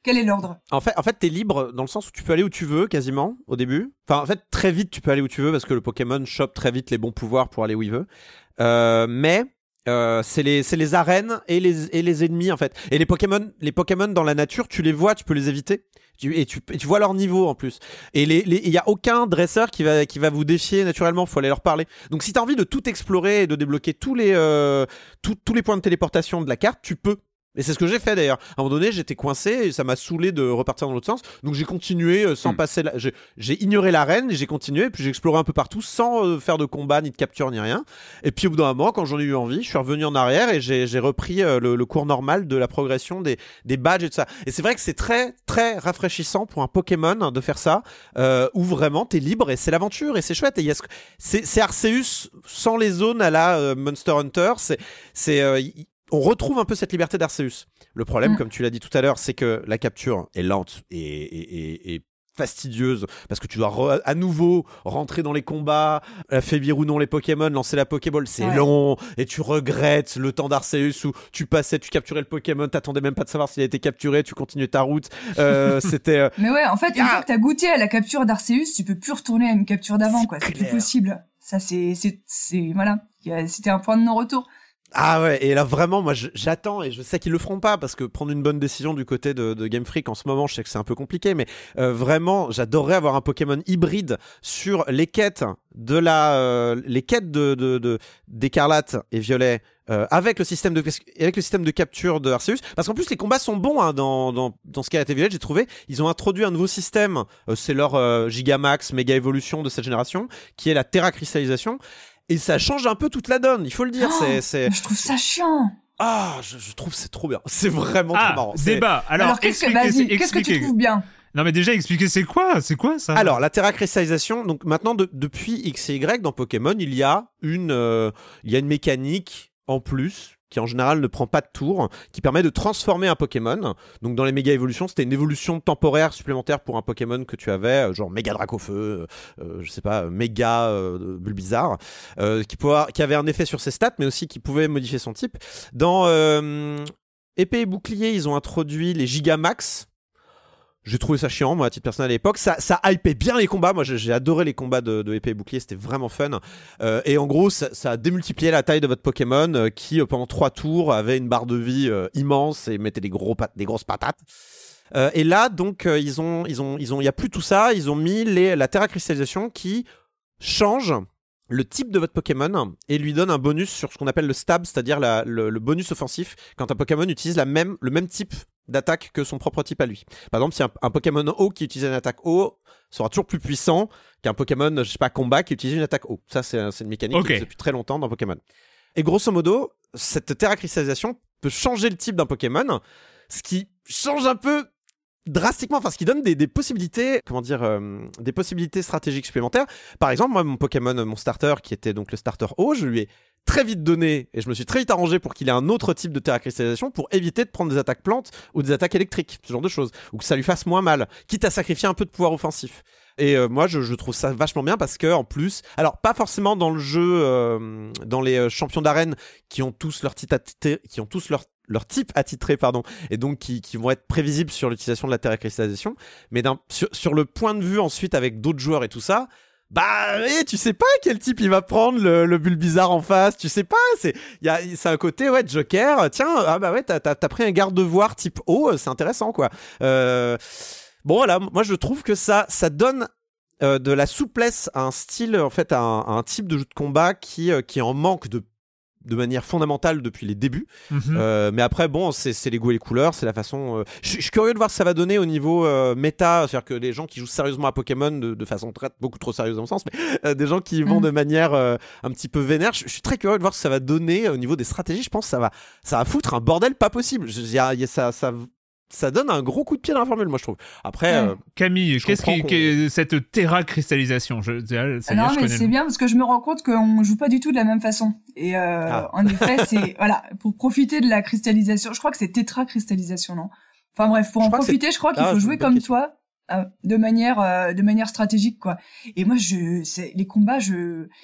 Quel est l'ordre? En fait, en fait, t'es libre dans le sens où tu peux aller où tu veux quasiment au début. Enfin, en fait, très vite, tu peux aller où tu veux parce que le Pokémon chope très vite les bons pouvoirs pour aller où il veut. Euh, mais euh, c'est les c'est les arènes et les et les ennemis en fait. Et les Pokémon les Pokémon dans la nature, tu les vois, tu peux les éviter. Tu, et, tu, et tu vois leur niveau en plus. Et les il y a aucun dresseur qui va qui va vous défier naturellement. Faut aller leur parler. Donc si t'as envie de tout explorer et de débloquer tous les euh, tous tous les points de téléportation de la carte, tu peux. Et c'est ce que j'ai fait d'ailleurs. À un moment donné, j'étais coincé et ça m'a saoulé de repartir dans l'autre sens. Donc j'ai continué euh, sans mm. passer. La... J'ai, j'ai ignoré l'arène et j'ai continué. Et puis j'ai exploré un peu partout sans euh, faire de combat, ni de capture, ni rien. Et puis au bout d'un moment, quand j'en ai eu envie, je suis revenu en arrière et j'ai, j'ai repris euh, le, le cours normal de la progression des, des badges et tout ça. Et c'est vrai que c'est très, très rafraîchissant pour un Pokémon de faire ça, euh, où vraiment t'es libre et c'est l'aventure et c'est chouette. Et y a ce... c'est, c'est Arceus sans les zones à la euh, Monster Hunter. C'est, c'est, euh, y... On retrouve un peu cette liberté d'Arceus. Le problème, mmh. comme tu l'as dit tout à l'heure, c'est que la capture est lente et, et, et, et fastidieuse parce que tu dois re- à nouveau rentrer dans les combats, affaiblir ou non les Pokémon, lancer la Pokéball, c'est ouais. long et tu regrettes le temps d'Arceus où tu passais, tu capturais le Pokémon, t'attendais même pas de savoir s'il a été capturé, tu continuais ta route. Euh, c'était. Euh... Mais ouais, en fait, une ah. fois que t'as goûté à la capture d'Arceus, tu peux plus retourner à une capture d'avant, c'est quoi. Clair. C'est plus possible. Ça, c'est, c'est, c'est, voilà. C'était un point de non-retour. Ah ouais, et là vraiment, moi j'attends et je sais qu'ils le feront pas parce que prendre une bonne décision du côté de, de Game Freak en ce moment, je sais que c'est un peu compliqué, mais euh, vraiment, j'adorerais avoir un Pokémon hybride sur les quêtes de la, euh, les quêtes de, de, de d'Écarlate et Violet. Euh, avec le système de avec le système de capture de Arceus, parce qu'en plus les combats sont bons hein, dans dans dans Scarlet et Violet, j'ai trouvé ils ont introduit un nouveau système, euh, c'est leur euh, Gigamax méga évolution de cette génération qui est la Terra cristallisation. Et ça change un peu toute la donne, il faut le dire. Oh, c'est, c'est... Je trouve ça chiant. Ah, je, je trouve c'est trop bien. C'est vraiment ah, trop marrant. Débat. C'est... Alors, Alors qu'est-ce que, vas-y, qu'est-ce que tu trouves bien? Non mais déjà expliquer c'est quoi, c'est quoi ça? Alors la Terra cristallisation. Donc maintenant de, depuis X et Y dans Pokémon, il y a une, euh, il y a une mécanique en plus qui en général ne prend pas de tour, qui permet de transformer un Pokémon. Donc dans les méga évolutions, c'était une évolution temporaire supplémentaire pour un Pokémon que tu avais, genre méga Dracofeu, euh, je sais pas, méga euh, Bulbizarre, euh, qui, pouvait, qui avait un effet sur ses stats, mais aussi qui pouvait modifier son type. Dans euh, Épée et Bouclier, ils ont introduit les Gigamax. J'ai trouvé ça chiant, moi, à titre personnel à l'époque. Ça, ça hypait bien les combats. Moi, j'ai, j'ai adoré les combats de, de épée et bouclier. C'était vraiment fun. Euh, et en gros, ça, ça a démultiplié la taille de votre Pokémon euh, qui, euh, pendant trois tours, avait une barre de vie euh, immense et mettait des, gros pat- des grosses patates. Euh, et là, donc, euh, ils ont, ils ont, ils ont, il y a plus tout ça. Ils ont mis les, la Terra cristallisation qui change le type de votre Pokémon et lui donne un bonus sur ce qu'on appelle le stab, c'est-à-dire la, le, le bonus offensif quand un Pokémon utilise la même, le même type d'attaque que son propre type à lui. Par exemple, si un, un Pokémon haut qui utilise une attaque haut sera toujours plus puissant qu'un Pokémon, je sais pas, combat qui utilise une attaque haut. Ça, c'est, c'est une mécanique okay. qui existe depuis très longtemps dans Pokémon. Et grosso modo, cette Terra cristallisation peut changer le type d'un Pokémon, ce qui change un peu drastiquement, enfin ce qui donne des, des possibilités, comment dire, euh, des possibilités stratégiques supplémentaires. Par exemple, moi, mon Pokémon, mon starter, qui était donc le starter haut, je lui ai très vite donné, et je me suis très vite arrangé pour qu'il ait un autre type de Terra cristallisation pour éviter de prendre des attaques plantes ou des attaques électriques, ce genre de choses, ou que ça lui fasse moins mal, quitte à sacrifier un peu de pouvoir offensif. Et euh, moi, je, je trouve ça vachement bien parce que en plus, alors pas forcément dans le jeu, euh, dans les euh, champions d'arène qui ont tous leur titre attitré, qui ont tous leur leur type attitré, pardon, et donc qui, qui vont être prévisibles sur l'utilisation de la Terra cristallisation, mais d'un, sur, sur le point de vue ensuite avec d'autres joueurs et tout ça, bah oui, tu sais pas quel type il va prendre le, le Bulbizarre en face, tu sais pas, c'est il y a c'est un côté ouais Joker, tiens ah bah ouais t'as t'as, t'as pris un garde-voir type haut, c'est intéressant quoi. Euh, bon voilà, moi je trouve que ça ça donne euh, de la souplesse à un style en fait à un, à un type de jeu de combat qui euh, qui en manque de de manière fondamentale depuis les débuts. Mmh. Euh, mais après, bon, c'est, c'est les goûts et les couleurs, c'est la façon... Euh... Je, je suis curieux de voir ce que ça va donner au niveau euh, méta, c'est-à-dire que les gens qui jouent sérieusement à Pokémon, de, de façon très, beaucoup trop sérieuse dans le sens, mais euh, des gens qui vont mmh. de manière euh, un petit peu vénère, je, je suis très curieux de voir ce que ça va donner au niveau des stratégies. Je pense que ça va, ça va foutre un bordel pas possible. Je, y a, y a, ça... ça ça donne un gros coup de pied dans la formule, moi je trouve. Après, ouais. euh, Camille, qu'est-ce qui, qu'est cette Terra cristallisation? je, ça, ça Non, je mais c'est le... bien parce que je me rends compte qu'on joue pas du tout de la même façon. Et euh, ah. en effet, c'est voilà pour profiter de la cristallisation. Je crois que c'est Tetra cristallisation, non? Enfin bref, pour je en profiter, je crois qu'il ah, faut jouer comme question. toi, euh, de manière euh, de manière stratégique, quoi. Et moi, je, c'est les combats, je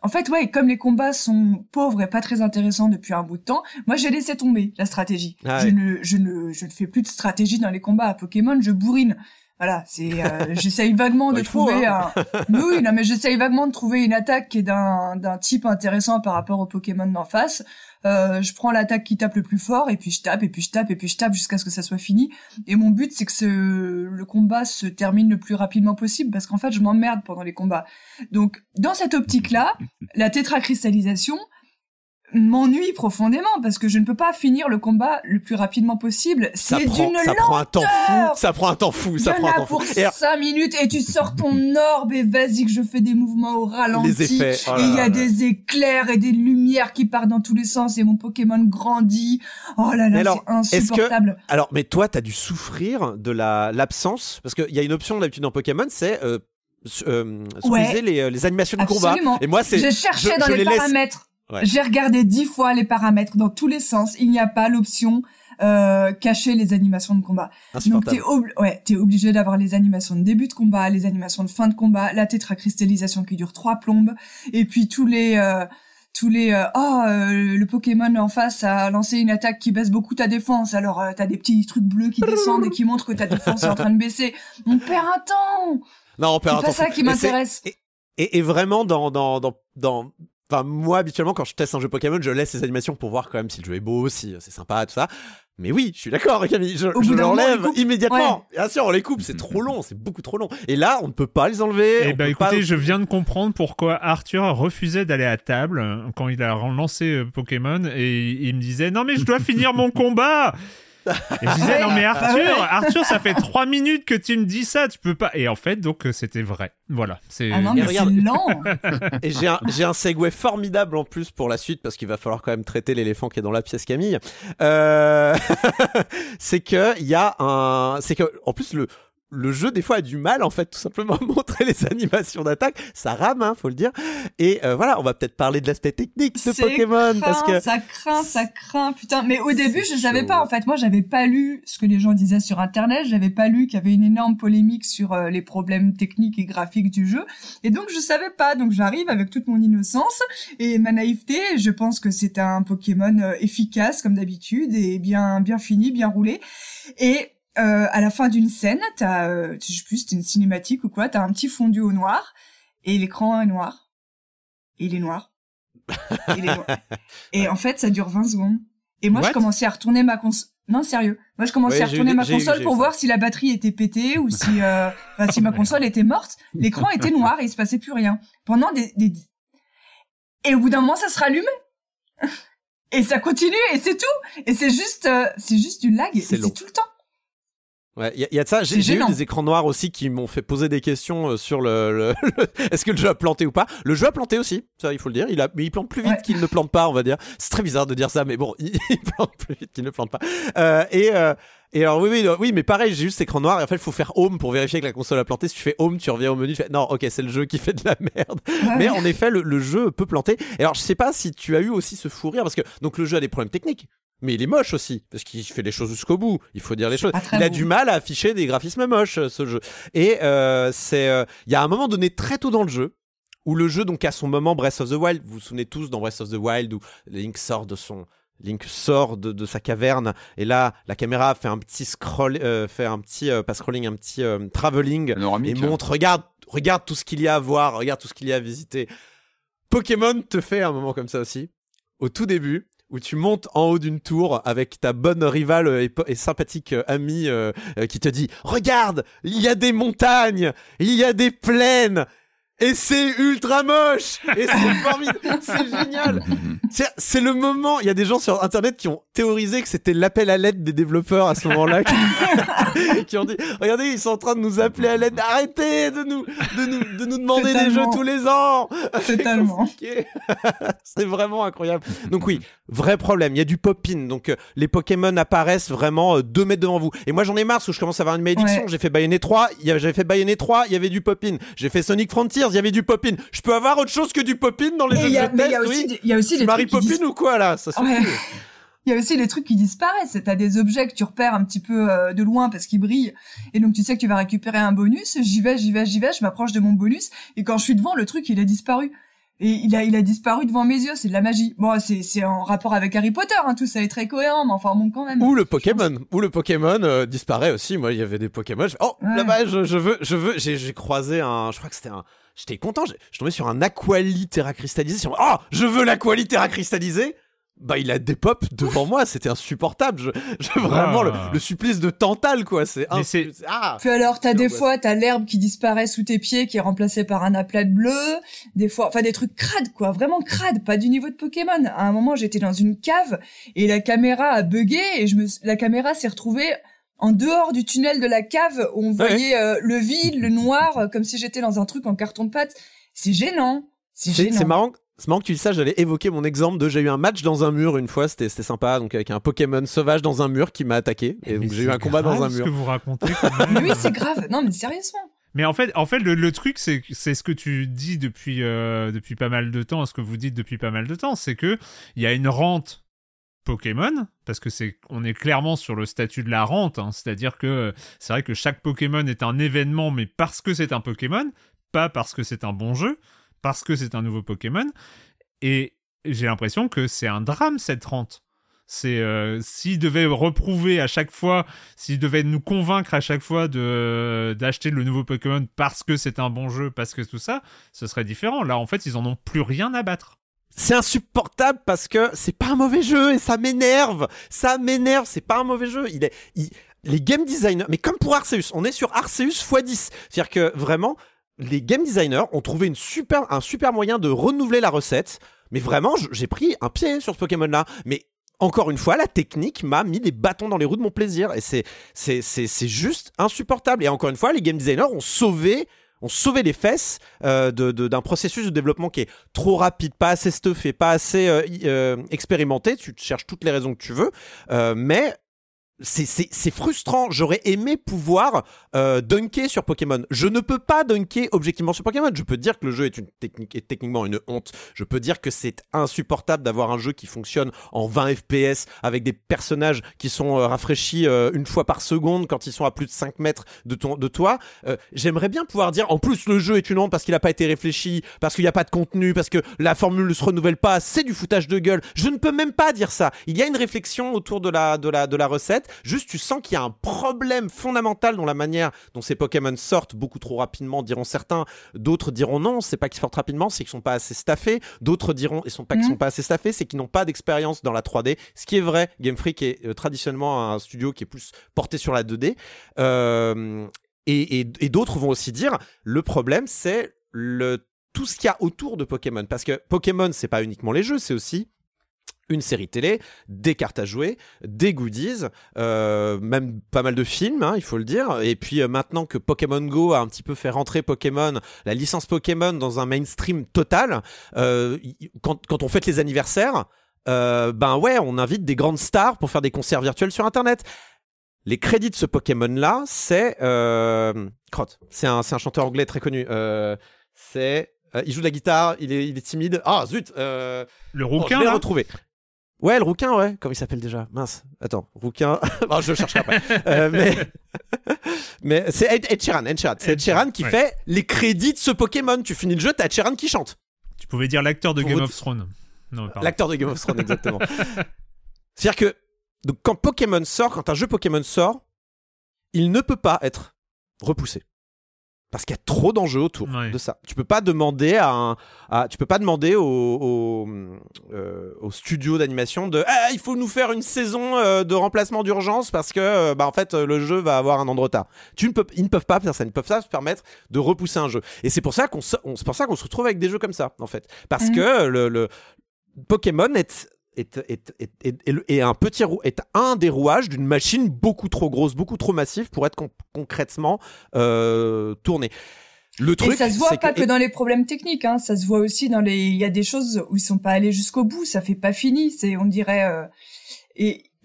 en fait, ouais, comme les combats sont pauvres et pas très intéressants depuis un bout de temps, moi j'ai laissé tomber la stratégie. Ah je ouais. ne, je ne, je ne fais plus de stratégie dans les combats à Pokémon, je bourrine. Voilà, c'est, euh, j'essaye vaguement Bah, de il faut, trouver hein. un, mais oui, non, mais j'essaye vaguement de trouver une attaque qui est d'un, d'un type intéressant par rapport au Pokémon d'en face. Euh, je prends l'attaque qui tape le plus fort, et puis je tape, et puis je tape, et puis je tape jusqu'à ce que ça soit fini. Et mon but, c'est que ce, le combat se termine le plus rapidement possible, parce qu'en fait, je m'emmerde pendant les combats. Donc, dans cette optique-là, la tétracristallisation m'ennuie profondément, parce que je ne peux pas finir le combat le plus rapidement possible. Ça C'est prend, d'une ça prend un temps fou. lenteur. Ça prend un temps fou. Ça Il y prend en un a temps fou. pour Et alors, cinq minutes et tu sors ton orbe et vas-y que je fais des mouvements au ralenti. les effets. Oh là et il y là a là. des éclairs et des lumières qui partent dans tous les sens et mon Pokémon grandit. Oh là Mais là, alors, c'est est-ce que- insupportable. Alors, mais toi, t'as dû souffrir de la l'absence, parce qu'il y a une option d'habitude dans Pokémon, c'est euh, s- euh, Ouais. squeezer les, euh, les animations de combat. Absolument. Et moi, c'est J'ai cherché je- dans je les, les laisse- paramètres. Ouais. J'ai regardé dix fois les paramètres dans tous les sens. Il n'y a pas l'option euh, cacher les animations de combat. Donc insupportable. t'es ob- ouais, t'es obligé d'avoir les animations de début de combat, les animations de fin de combat, la tétracristallisation qui dure trois plombes, et puis tous les euh, tous les euh, oh euh, le Pokémon en face a lancé une attaque qui baisse beaucoup ta défense. Alors euh, t'as des petits trucs bleus qui descendent et qui montrent que ta défense est en train de baisser. On perd un temps. Non, on perd C'est un pas temps ça fou. qui Et c'est- m'intéresse. Et, et, et vraiment, dans, dans, dans, dans, enfin, moi, habituellement, quand je teste un jeu Pokémon, je laisse les animations pour voir quand même si le jeu est beau, si c'est sympa, tout ça. Mais oui, je suis d'accord, Camille, je, Au je bout d'un moment, on l'enlève les coupe. immédiatement. Bien sûr, on les coupe, c'est trop long, c'est beaucoup trop long. Et là, on ne peut pas les enlever. Eh on ben peut écoutez, pas- je viens de comprendre pourquoi Arthur refusait d'aller à table euh, quand il a lancé euh, Pokémon et il me disait non mais je dois finir mon combat. Et je disais non mais Arthur, Arthur, ça fait trois minutes que tu me dis ça, tu peux pas. Et en fait donc euh, c'était vrai. Voilà, c'est. Ah non Et mais regarde- c'est lent. Et j'ai un, j'ai un segue formidable en plus pour la suite, parce qu'il va falloir quand même traiter l'éléphant qui est dans la pièce, Camille. Euh... c'est que il y a un, c'est que en plus le le jeu des fois a du mal en fait tout simplement à montrer les animations d'attaque. Ça rame, hein, faut le dire. Et euh, voilà, on va peut-être parler de l'aspect technique de C'est Pokémon, craint, parce que ça craint, ça craint, putain. Mais au début, je C'est savais chaud. pas, en fait. Moi, j'avais pas lu ce que les gens disaient sur Internet. J'avais pas lu qu'il y avait une énorme polémique sur euh, les problèmes techniques et graphiques du jeu. Et donc, je savais pas. Donc, j'arrive avec toute mon innocence et ma naïveté. Je pense que c'est un Pokémon euh, efficace, comme d'habitude, et bien, bien fini, bien roulé. Et euh, à la fin d'une scène, t'as, euh, je sais plus, c'était une cinématique ou quoi, t'as un petit fondu au noir et l'écran est noir. Et il est noir. Il est noir. Et en fait, ça dure vingt secondes. Et moi, What je commençais à retourner ma console. Non, sérieux. Moi, je commençais Ouais, à j'ai eu retourner des- ma j'ai eu- console j'ai eu pour ça. voir si la batterie était pétée ou si, euh, enfin, si ma console était morte. L'écran était noir et il se passait plus rien. Pendant des, des... Et au bout d'un moment, ça se rallume. Et ça continue et c'est tout. Et c'est juste, euh, c'est juste du lag. Et C'est c'est long. tout le temps. ouais, il y, a- y a de ça. J'ai, C'est j'ai eu gênant. des écrans noirs aussi qui m'ont fait poser des questions euh, sur le, le, le- est-ce que le jeu a planté ou pas. Le jeu a planté aussi, ça il faut le dire. Il a, mais il plante plus vite Ouais. qu'il ne plante pas, on va dire. C'est très bizarre de dire ça, mais bon, il, il plante plus vite qu'il ne plante pas. Euh, et euh, et alors oui, oui, oui, mais pareil, j'ai juste écran noir. Et en fait, il faut faire home pour vérifier que la console a planté. Si tu fais home, tu reviens au menu, tu fais non, ok, c'est le jeu qui fait de la merde. Ouais. Mais en effet, le, le jeu peut planter. Et alors, je sais pas si tu as eu aussi ce fou rire, parce que donc le jeu a des problèmes techniques. Mais il est moche aussi, parce qu'il fait les choses jusqu'au bout. Il faut dire les choses. pas très Il a beau. du mal à afficher des graphismes moches, ce jeu. Et euh, c'est, euh, il y a un moment donné très tôt dans le jeu où le jeu donc a son moment Breath of the Wild. Vous vous souvenez tous dans Breath of the Wild où Link sort de son Link sort de, de sa caverne et là la caméra fait un petit scroll, euh, fait un petit euh, pas scrolling, un petit euh, travelling Panoramique. et montre regarde, regarde tout ce qu'il y a à voir, regarde tout ce qu'il y a à visiter. Pokémon te fait un moment comme ça aussi au tout début, où tu montes en haut d'une tour avec ta bonne rivale et, et sympathique amie euh, euh, qui te dit « Regarde, il y a des montagnes, il y a des plaines, et c'est ultra moche, et c'est formidable, c'est génial !» C'est, c'est le moment, il y a des gens sur Internet qui ont théorisé que c'était l'appel à l'aide des développeurs à ce moment-là, qui, qui ont dit « Regardez, ils sont en train de nous appeler à l'aide, arrêtez de nous, de nous, de nous demander des jeux Totalement. tous les ans !» Totalement. compliqué. C'est vraiment incroyable. Donc oui, vrai problème, il y a du pop-in. Donc euh, les Pokémon apparaissent vraiment euh, deux mètres devant vous. Et moi j'en ai marre parce que je commence à avoir une malédiction. Ouais. J'ai fait Bayonetta trois, il y avait- j'avais fait Bayonetta trois, il y a du pop-in. J'ai fait Sonic Frontiers, il y avait du pop-in. Je peux avoir autre chose que du pop-in dans les Et jeux il que y a, je mais il y a teste, aussi, oui. des- il y a aussi Tu des maries trucs qui Popin dis- ou quoi là? Ça suffit. Ouais. Il y a aussi des trucs qui disparaissent. T'as des objets que tu repères un petit peu euh, de loin parce qu'ils brillent. Et donc tu sais que tu vas récupérer un bonus. J'y vais, j'y vais, j'y vais. Je m'approche de mon bonus. Et quand je suis devant, le truc, il a disparu. Et il a, il a disparu devant mes yeux, c'est de la magie. Bon, c'est, c'est en rapport avec Harry Potter, hein, tout ça est très cohérent, mais enfin bon, quand même. Ou le Pokémon, ou le Pokémon euh, disparaît aussi. Moi, il y avait des Pokémon. Je... Oh, ouais. Là-bas, je, je veux, je veux. J'ai, j'ai croisé un. Je crois que c'était un. J'étais content. J'ai... Je suis tombé sur un Aquali Terra cristallisé. Sur... Oh, je veux l'Aquali Terra cristallisé. Bah, il a des pop devant moi, c'était insupportable. Je, je vraiment Ah. le, le supplice de Tantale, quoi. C'est, Mais ins... c'est- Ah. Puis alors, t'as Non, des bah, fois, t'as l'herbe qui disparaît sous tes pieds, qui est remplacée par un aplat de bleu. Des fois, enfin, des trucs crades, quoi. Vraiment crades, pas du niveau de Pokémon. À un moment, j'étais dans une cave et la caméra a bugué et je me, la caméra s'est retrouvée en dehors du tunnel de la cave où on voyait euh, le vide, le noir, euh, comme si j'étais dans un truc en carton-pâte. C'est gênant. C'est, C'est, gênant. c'est marrant. C'est marrant que tu dis ça, j'allais évoquer mon exemple de j'ai eu un match dans un mur une fois, c'était, c'était sympa, donc avec un Pokémon sauvage dans un mur qui m'a attaqué, et donc Mais j'ai eu c'est un combat dans un grave ce mur. que vous racontez quand même. Mais oui, c'est grave. Non, mais sérieusement. Mais en fait, en fait, le, le truc, c'est, c'est ce que tu dis depuis euh, depuis pas mal de temps, ce que vous dites depuis pas mal de temps, c'est que il y a une rente Pokémon, parce que c'est, on est clairement sur le statut de la rente, hein, c'est-à-dire que c'est vrai que chaque Pokémon est un événement, mais parce que c'est un Pokémon, pas parce que c'est un bon jeu, parce que c'est un nouveau Pokémon, et j'ai l'impression que c'est un drame cette rente. C'est euh, s'il devait reprouver à chaque fois, s'il devait nous convaincre à chaque fois de d'acheter le nouveau Pokémon parce que c'est un bon jeu, parce que tout ça, ce serait différent. Là, en fait, ils en ont plus rien à battre. C'est insupportable parce que c'est pas un mauvais jeu et ça m'énerve. Ça m'énerve, c'est pas un mauvais jeu. Il est, il- les game designers, mais comme pour Arceus, on est sur Arceus fois dix. C'est-à-dire que vraiment, les game designers ont trouvé une super, un super moyen de renouveler la recette. Mais vraiment, je- j'ai pris un pied sur ce Pokémon-là. Mais encore une fois, la technique m'a mis des bâtons dans les roues de mon plaisir. Et c'est, c'est, c'est, c'est juste insupportable. Et encore une fois, les game designers ont sauvé, ont sauvé les fesses euh, de, de, d'un processus de développement qui est trop rapide, pas assez stuffé, pas assez euh, euh, expérimenté. Tu cherches toutes les raisons que tu veux. Euh, mais c'est, c'est, c'est frustrant. J'aurais aimé pouvoir euh, dunker sur Pokémon. Je ne peux pas dunker objectivement sur Pokémon. Je peux dire que le jeu est, une technique, est techniquement une honte. Je peux dire que c'est insupportable d'avoir un jeu qui fonctionne en vingt F P S avec des personnages qui sont euh, rafraîchis euh, une fois par seconde quand ils sont à plus de cinq mètres de, ton, de toi. Euh, j'aimerais bien pouvoir dire en plus le jeu est une honte parce qu'il n'a pas été réfléchi, parce qu'il n'y a pas de contenu, parce que la formule ne se renouvelle pas. C'est du foutage de gueule. Je ne peux même pas dire ça. Il y a une réflexion autour de la, de la, de la recette. Juste, tu sens qu'il y a un problème fondamental dans la manière dont ces Pokémon sortent beaucoup trop rapidement, diront certains. D'autres diront non, c'est pas qu'ils sortent rapidement, c'est qu'ils sont pas assez staffés. D'autres diront ils sont pas Mmh. qu'ils sont pas assez staffés, c'est qu'ils n'ont pas d'expérience dans la trois D. Ce qui est vrai, Game Freak est euh, traditionnellement un studio qui est plus porté sur la deux D. Euh, et, et, et d'autres vont aussi dire le problème, c'est le tout ce qu'il y a autour de Pokémon, parce que Pokémon, c'est pas uniquement les jeux, c'est aussi une série télé, des cartes à jouer, des goodies, euh, même pas mal de films, hein, il faut le dire. Et puis euh, maintenant que Pokémon Go a un petit peu fait rentrer Pokémon, la licence Pokémon dans un mainstream total, euh, y- quand, quand on fête les anniversaires, euh, ben ouais, on invite des grandes stars pour faire des concerts virtuels sur Internet. Les crédits de ce Pokémon-là, c'est... Euh... Crotte, c'est un, c'est un chanteur anglais très connu. Euh, c'est... euh, il joue de la guitare, il est, il est timide. Ah, zut euh... Le Oh, rouquin, je vais le là retrouver. Ouais, le rouquin, ouais. Comment il s'appelle déjà? Mince. Attends, rouquin. Bon, je le chercherai après. euh, mais mais c'est Ed, Ed Sheeran. Ed Sheeran. C'est Ed Sheeran qui Ouais. fait les crédits de ce Pokémon. Tu finis le jeu, t'as Ed Sheeran qui chante. Tu pouvais dire l'acteur de Pour Game votre- of Thrones. Non, pardon. L'acteur de Game of Thrones, exactement. C'est-à-dire que donc, quand Pokémon sort, quand un jeu Pokémon sort, il ne peut pas être repoussé. Parce qu'il y a trop d'enjeux autour Ouais. de ça. Tu peux pas demander à un, à, tu peux pas demander au, au, euh, au studio d'animation de, ah, il faut nous faire une saison euh, de remplacement d'urgence parce que, euh, bah en fait, euh, le jeu va avoir un an de retard. Tu ne peux, ils ne peuvent pas faire ça. Ils ne peuvent pas se permettre de repousser un jeu. Et c'est pour ça qu'on, se, on, c'est pour ça qu'on se retrouve avec des jeux comme ça, en fait, parce Mhm. que le, le Pokémon est Est, est, est, est, est, est un petit rou- est un des rouages d'une machine beaucoup trop grosse, beaucoup trop massive pour être con- concrètement euh, tournée. Le truc, et ça se voit c'est pas que, que dans les problèmes techniques, hein. Ça se voit aussi dans les. Il y a des choses où ils sont pas allés jusqu'au bout. Ça fait pas fini. C'est, on dirait. Euh... Et, et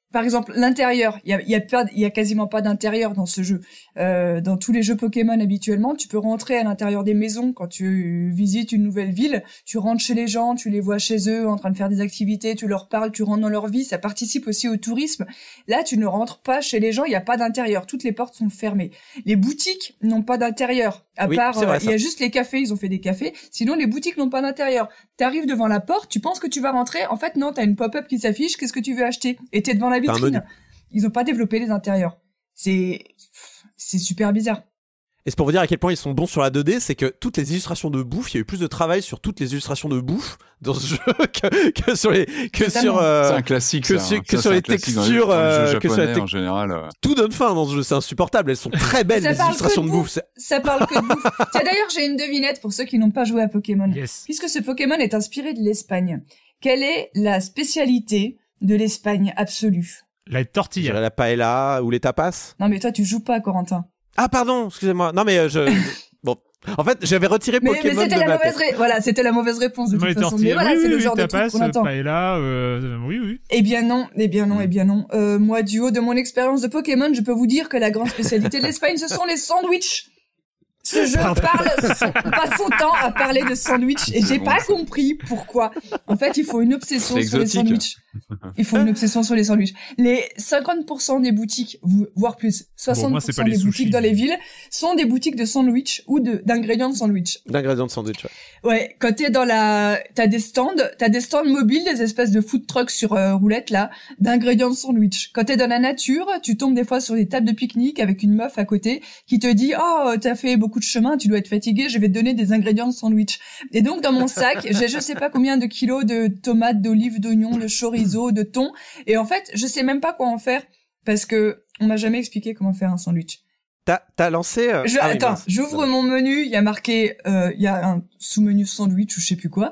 par exemple, l'intérieur, il y a, il y a pas, il y a quasiment pas d'intérieur dans ce jeu. Euh, dans tous les jeux Pokémon habituellement, tu peux rentrer à l'intérieur des maisons quand tu visites une nouvelle ville. Tu rentres chez les gens, tu les vois chez eux en train de faire des activités, tu leur parles, tu rentres dans leur vie. Ça participe aussi au tourisme. Là, tu ne rentres pas chez les gens, il y a pas d'intérieur. Toutes les portes sont fermées. Les boutiques n'ont pas d'intérieur. À Oui, part, c'est vrai, euh, il y a juste les cafés, ils ont fait des cafés. Sinon, les boutiques n'ont pas d'intérieur. T'arrives devant la porte, tu penses que tu vas rentrer. En fait, non, t'as une pop-up qui s'affiche. Qu'est-ce que tu veux acheter? Et t'es devant la vitrine. Ils ont pas développé les intérieurs. C'est, c'est super bizarre. Et c'est pour vous dire à quel point ils sont bons sur la deux D, c'est que toutes les illustrations de bouffe, il y a eu plus de travail sur toutes les illustrations de bouffe dans ce jeu que, que sur les que Totalement. sur euh, C'est un classique, que ça, sur, hein. que Ça, sur c'est les un classique dans textures, dans les jeux euh, que sur la japonais te- en général. euh. tout donne faim dans ce jeu, c'est insupportable. Elles sont très belles Ça les parle illustrations que de de bouffe. C'est- Ça parle que de bouffe. Tiens, d'ailleurs, j'ai une devinette pour ceux qui n'ont pas joué à Pokémon. Yes. Puisque ce Pokémon est inspiré de l'Espagne, quelle est la spécialité de l'Espagne absolue? La Je tortilla. dirais la paella ou les tapas. Non, mais toi, tu joues pas, Corentin. Ah pardon, excusez-moi. Non mais euh, je bon. En fait, j'avais retiré Mais, mais Pokémon c'était de la ma mauvaise tête. ré... voilà, c'était la mauvaise réponse de Moi, toute les façon. tortillas, Mais voilà, oui, c'est oui, le oui, genre de truc tapas, qu'on attend. paella, euh, oui, oui. Eh bien non, eh bien non, eh bien non. Euh, moi, du haut de mon expérience de Pokémon, je peux vous dire que la grande spécialité de l'Espagne, ce sont les sandwichs. Ce jeu parle, passe son temps à parler de sandwichs et C'est j'ai bon, pas ça. compris pourquoi. En fait, il faut une obsession C'est sur les exotique. sandwichs. Il faut une obsession sur les sandwichs. Les cinquante pour cent des boutiques, voire plus, soixante moi, pour c'est cent pas les des sushis, boutiques dans mais- les villes sont des boutiques de sandwich ou de d'ingrédients de sandwich. D'ingrédients de sandwich. Ouais. Ouais, quand t'es dans la, t'as des stands, t'as des stands mobiles, des espèces de food trucks sur euh, roulette là, d'ingrédients de sandwich. Quand t'es dans la nature, tu tombes des fois sur des tables de pique-nique avec une meuf à côté qui te dit oh t'as fait beaucoup de chemin, tu dois être fatigué, je vais te donner des ingrédients de sandwich. Et donc dans mon sac, j'ai je sais pas combien de kilos de tomates, d'olives, d'oignons, de chorizo, de thon. Et en fait, je sais même pas quoi en faire parce que on m'a jamais expliqué comment faire un sandwich. T'as t'as lancé. euh, Je, ah oui, attends, mince. j'ouvre mon menu, il y a marqué, euh, il y a un sous-menu sandwich ou je sais plus quoi.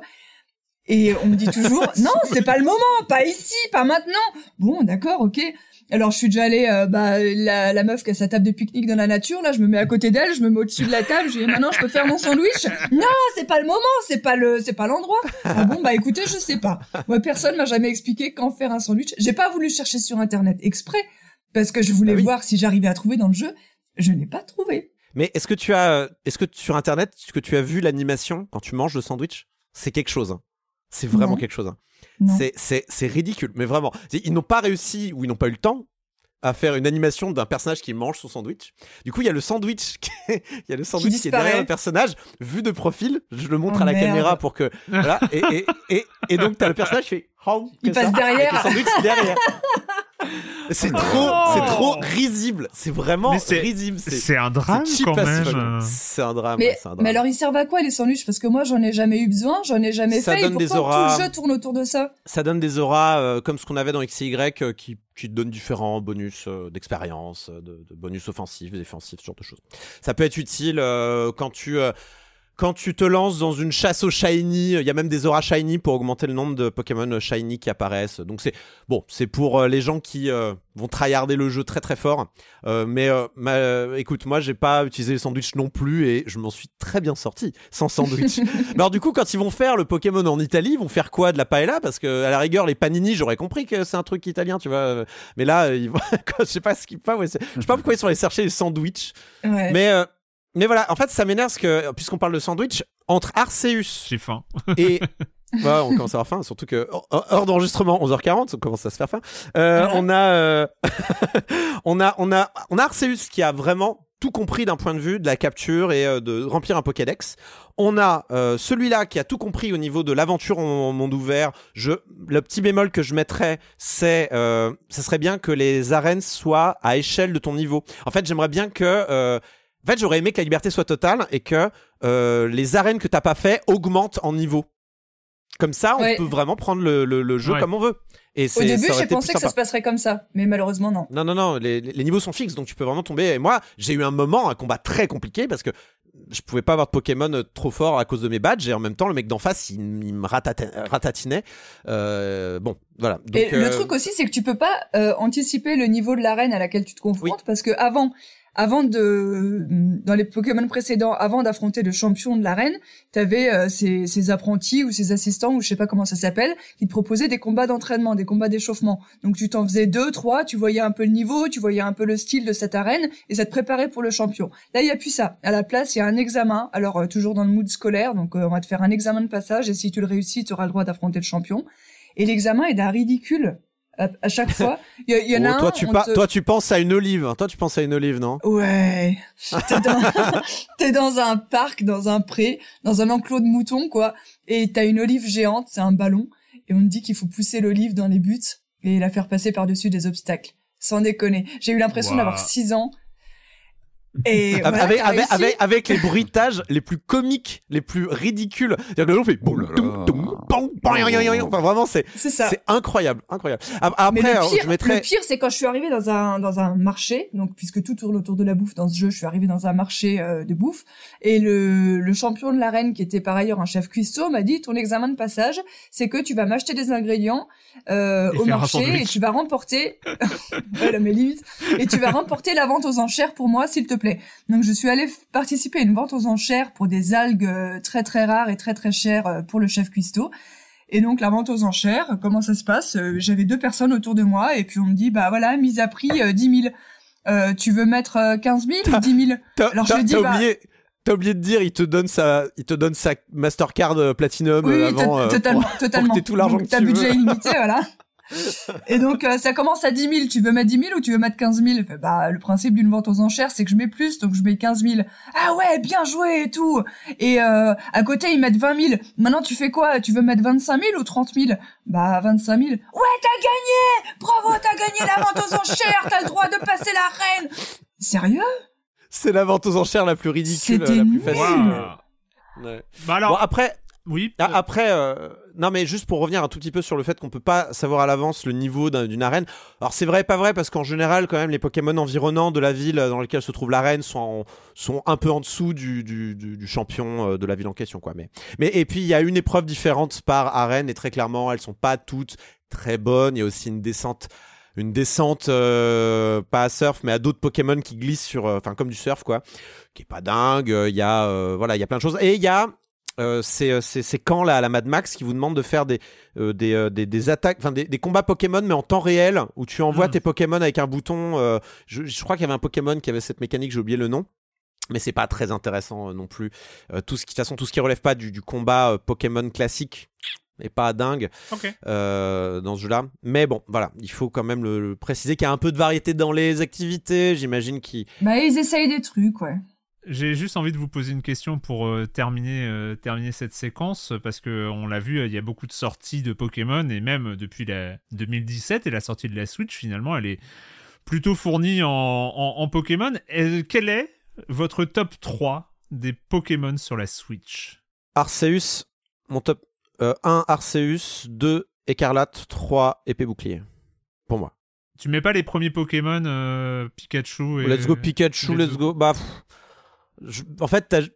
Et on me dit toujours, non, c'est pas le moment, pas ici, pas maintenant. Bon, d'accord, ok. Alors je suis déjà allée, euh, bah la, la meuf qui a sa table de pique-nique dans la nature, là, je me mets à côté d'elle, je me mets au-dessus de la table, je dis maintenant je peux faire mon sandwich. Non, c'est pas le moment, c'est pas le, c'est pas l'endroit. Ah bon, bah écoutez, je sais pas. Moi, personne m'a jamais expliqué quand faire un sandwich. J'ai pas voulu chercher sur internet exprès parce que je voulais Ah oui. voir si j'arrivais à trouver dans le jeu. Je n'ai pas trouvé. Mais est-ce que tu as, euh, est-ce que sur internet, est-ce que tu as vu l'animation quand tu manges le sandwich? C'est quelque chose. Hein. C'est vraiment Non. quelque chose. Hein. Non. C'est, c'est, c'est ridicule, mais vraiment. C'est- Ils n'ont pas réussi ou ils n'ont pas eu le temps à faire une animation d'un personnage qui mange son sandwich. Du coup, il y a le sandwich, qui est, il y a le sandwich qui, est disparaît. derrière le personnage, vu de profil. Je le montre Oh, à la merde. caméra pour que voilà. Et, et, et, et donc t'as le personnage qui fait. How, Il comme passe ça, derrière. avec le sandwich derrière. C'est trop, Oh. c'est trop risible. C'est vraiment Mais c'est- risible. C'est, C'est un drame c'est cheap quand as même. fuck. euh. C'est un drame. Mais, ouais, c'est un drame. mais alors ils servent à quoi les sandwichs? Parce que moi j'en ai jamais eu besoin, j'en ai jamais Ça fait. donne Et des pourtant auras. tout le jeu tourne autour de ça. Ça donne des auras euh, comme ce qu'on avait dans X et Y euh, qui, qui te donnent différents bonus euh, d'expérience, euh, de, de bonus offensifs, défensifs, ce genre de choses. Ça peut être utile euh, quand tu euh, quand tu te lances dans une chasse au shiny. Il y a même des auras shiny pour augmenter le nombre de Pokémon shiny qui apparaissent. Donc c'est bon, c'est pour euh, les gens qui euh, vont tryharder le jeu très très fort. Euh, mais euh, ma, euh, écoute, moi j'ai pas utilisé les sandwichs non plus et je m'en suis très bien sorti sans sandwich. Mais alors du coup, quand ils vont faire le Pokémon en Italie, ils vont faire quoi? De la paella? Parce que à la rigueur, les panini, j'aurais compris que c'est un truc italien, tu vois. Mais là, ils vont... je sais pas ce qu'ils pas. Ouais, c'est- je sais pas pourquoi ils sont allés chercher les sandwichs. Ouais. Mais euh, mais voilà, en fait, ça m'énerve parce que puisqu'on parle de sandwich, entre Arceus J'ai faim. et ouais, on commence à avoir faim, surtout que hors hors d'enregistrement onze heures quarante, on commence à se faire faim. Euh, Voilà. On a, euh, on a, on a, on a Arceus qui a vraiment tout compris d'un point de vue de la capture et euh, de remplir un Pokédex. On a euh, celui-là qui a tout compris au niveau de l'aventure en monde ouvert. Je, le petit bémol que je mettrais, c'est, euh, ça serait bien que les arènes soient à échelle de ton niveau. En fait, j'aimerais bien que, euh, en fait, j'aurais aimé que la liberté soit totale et que euh, les arènes que t'as pas fait augmentent en niveau. Comme ça, on Ouais. peut vraiment prendre le, le, le jeu Ouais. comme on veut. Et Au c'est, début ça aurait j'ai été pensé plus que ça sympa. se passerait comme ça, mais malheureusement non. Non, non, non, les, les niveaux sont fixes, donc tu peux vraiment tomber. Et moi, j'ai eu un moment, un combat très compliqué parce que je pouvais pas avoir de Pokémon trop fort à cause de mes badges et en même temps, le mec d'en face, il, il me ratata- ratatinait. Euh, bon, voilà. Donc, Et le euh, truc aussi c'est que tu peux pas euh, anticiper le niveau de l'arène à laquelle tu te confrontes Oui. parce que avant avant de, dans les Pokémon précédents, avant d'affronter le champion de l'arène, t'avais euh, ces, ces apprentis ou ces assistants ou je sais pas comment ça s'appelle, qui te proposaient des combats d'entraînement, des combats d'échauffement. Donc tu t'en faisais deux, trois, tu voyais un peu le niveau, tu voyais un peu le style de cette arène et ça te préparait pour le champion. Là, il y a plus ça. À la place, il y a un examen. Alors euh, toujours dans le mood scolaire, donc euh, on va te faire un examen de passage et si tu le réussis, tu auras le droit d'affronter le champion. Et l'examen est d'un ridicule. À, à chaque fois, il y, y en oh, a un. Toi tu, pa- te... toi, tu penses à une olive. Toi, tu penses à une olive, non? Ouais. T'es dans... T'es dans un parc, dans un pré, dans un enclos de moutons, quoi. Et t'as une olive géante, c'est un ballon. Et on te dit qu'il faut pousser l'olive dans les buts et la faire passer par-dessus des obstacles. Sans déconner. J'ai eu l'impression wow. d'avoir six ans. Et voilà, avec, avec, avec, avec les bruitages les plus comiques, les plus ridicules. C'est-à-dire que le fait boum, toum, toum, bang, bang, enfin vraiment c'est c'est, ça. c'est incroyable, incroyable. Après, mais le pire, je mettrais... le pire, c'est quand je suis arrivée dans un dans un marché, donc puisque tout tourne autour de la bouffe dans ce jeu, je suis arrivée dans un marché euh, de bouffe et le le champion de l'arène qui était par ailleurs un chef cuistot m'a dit ton examen de passage, c'est que tu vas m'acheter des ingrédients euh, au marché et tu vas remporter ouais, là, mais limite, et tu vas remporter la vente aux enchères pour moi s'il te plaît. Donc je suis allée f- participer à une vente aux enchères pour des algues euh, très très rares et très très chères euh, pour le chef cuistot. Et donc la vente aux enchères, comment ça se passe? euh, J'avais deux personnes autour de moi et puis on me dit bah voilà, mise à prix euh, dix mille. Euh, tu veux mettre euh, quinze mille ou dix mille? Alors je t'as, lui dis t'as bah oublié... T'as oublié de dire, il te donne sa, il te donne sa Mastercard Platinum oui, avant. Oui, t- totalement, pour, totalement. Pour que t'aies tout l'argent donc, que t'as tu budget veux. illimité, voilà. Et donc euh, ça commence à dix mille, tu veux mettre dix mille ou tu veux mettre quinze mille? Bah le principe d'une vente aux enchères c'est que je mets plus, donc je mets quinze mille. Ah ouais, bien joué et tout. Et euh, à côté ils mettent vingt mille. Maintenant tu fais quoi? Tu veux mettre vingt-cinq mille ou trente mille? Bah vingt-cinq mille. Ouais, t'as gagné! Bravo, t'as gagné la vente aux enchères, t'as le droit de passer la reine. Sérieux? C'est la vente aux enchères la plus ridicule, C'était la plus nul. facile. Wow. Ouais. Bah alors, bon, après, oui. ah, après, euh, non mais juste pour revenir un tout petit peu sur le fait qu'on peut pas savoir à l'avance le niveau d'un, d'une arène. Alors c'est vrai, pas vrai, parce qu'en général, quand même, les Pokémon environnants de la ville dans laquelle se trouve l'arène sont en, sont un peu en dessous du, du, du, du champion de la ville en question, quoi. Mais, mais et puis il y a une épreuve différente par arène et très clairement, elles sont pas toutes très bonnes. Il y a aussi une descente. Une descente, euh, pas à surf, mais à d'autres Pokémon qui glissent sur, enfin euh, comme du surf quoi, qui est pas dingue. Il y a, euh, voilà, il y a plein de choses. Et il y a euh, ces, ces, ces camps là à la Mad Max qui vous demandent de faire des, euh, des, euh, des, des attaques, enfin des, des combats Pokémon mais en temps réel où tu envoies mmh. tes Pokémon avec un bouton. Euh, je, je crois qu'il y avait un Pokémon qui avait cette mécanique, j'ai oublié le nom. Mais c'est pas très intéressant euh, non plus. Euh, tout ce qui, de toute façon, tout ce qui relève pas du, du combat euh, Pokémon classique et pas dingue okay. euh, dans ce jeu-là. Mais bon, voilà, il faut quand même le, le préciser qu'il y a un peu de variété dans les activités. J'imagine qu'ils... Bah, ils essayent des trucs, ouais. J'ai juste envie de vous poser une question pour euh, terminer, euh, terminer cette séquence, parce qu'on l'a vu, il y a beaucoup de sorties de Pokémon, et même depuis la deux mille dix-sept et la sortie de la Switch, finalement, elle est plutôt fournie en, en, en Pokémon. Et quel est votre top trois des Pokémon sur la Switch? Arceus, mon top... Euh, un Arceus, deux Écarlate, trois Épée Bouclier. Pour moi. Tu mets pas les premiers Pokémon euh, Pikachu et... Let's go Pikachu, let's, let's go... go. Bah, pff, je, en fait, t'as...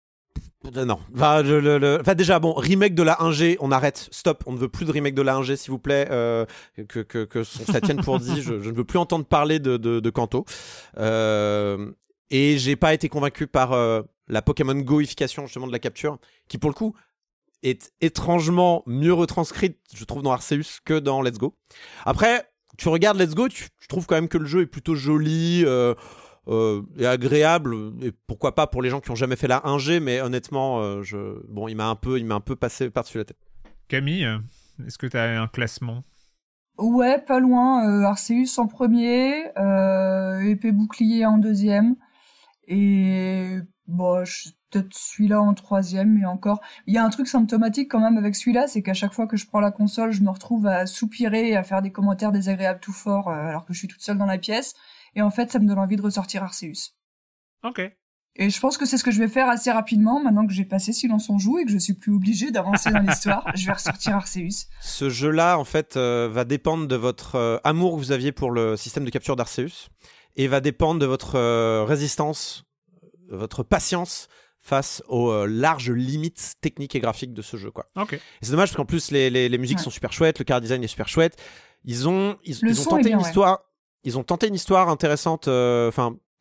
Non. Enfin, je, le, le... enfin, déjà, bon, remake de la un G, on arrête. Stop, on ne veut plus de remake de la un G, s'il vous plaît. Euh, que, que, que ça tienne pour dit. Je, je ne veux plus entendre parler de, de, de Kanto. Euh, et j'ai pas été convaincu par euh, la Pokémon Goification, justement, de la capture, qui, pour le coup... est étrangement mieux retranscrite, je trouve, dans Arceus que dans Let's Go. Après, tu regardes Let's Go, tu, tu trouves quand même que le jeu est plutôt joli euh, euh, et agréable, et pourquoi pas pour les gens qui n'ont jamais fait la un G, mais honnêtement, euh, je... bon, il m'a un peu, il m'a un peu passé par-dessus la tête. Camille, est-ce que tu as un classement? Ouais, pas loin. Euh, Arceus en premier, euh, Épée Bouclier en deuxième, et bon, je... peut-être celui-là en troisième, mais encore. Il y a un truc symptomatique quand même avec celui-là, c'est qu'à chaque fois que je prends la console, je me retrouve à soupirer et à faire des commentaires désagréables tout fort, euh, alors que je suis toute seule dans la pièce. Et en fait, ça me donne envie de ressortir Arceus. Ok. Et je pense que c'est ce que je vais faire assez rapidement, maintenant que j'ai passé Silence on Joue et que je suis plus obligée d'avancer dans l'histoire. Je vais ressortir Arceus. Ce jeu-là, en fait, euh, va dépendre de votre euh, amour que vous aviez pour le système de capture d'Arceus, et va dépendre de votre euh, résistance, votre patience face aux euh, larges limites techniques et graphiques de ce jeu, quoi. Okay. Et c'est dommage parce qu'en plus les, les, les musiques ouais. sont super chouettes, le car design est super chouette. Ils ont ils, ils ont tenté bien, une ouais. histoire, ils ont tenté une histoire intéressante. Enfin, euh,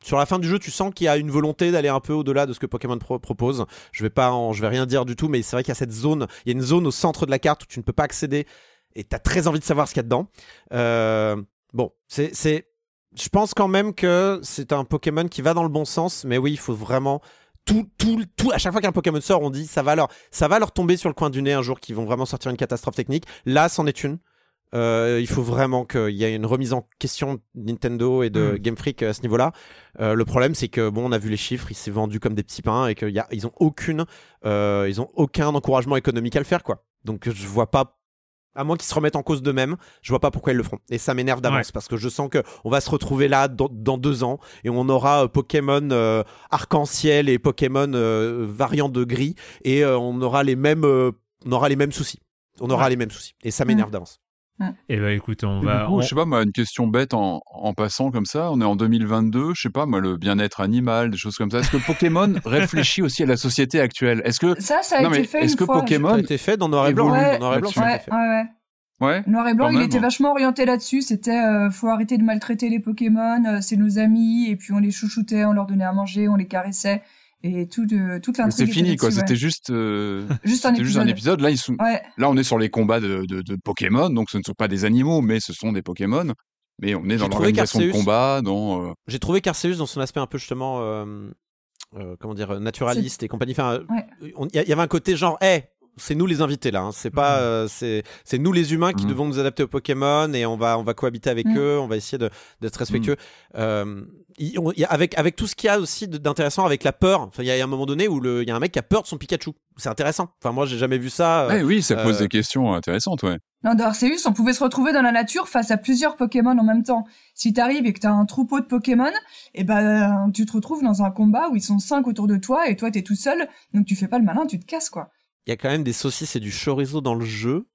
sur la fin du jeu, tu sens qu'il y a une volonté d'aller un peu au-delà de ce que Pokémon pro- propose. Je vais pas, en, je vais rien dire du tout, mais c'est vrai qu'il y a cette zone, il y a une zone au centre de la carte où tu ne peux pas accéder et t'as très envie de savoir ce qu'il y a dedans. Euh, bon, c'est, c'est, je pense quand même que c'est un Pokémon qui va dans le bon sens, mais oui, il faut vraiment tout, tout, tout. À chaque fois qu'un Pokémon sort, on dit ça va leur, ça va leur tomber sur le coin du nez un jour, qu'ils vont vraiment sortir une catastrophe technique. Là, c'en est une. Euh, il faut vraiment qu'il y ait une remise en question de Nintendo et de mmh. Game Freak à ce niveau-là. Euh, le problème, c'est que bon, on a vu les chiffres, il s'est vendu comme des petits pains et qu'ils ont aucune, euh, ils ont aucun encouragement économique à le faire, quoi. Donc je vois pas, à moins qu'ils se remettent en cause d'eux-mêmes, je vois pas pourquoi ils le feront. Et ça m'énerve d'avance ouais. parce que je sens que on va se retrouver là dans, dans deux ans et on aura euh, Pokémon euh, arc-en-ciel et Pokémon euh, variant de gris et euh, on aura les mêmes, euh, on aura les mêmes soucis. On aura ouais. les mêmes soucis et ça m'énerve mmh. d'avance. Et bah écoute, on Et va. Du coup, on... je sais pas, moi, une question bête en, en passant comme ça. On est en deux mille vingt-deux, je sais pas, moi, le bien-être animal, des choses comme ça. Est-ce que Pokémon réfléchit aussi à la société actuelle ? Est-ce que ça, ça a non, été mais fait est-ce une que fois, Pokémon ça a été fait dans Noir et Blanc, ouais, dans Noir et Blanc, ça a été fait. Ouais, ouais. Ouais, Noir et Blanc, il même, était hein. vachement orienté là-dessus. C'était euh, faut arrêter de maltraiter les Pokémon, euh, c'est nos amis, et puis on les chouchoutait, on leur donnait à manger, on les caressait. Et tout de, toute l'intrigue. C'est fini, quoi. Ouais. C'était juste, euh, juste, un c'était juste un épisode. Là, ils sont... ouais. Là, on est sur les combats de, de, de Pokémon, donc ce ne sont pas des animaux, mais ce sont des Pokémon. Mais on est dans l'organisation de combat. Dans, euh... J'ai trouvé qu'Arceus, dans son aspect un peu justement, euh, euh, comment dire, naturaliste c'est... et compagnie. Enfin, il ouais. y, y avait un côté genre, hé, hey, c'est nous les invités là. Hein. C'est pas, mmh. euh, c'est, c'est nous les humains qui mmh. devons nous adapter aux Pokémon et on va, on va cohabiter avec mmh. eux. On va essayer de, d'être respectueux. Mmh. Euh, y, on, y a, avec, avec tout ce qu'il y a aussi d'intéressant avec la peur. Enfin, il y a un moment donné où il y a un mec qui a peur de son Pikachu. C'est intéressant. Enfin, moi, j'ai jamais vu ça. Euh, ouais, oui, ça pose euh... des questions intéressantes, ouais. Non, dans Arceus, on pouvait se retrouver dans la nature face à plusieurs Pokémon en même temps. Si t'arrives et que t'as un troupeau de Pokémon, et ben, tu te retrouves dans un combat où ils sont cinq autour de toi et toi, t'es tout seul. Donc, tu fais pas le malin, tu te casses, quoi. Il y a quand même des saucisses et du chorizo dans le jeu.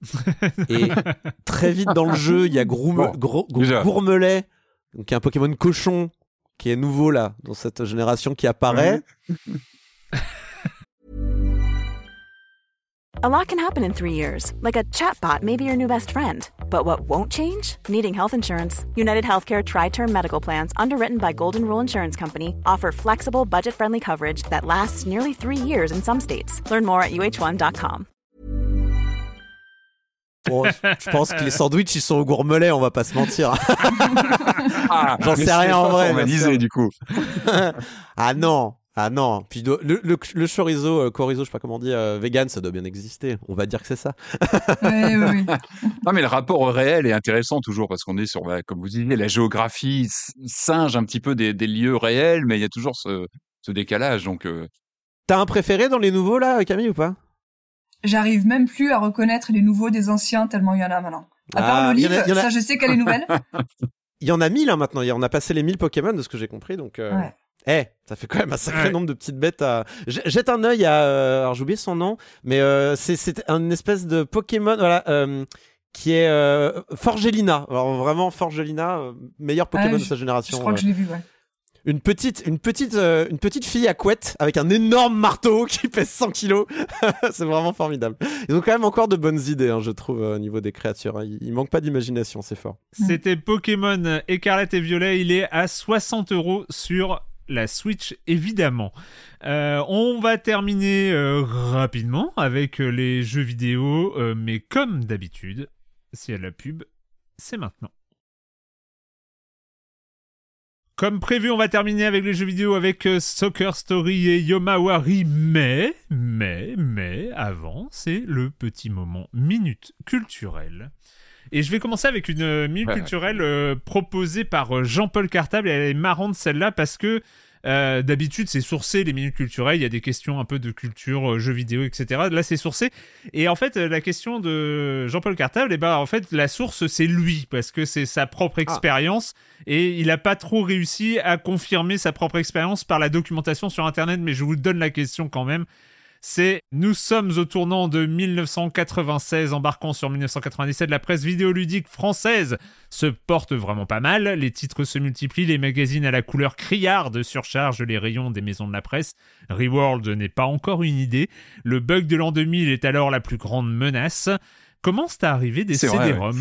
Et très vite dans le jeu, il y a Groum- bon, Gro- Gro- Gourmelet, qui est un Pokémon cochon, qui est nouveau là, dans cette génération qui apparaît. A lot can happen in three years, like a chatbot may be your new best friend. But what won't change? Needing health insurance. United Healthcare Tri-Term Medical Plans, underwritten by Golden Rule Insurance Company, offer flexible, budget-friendly coverage that lasts nearly three years in some states. Learn more at U H one dot com. Bon, je pense que les sandwichs, ils sont au Gourmelet, on va pas se mentir. Ah, j'en sais rien en vrai. On va diser, du coup. Ah non. Ah non, puis le, le, le chorizo, euh, chorizo, je sais pas comment on dit, euh, vegan, ça doit bien exister. On va dire que c'est ça. Oui, oui. Non, mais le rapport au réel est intéressant toujours parce qu'on est sur, bah, comme vous disiez, la géographie singe un petit peu des, des lieux réels, mais il y a toujours ce, ce décalage. Donc, euh... t'as un préféré dans les nouveaux là, Camille, ou pas ? J'arrive même plus à reconnaître les nouveaux des anciens tellement il y en a maintenant. À part ah, l'olive, a, a... ça je sais qu'elle est nouvelle. Il y en a mille hein, maintenant. On a passé les mille Pokémon de ce que j'ai compris, donc. Euh... Ouais. Eh, hey, ça fait quand même un sacré ouais. nombre de petites bêtes à... Jette un œil à... Euh, alors j'ai oublié son nom, mais euh, c'est, c'est une espèce de Pokémon voilà, euh, qui est euh, Forgelina. Alors vraiment, Forgelina, euh, meilleur Pokémon ah, de sa génération. Je crois euh. que je l'ai vu, ouais. Une petite, une, petite, euh, une petite fille à couette avec un énorme marteau qui pèse cent kilos. C'est vraiment formidable. Ils ont quand même encore de bonnes idées, hein, je trouve, au niveau des créatures. Hein. Il, il manque pas d'imagination, c'est fort. C'était Pokémon Écarlate et Violet. Il est à soixante euros sur la Switch, évidemment. Euh, on va terminer euh, rapidement avec les jeux vidéo, euh, mais comme d'habitude, s'il y a de la pub, c'est maintenant. Comme prévu, on va terminer avec les jeux vidéo avec euh, Soccer Story et Yomawari, mais, mais, mais, avant, c'est le petit moment minute culturelle. Et je vais commencer avec une euh, minute ouais, culturelle euh, proposée par euh, Jean-Paul Cartable. Et elle est marrante celle-là parce que euh, d'habitude c'est sourcé les minutes culturelles. Il y a des questions un peu de culture, euh, jeux vidéo, et cetera. Là c'est sourcé. Et en fait euh, la question de Jean-Paul Cartable, et ben en fait la source c'est lui parce que c'est sa propre expérience ah. et il a pas trop réussi à confirmer sa propre expérience par la documentation sur internet. Mais je vous donne la question quand même. C'est « Nous sommes au tournant de dix-neuf cent quatre-vingt-seize, embarquant sur dix-neuf cent quatre-vingt-dix-sept, la presse vidéoludique française se porte vraiment pas mal, les titres se multiplient, les magazines à la couleur criarde surchargent les rayons des maisons de la presse, Reworld n'est pas encore une idée, le bug de l'an deux mille est alors la plus grande menace. Commencent à arriver des C'est C D-ROM. Vrai, ouais.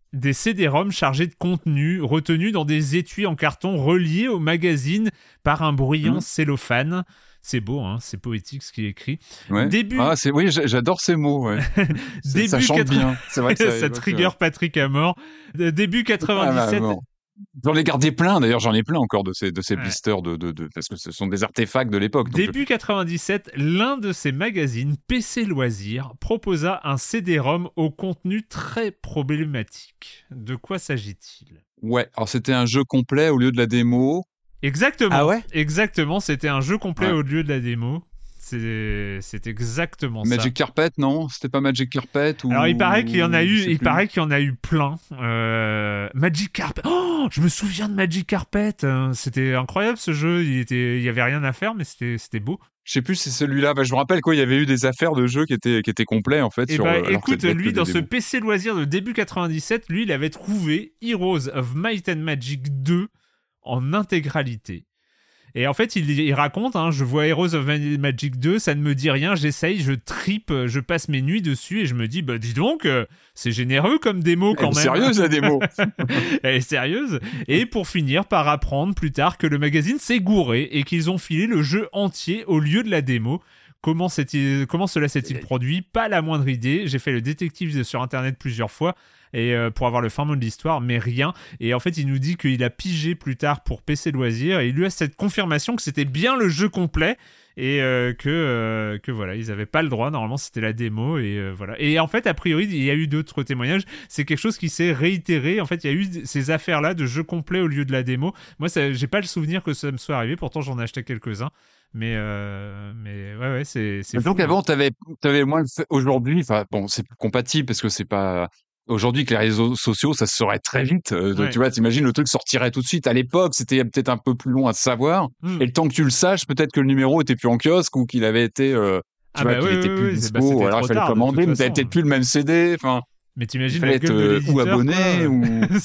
des C D-ROM chargés de contenu retenus dans des étuis en carton reliés au magazine par un bruyant mmh. cellophane. C'est beau, hein, c'est poétique ce qu'il écrit. Ouais. Début... Ah, c'est... Oui, j'adore ces mots. Ouais. Début ça chante quatre... bien. C'est vrai que ça, ça trigger ouais. Patrick à mort. Début quatre-vingt-dix-sept... Ah, bah, j'en ai gardé plein, d'ailleurs, j'en ai plein encore de ces, de ces ouais. blisters, de, de, de, parce que ce sont des artefacts de l'époque. Début je... quatre-vingt-dix-sept, l'un de ces magazines, P C Loisirs, proposa un C D-ROM au contenu très problématique. De quoi s'agit-il ? Ouais, alors c'était un jeu complet au lieu de la démo. Exactement. Ah ouais ? Exactement, c'était un jeu complet ouais. au lieu de la démo. C'est, c'est exactement Magic ça. Magic Carpet, non ? C'était pas Magic Carpet ou... Alors il paraît qu'il y en a eu, il plus. paraît qu'il y en a eu plein. Euh... Magic Carpet. Oh, je me souviens de Magic Carpet. C'était incroyable ce jeu. Il était, il y avait rien à faire, mais c'était, c'était beau. Je sais plus si c'est celui-là. Bah, je me rappelle quoi, il y avait eu des affaires de jeux qui étaient qui étaient complets en fait. Et sur, bah, euh, écoute, lui dans ce P C Loisirs de début quatre-vingt-dix-sept, lui il avait trouvé Heroes of Might and Magic deux en intégralité. Et en fait, il, il raconte, hein, je vois Heroes of Magic deux, ça ne me dit rien, j'essaye, je tripe, je passe mes nuits dessus et je me dis, bah dis donc, euh, c'est généreux comme démo quand Elle même. Elle est sérieuse la démo. Elle est sérieuse. Et pour finir par apprendre plus tard que le magazine s'est gouré et qu'ils ont filé le jeu entier au lieu de la démo. Comment, comment cela s'est-il produit ? Pas la moindre idée. J'ai fait le détective sur internet plusieurs fois et euh, pour avoir le fin mot de l'histoire, mais rien. Et en fait, il nous dit qu'il a pigé plus tard pour P C Loisirs et il lui a cette confirmation que c'était bien le jeu complet et euh, que, euh, que voilà, ils n'avaient pas le droit. Normalement, c'était la démo et euh, voilà. Et en fait, a priori, il y a eu d'autres témoignages. C'est quelque chose qui s'est réitéré. En fait, il y a eu ces affaires-là de jeu complet au lieu de la démo. Moi, ça, j'ai pas le souvenir que ça me soit arrivé. Pourtant, j'en ai acheté quelques-uns. Mais, euh, mais ouais, ouais, c'est, c'est donc fou, avant, hein. t'avais, t'avais moins le fait. Aujourd'hui, enfin, bon, c'est compatible parce que c'est pas. Aujourd'hui, que les réseaux sociaux, ça se saurait très vite. Euh, ouais. Tu vois, t'imagines, le truc sortirait tout de suite. À l'époque, c'était peut-être un peu plus long à savoir. Mm. Et le temps que tu le saches, peut-être que le numéro était plus en kiosque ou qu'il avait été, euh, tu ah vois, bah qu'il oui, était oui, plus oui, dispo. Bah, alors, il fallait tard, commander, mais t'avais peut-être plus le même C D. Enfin. Mais t'imagines la gueule de l'éditeur, ou abonné ou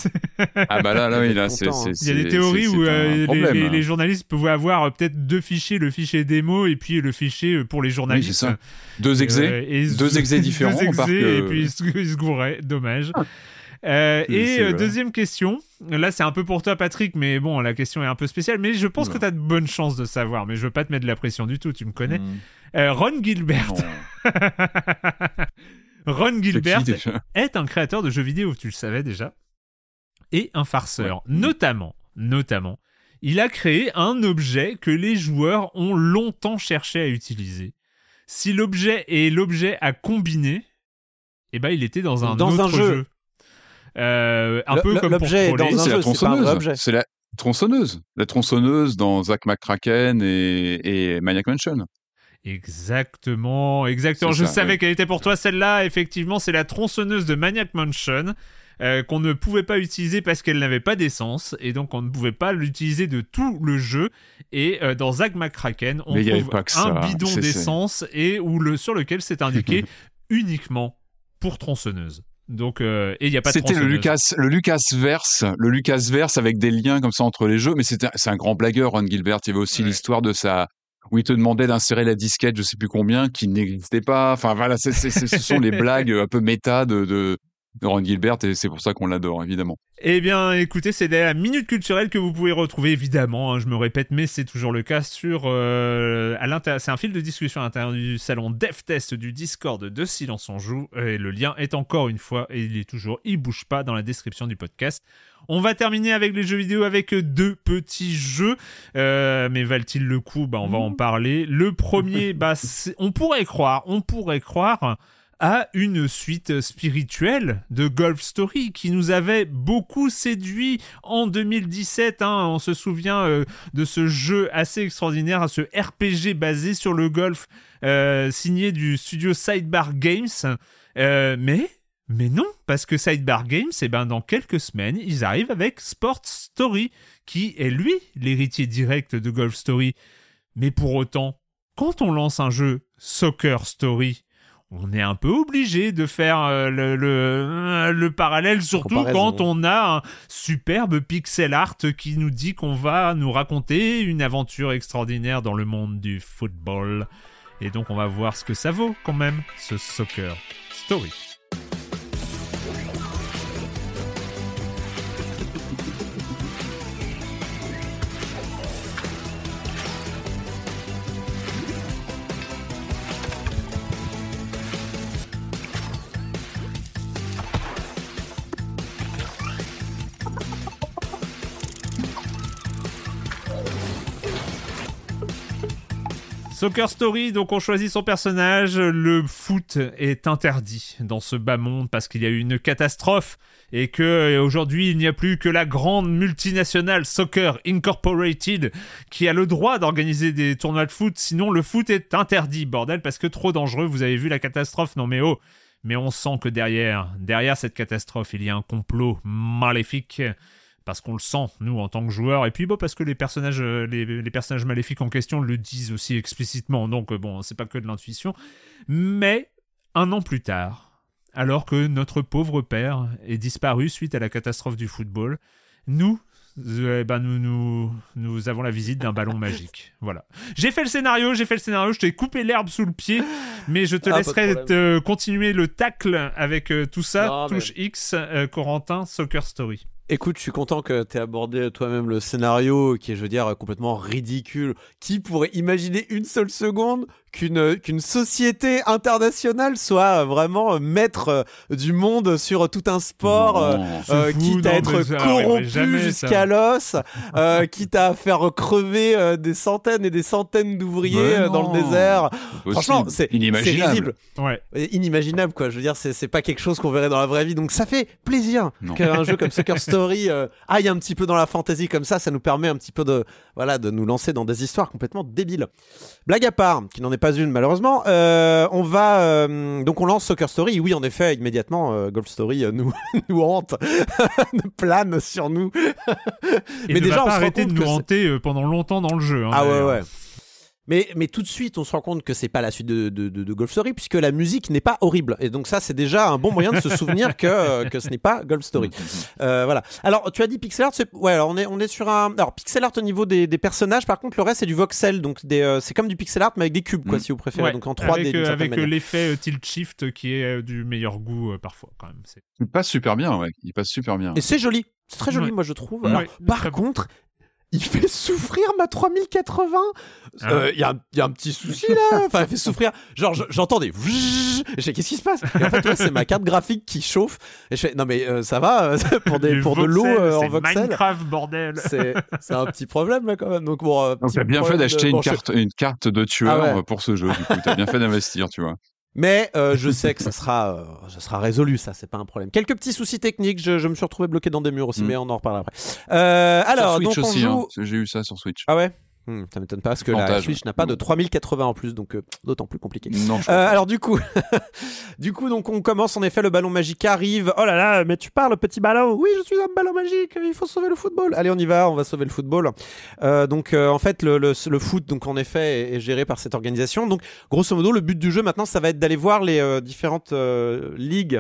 ah bah là là oui là c'est c'est il y a des théories où euh, les, les, les journalistes pouvaient avoir euh, peut-être deux fichiers, le fichier démo et puis le fichier pour les journalistes. Oui, c'est ça. Deux exés, euh, et deux exés différents. Deux exés que... et puis ils se, ils se gourraient, dommage. Euh, et euh, deuxième question, là c'est un peu pour toi Patrick, mais bon la question est un peu spéciale, mais je pense non. que t'as de bonnes chances de savoir, mais je veux pas te mettre de la pression du tout, tu me connais. Mm. Euh, Ron Gilbert. Ron Gilbert est un créateur de jeux vidéo, tu le savais déjà, et un farceur. Ouais. Notamment, notamment, il a créé un objet que les joueurs ont longtemps cherché à utiliser. Si l'objet est l'objet à combiner, eh ben il était dans un dans autre un jeu. jeu. Euh, un le, peu comme l'objet pour troller. Dans un c'est jeu, la tronçonneuse. C'est, c'est la tronçonneuse. La tronçonneuse dans Zack McCracken et, et Maniac Mansion. Exactement, exactement. C'est Je ça, savais ouais. qu'elle était pour toi celle-là. Effectivement, c'est la tronçonneuse de Maniac Mansion euh, qu'on ne pouvait pas utiliser parce qu'elle n'avait pas d'essence et donc on ne pouvait pas l'utiliser de tout le jeu. Et euh, dans Zack McCracken, on Mais trouve un bidon c'est, d'essence c'est... et où le sur lequel c'est indiqué uniquement pour tronçonneuse. Donc euh, et il y a pas de c'était le Lucas le Lucasverse le Lucasverse avec des liens comme ça entre les jeux, mais c'était c'est un grand blagueur Ron Gilbert. Il y avait aussi ouais. l'histoire de sa où il te demandait d'insérer la disquette, je sais plus combien, qui n'existait pas. Enfin voilà, c'est, c'est, c'est, ce sont les blagues un peu méta de, de, de Ron Gilbert et c'est pour ça qu'on l'adore évidemment. Eh bien, écoutez, c'est la minute culturelle que vous pouvez retrouver évidemment. Hein, je me répète, mais c'est toujours le cas sur euh, à l'intérieur. C'est un fil de discussion à l'intérieur du salon DevTest du Discord de Silence on Joue. Et le lien est encore une fois et il est toujours, il bouge pas dans la description du podcast. On va terminer avec les jeux vidéo avec deux petits jeux. Euh, mais valent-ils le coup ? Bah, on va en parler. Le premier, bah, c'est, on pourrait croire, on pourrait croire à une suite spirituelle de Golf Story qui nous avait beaucoup séduit en deux mille dix-sept. Hein. On se souvient euh, de ce jeu assez extraordinaire, ce R P G basé sur le golf, euh, signé du studio Sidebar Games. Euh, mais... Mais non, parce que Sidebar Games, eh ben, dans quelques semaines, ils arrivent avec Sport Story, qui est lui l'héritier direct de Golf Story. Mais pour autant, quand on lance un jeu Soccer Story, on est un peu obligé de faire euh, le, le, le parallèle, surtout quand on a un superbe pixel art qui nous dit qu'on va nous raconter une aventure extraordinaire dans le monde du football. Et donc on va voir ce que ça vaut quand même, ce Soccer Story. Soccer Story, donc on choisit son personnage. Le foot est interdit dans ce bas monde parce qu'il y a eu une catastrophe et que aujourd'hui il n'y a plus que la grande multinationale Soccer Incorporated qui a le droit d'organiser des tournois de foot. Sinon le foot est interdit, bordel, parce que trop dangereux. Vous avez vu la catastrophe? Non mais oh. Mais on sent que derrière, derrière cette catastrophe, il y a un complot maléfique. Parce qu'on le sent, nous, en tant que joueurs. Et puis, bon, parce que les personnages, les, les personnages maléfiques en question le disent aussi explicitement. Donc, bon, c'est pas que de l'intuition. Mais, un an plus tard, alors que notre pauvre père est disparu suite à la catastrophe du football, nous, eh ben, nous, nous, nous avons la visite d'un ballon magique. Voilà. J'ai fait le scénario, j'ai fait le scénario, je t'ai coupé l'herbe sous le pied, mais je te ah, laisserai te continuer le tacle avec euh, tout ça. Non, touche mais... X, euh, Corentin, Soccer Story. Écoute, je suis content que tu aies abordé toi-même le scénario qui est, je veux dire, complètement ridicule. Qui pourrait imaginer une seule seconde qu'une, qu'une société internationale soit vraiment maître du monde sur tout un sport, non, euh, fou, quitte non, à être ça, corrompu jamais, jusqu'à ça. l'os, euh, quitte à faire crever euh, des centaines et des centaines d'ouvriers euh, dans le désert. Franchement, c'est, inimaginable. c'est risible. Ouais. Inimaginable, quoi. Je veux dire, c'est, c'est pas quelque chose qu'on verrait dans la vraie vie. Donc ça fait plaisir non. qu'un jeu comme Soccer Story euh, aille un petit peu dans la fantasy comme ça. Ça nous permet un petit peu de, voilà, de nous lancer dans des histoires complètement débiles. Blague à part, qui n'en est pas une malheureusement, euh, on va euh, donc on lance Soccer Story. Oui, en effet, immédiatement euh, Golf Story euh, nous nous hante, plane sur nous. Et mais ne déjà va pas on arrêter de nous hanter c'est... pendant longtemps dans le jeu. Hein, ah ouais ouais. Mais, mais tout de suite, on se rend compte que c'est pas la suite de, de, de, de Golf Story, puisque la musique n'est pas horrible. Et donc ça, c'est déjà un bon moyen de se souvenir que, que ce n'est pas Golf Story. Euh, voilà. Alors, tu as dit pixel art, c'est... ouais, alors on est, on est sur un... Alors, pixel art au niveau des, des personnages, par contre, le reste, c'est du voxel. Donc, des, euh, c'est comme du pixel art, mais avec des cubes, quoi, mmh. si vous préférez. Ouais, donc en trois D. Avec, euh, avec euh, l'effet euh, tilt shift qui est euh, du meilleur goût, euh, parfois, quand même. C'est... Il passe super bien, ouais. Il passe super bien. Et c'est joli. C'est très joli, ouais. moi, je trouve. Alors, ouais, par contre... Il fait souffrir ma trois mille quatre-vingts. Il ah. euh, y, y a un petit souci là. Enfin, il fait souffrir. Genre, je, j'entends des. Je fais, qu'est-ce qui se passe? Et en fait, ouais, c'est ma carte graphique qui chauffe. Et je fais, non mais euh, ça va pour des, pour voxels, de l'eau euh, en voxel. Minecraft, bordel. C'est, c'est un petit problème là quand même. Donc bon. Euh, Donc t'as bien fait d'acheter de... une bon, carte, je... une carte de tueur ah ouais. pour ce jeu. Du coup, t'as bien fait d'investir, tu vois. Mais euh, je sais que ça sera, euh, ça sera résolu, ça, c'est pas un problème. Quelques petits soucis techniques, je, je me suis retrouvé bloqué dans des murs aussi, mmh. mais on en reparlera après. Euh, alors, sur Switch donc on aussi, joue... hein. J'ai eu ça sur Switch. Ah ouais Mmh, ça m'étonne pas parce que Fantage, la Switch n'a pas de trois mille quatre-vingts en plus, donc euh, d'autant plus compliqué. Non, euh, alors du coup, du coup, donc on commence en effet, le ballon magique arrive. Oh là là, mais tu parles, petit ballon. Oui, je suis un ballon magique. Il faut sauver le football. Allez, on y va, on va sauver le football. Euh, donc euh, en fait, le, le, le foot, donc en effet, est, est géré par cette organisation. Donc grosso modo, le but du jeu maintenant, ça va être d'aller voir les euh, différentes euh, ligues.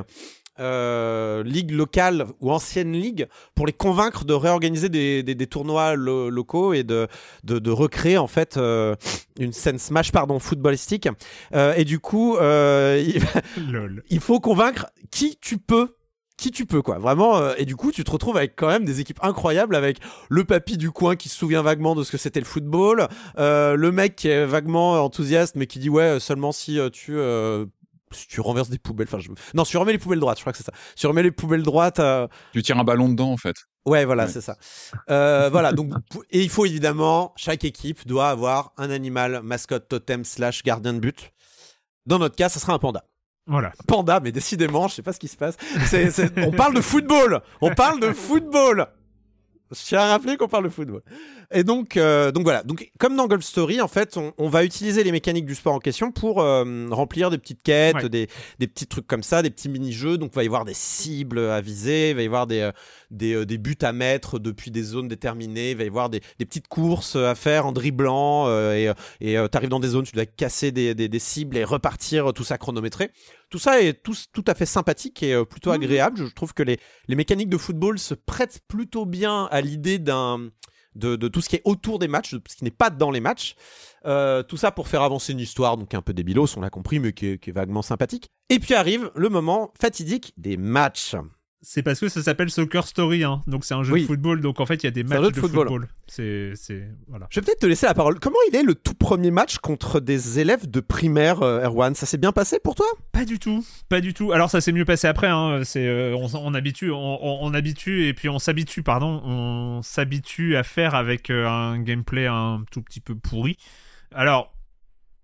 Euh, ligues locales ou anciennes ligues pour les convaincre de réorganiser des, des, des tournois lo- locaux et de, de, de recréer en fait euh, une scène smash pardon footballistique euh, et du coup euh, il, il faut convaincre qui tu peux qui tu peux quoi vraiment euh, et du coup tu te retrouves avec quand même des équipes incroyables avec le papy du coin qui se souvient vaguement de ce que c'était le football, euh, le mec qui est vaguement enthousiaste mais qui dit ouais seulement si euh, tu euh, si tu renverses des poubelles, enfin je... non, si tu remets les poubelles droites, je crois que c'est ça. Si tu remets les poubelles droites, euh... tu tires un ballon dedans en fait. Ouais, voilà, ouais. c'est ça. Euh, voilà, donc et il faut évidemment, chaque équipe doit avoir un animal mascotte totem slash gardien de but. Dans notre cas, ça sera un panda. Voilà. Panda, mais décidément, je sais pas ce qui se passe. C'est, c'est... On parle de football. On parle de football. Je tiens à rappeler qu'on parle de football. Et donc, euh, donc voilà. Donc, comme dans Golf Story, en fait, on, on va utiliser les mécaniques du sport en question pour euh, remplir des petites quêtes, ouais. des, des petits trucs comme ça, des petits mini-jeux. Donc, il va y avoir des cibles à viser, il va y avoir des, euh, des, euh, des buts à mettre depuis des zones déterminées, il va y avoir des, des petites courses à faire en dribblant. Euh, et et euh, tu arrives dans des zones, tu dois casser des, des, des cibles et repartir, tout ça chronométré. Tout ça est tout, tout à fait sympathique et euh, plutôt agréable. Je trouve que les, les mécaniques de football se prêtent plutôt bien à l'idée d'un, de, de tout ce qui est autour des matchs, de ce qui n'est pas dans les matchs. Euh, tout ça pour faire avancer une histoire, donc un peu débilos, on l'a compris, mais qui est, qui est vaguement sympathique. Et puis arrive le moment fatidique des matchs. C'est parce que ça s'appelle Soccer Story, hein. Donc c'est un jeu oui. de football, donc en fait il y a des matchs de, de football. football. C'est, c'est, voilà. Je vais peut-être te laisser la parole. Comment il est le tout premier match contre des élèves de primaire, euh, Erwan? Ça s'est bien passé pour toi? Pas du tout, pas du tout. Alors ça s'est mieux passé après, hein. C'est, euh, on, on habitue, on, on, on habitue et puis on s'habitue, pardon, on s'habitue à faire avec euh, un gameplay un tout petit peu pourri. Alors.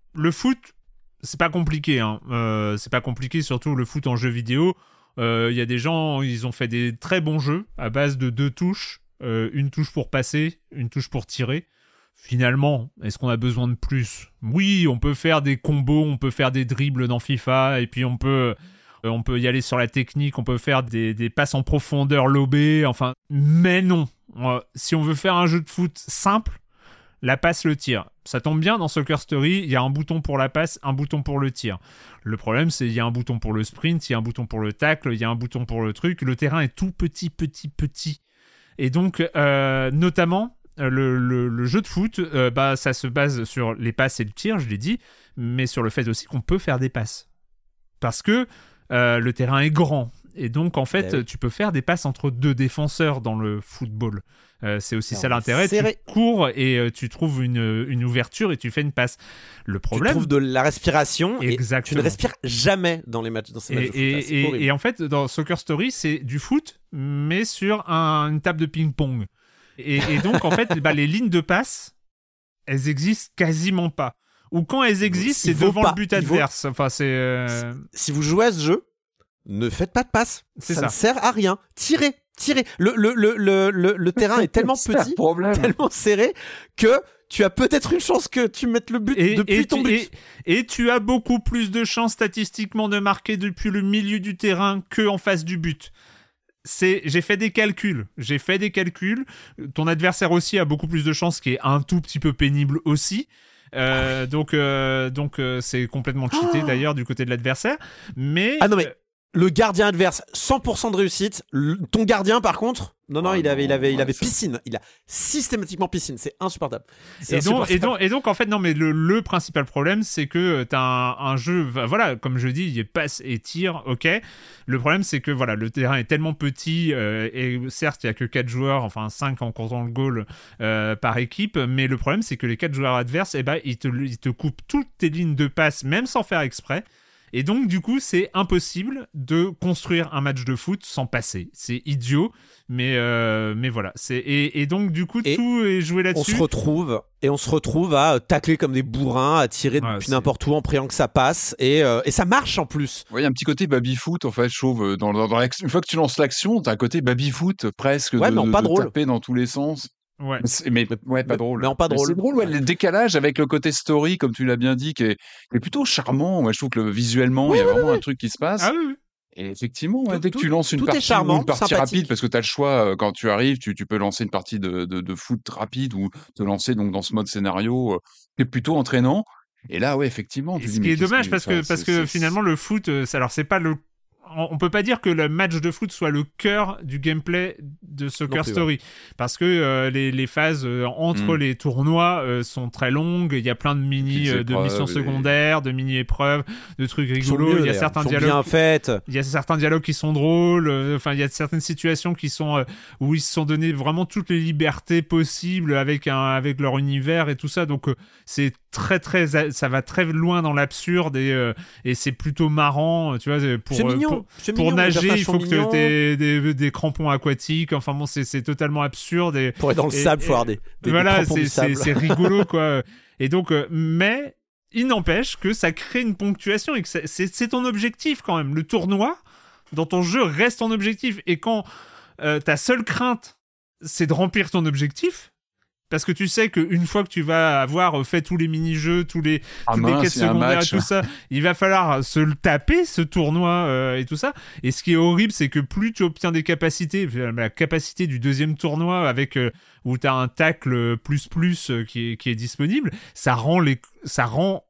le foot, c'est pas compliqué. Hein. Euh, c'est pas compliqué, surtout le foot en jeu vidéo. Il euh, y a des gens, ils ont fait des très bons jeux à base de deux touches. Euh, une touche pour passer, une touche pour tirer. Finalement, est-ce qu'on a besoin de plus ? Oui, on peut faire des combos, on peut faire des dribbles dans FIFA, et puis on peut, euh, on peut y aller sur la technique, on peut faire des, des passes en profondeur lobées, enfin... Mais non, euh, si on veut faire un jeu de foot simple, la passe, le tir. Ça tombe bien, dans Soccer Story, il y a un bouton pour la passe, un bouton pour le tir. Le problème, c'est qu'il y a un bouton pour le sprint, il y a un bouton pour le tacle, il y a un bouton pour le truc. Le terrain est tout petit, petit, petit. Et donc, euh, notamment, le, le, le jeu de foot, euh, bah, ça se base sur les passes et le tir, je l'ai dit, mais sur le fait aussi qu'on peut faire des passes. Parce que euh, le terrain est grand. Et donc, en fait, oui. tu peux faire des passes entre deux défenseurs dans le football. Euh, c'est aussi non, ça l'intérêt. Serré. Tu cours et euh, tu trouves une, une ouverture et tu fais une passe. Le problème... Tu trouves de la respiration. Exactement. Et tu ne respires jamais dans, les matchs, dans ces matchs et, de foot. Et, là, et, et en fait, dans Soccer Story, c'est du foot, mais sur un, une table de ping-pong. Et, et donc, en fait, bah, les lignes de passe, elles existent quasiment pas. Ou quand elles existent, c'est devant pas. le but adverse. Vaut... Enfin, c'est, euh... si, si vous jouez à ce jeu, ne faites pas de passe. C'est ça, ça ne sert à rien. Tirez, tirez. Le, le, le, le, le, le terrain est tellement petit, tellement serré, que tu as peut-être une chance que tu mettes le but et, depuis et ton tu, but. Et, et tu as beaucoup plus de chances statistiquement de marquer depuis le milieu du terrain qu'en face du but. C'est, j'ai fait des calculs, j'ai fait des calculs. Ton adversaire aussi a beaucoup plus de chances, ce qui est un tout petit peu pénible aussi. Euh, donc, euh, donc euh, c'est complètement cheaté oh d'ailleurs du côté de l'adversaire. Mais ah non mais le gardien adverse, cent pour cent de réussite. Le, ton gardien, par contre, non, non, oh il avait, non, il avait, il avait piscine. Il a systématiquement piscine. C'est insupportable. C'est et, insupportable. Donc, et, donc, et donc, en fait, non, mais le, le principal problème, c'est que t'as un, un jeu, voilà, comme je dis, il y a passe et tir, ok. Le problème, c'est que voilà, le terrain est tellement petit, euh, et certes, il n'y a que quatre joueurs, enfin cinq en comptant le goal euh, par équipe, mais le problème, c'est que les quatre joueurs adverses, eh ben, ils te, ils te coupent toutes tes lignes de passe, même sans faire exprès. Et donc, du coup, c'est impossible de construire un match de foot sans passer. C'est idiot, mais, euh, mais voilà. C'est, et, et donc, du coup, et tout est joué là-dessus. On se retrouve, et on se retrouve à tacler comme des bourrins, à tirer ouais, depuis c'est... n'importe où en priant que ça passe. Et, euh, et ça marche en plus. Oui, il y a un petit côté baby-foot, en fait, je trouve. Dans, dans, dans une fois que tu lances l'action, t'as un côté baby-foot presque ouais, de, mais pas de drôle. taper dans tous les sens. Ouais. Mais, mais ouais, pas drôle. Mais en pas drôle. Mais c'est drôle, ouais, le décalage avec le côté story, comme tu l'as bien dit, qui est, qui est plutôt charmant. Moi, je trouve que le, visuellement, il oui, y a oui, vraiment oui. un truc qui se passe. Ah oui. Et effectivement, ouais, tout, dès que tout, tu lances une partie, charmant, ou une partie rapide, parce que tu as le choix, quand tu arrives, tu, tu peux lancer une partie de, de, de foot rapide ou te lancer donc dans ce mode scénario, euh, qui est plutôt entraînant. Et là, ouais, effectivement. Tu ce dis, qui est dommage, que, parce ça, que, parce que finalement, le foot, alors c'est pas le. On peut pas dire que le match de foot soit le cœur du gameplay de Soccer plus, Story, ouais. parce que euh, les, les phases euh, entre mm. les tournois euh, sont très longues. Il y a plein de mini, euh, de missions et... secondaires, de mini épreuves, de trucs rigolos. Mieux, il y a certains dialogues, bien faites. Il y a certains dialogues qui sont drôles. Enfin, euh, il y a certaines situations qui sont euh, où ils se sont donné vraiment toutes les libertés possibles avec un avec leur univers et tout ça. Donc euh, c'est très très ça va très loin dans l'absurde et euh, et c'est plutôt marrant, tu vois. Pour c'est mignon. Pour, C'est pour mignon, nager, il faut que tu aies des, des, des crampons aquatiques. Enfin bon, c'est, c'est totalement absurde. Et, pour être dans le et, sable, il faut avoir des, des, voilà, des crampons c'est, du sable. C'est, c'est rigolo, quoi. Et donc, euh, mais il n'empêche que ça crée une ponctuation et que c'est, c'est, c'est ton objectif quand même. Le tournoi, dans ton jeu, reste ton objectif. Et quand euh, ta seule crainte, c'est de remplir ton objectif, parce que tu sais qu'une fois que tu vas avoir fait tous les mini-jeux, tous les, ah toutes mince, les quêtes secondaires et tout ça, il va falloir se le taper, ce tournoi euh, et tout ça. Et ce qui est horrible, c'est que plus tu obtiens des capacités, la capacité du deuxième tournoi avec euh, où tu as un tacle plus plus euh, qui, est, qui est disponible, ça rend les, ça rend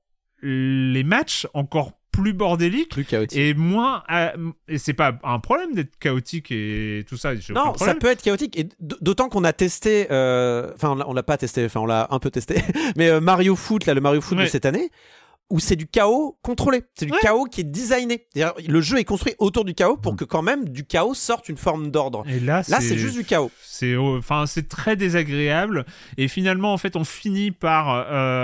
les matchs encore plus bordélique plus chaotique. Et moins à... et c'est pas un problème d'être chaotique et tout ça. Non, ça peut être chaotique et d'autant qu'on a testé euh... enfin on l'a, on l'a pas testé, enfin on l'a un peu testé mais euh, Mario Foot là, le Mario Foot ouais. de cette année où c'est du chaos contrôlé, c'est du ouais. chaos qui est designé. C'est-à-dire, le jeu est construit autour du chaos pour que quand même du chaos sorte une forme d'ordre. Et là, là c'est, c'est juste du chaos. C'est, enfin, c'est très désagréable et finalement en fait on finit par euh,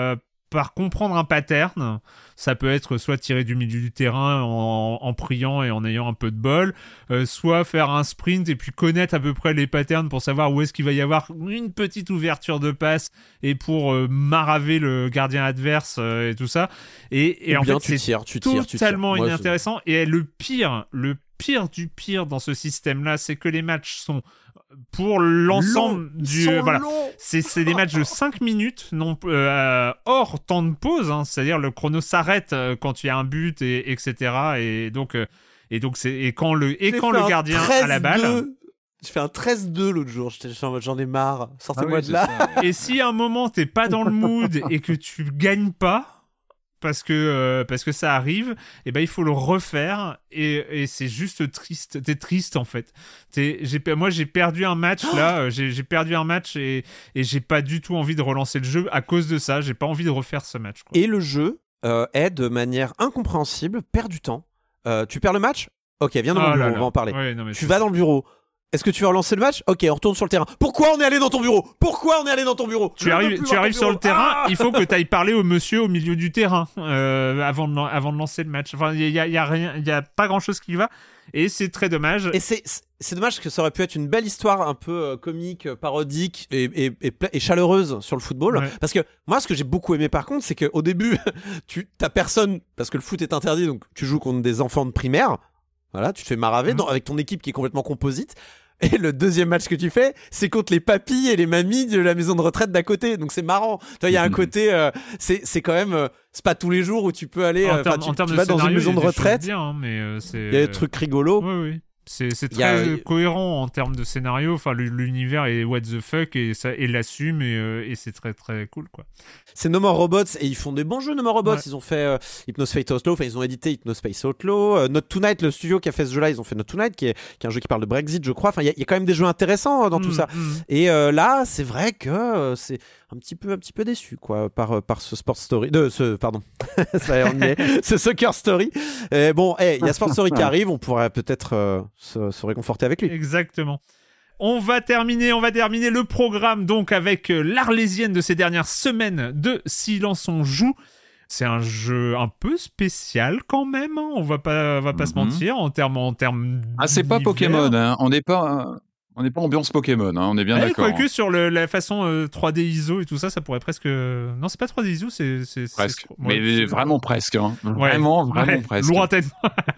par comprendre un pattern. Ça peut être soit tirer du milieu du terrain en, en priant et en ayant un peu de bol, euh, soit faire un sprint et puis connaître à peu près les patterns pour savoir où est-ce qu'il va y avoir une petite ouverture de passe et pour euh, maraver le gardien adverse euh, et tout ça. Et, et en bien, fait, tu c'est tires, tu tires, totalement tu tires. inintéressant. Ouais, et le pire, le pire du pire dans ce système-là, c'est que les matchs sont pour l'ensemble long. du euh, voilà, c'est c'est des matchs de cinq minutes non euh, hors temps de pause, hein, c'est-à-dire le chrono s'arrête euh, quand il y a un but et etc. Et donc euh, et donc c'est et quand le et J'ai quand fait le gardien a la balle. J'ai fait un treize deux l'autre jour, j'étais en mode j'en ai marre, sortez-moi Ah oui, de là. ça, ouais. Et si à un moment t'es pas dans le mood et que tu gagnes pas parce que euh, parce que ça arrive, et ben il faut le refaire et, et c'est juste triste. T'es triste en fait. T'es, j'ai, moi j'ai perdu un match là, euh, j'ai, j'ai perdu un match et, et j'ai pas du tout envie de relancer le jeu à cause de ça. J'ai pas envie de refaire ce match, quoi. Et le jeu euh, est de manière incompréhensible, perd du temps. Euh, tu perds le match ? Ok, viens dans Ah mon bureau, là on là. va en parler. Ouais, non, mais Tu c'est- vas dans le bureau. Est-ce que tu vas relancer le match ? Ok, on retourne sur le terrain. Pourquoi on est allé dans ton bureau ? Pourquoi on est allé dans ton bureau ? Tu Je ne veux arrives, plus tu voir ton arrives sur le bureau. terrain, Ah il faut que tu ailles parler au monsieur au milieu du terrain euh, avant, de, avant de lancer le match. Enfin, il y a, y a rien, il y a pas grand chose qui va et c'est très dommage. Et c'est, c'est- c'est dommage que ça aurait pu être une belle histoire un peu euh, comique, euh, parodique et, et, et, pla- et chaleureuse sur le football. Ouais. Parce que moi, ce que j'ai beaucoup aimé par contre, c'est qu'au début, tu t'as personne, parce que le foot est interdit, donc tu joues contre des enfants de primaire. Voilà, tu te fais maraver Mhm. dans- avec ton équipe qui est complètement composite. Et le deuxième match que tu fais, c'est contre les papis et les mamies de la maison de retraite d'à côté. Donc c'est marrant. Tu vois, il y a un côté, euh, c'est c'est quand même, euh, c'est pas tous les jours où tu peux aller. En euh, termes- enfin, tu, en termes tu de vas dans une scénario, maison il y de a des choses retraite. bien, hein, mais euh, c'est. Il y a des trucs rigolos. Oui, oui. C'est, c'est Il y a- très cohérent en termes de scénario. Enfin, le- l'univers est what the fuck et ça, et l'assume et, euh, et c'est très très cool, quoi. C'est No More Robots et ils font des bons jeux No More Robots. Ouais. Ils ont fait euh, Hypnospace Outlaw, enfin ils ont édité Hypnospace Outlaw. Euh, Not Tonight, le studio qui a fait ce jeu-là, ils ont fait Not Tonight, qui est, qui est un jeu qui parle de Brexit, je crois. Enfin, il y, a- il y a quand même des jeux intéressants euh, dans tout Mm, ça. mm. Et euh, là, c'est vrai que euh, c'est un petit peu, un petit peu déçu, quoi, par euh, par ce Sport Story, de ce, pardon, ça y est, on y est. Ce Soccer Story. Et bon, hey, il y a Sport Story qui arrive, on pourrait peut-être euh, se, se réconforter avec lui. Exactement. On va terminer, on va terminer le programme donc avec euh, l'Arlésienne de ces dernières semaines de Silence on joue. C'est un jeu un peu spécial quand même, hein, on va pas, on va pas Mhm. se mentir en termes en termes. Ah, c'est pas d'univers. Pokémon, hein. On n'est pas, euh, on n'est pas ambiance Pokémon, hein. On est bien Ouais, d'accord. quoique sur le, la façon euh, trois D I S O et tout ça, ça pourrait presque. Non, c'est pas trois D I S O, c'est. c'est c'est- Presque. ouais, Mais c'est- vraiment presque. Hein. Ouais. Vraiment, vraiment Ouais, presque. lointainement.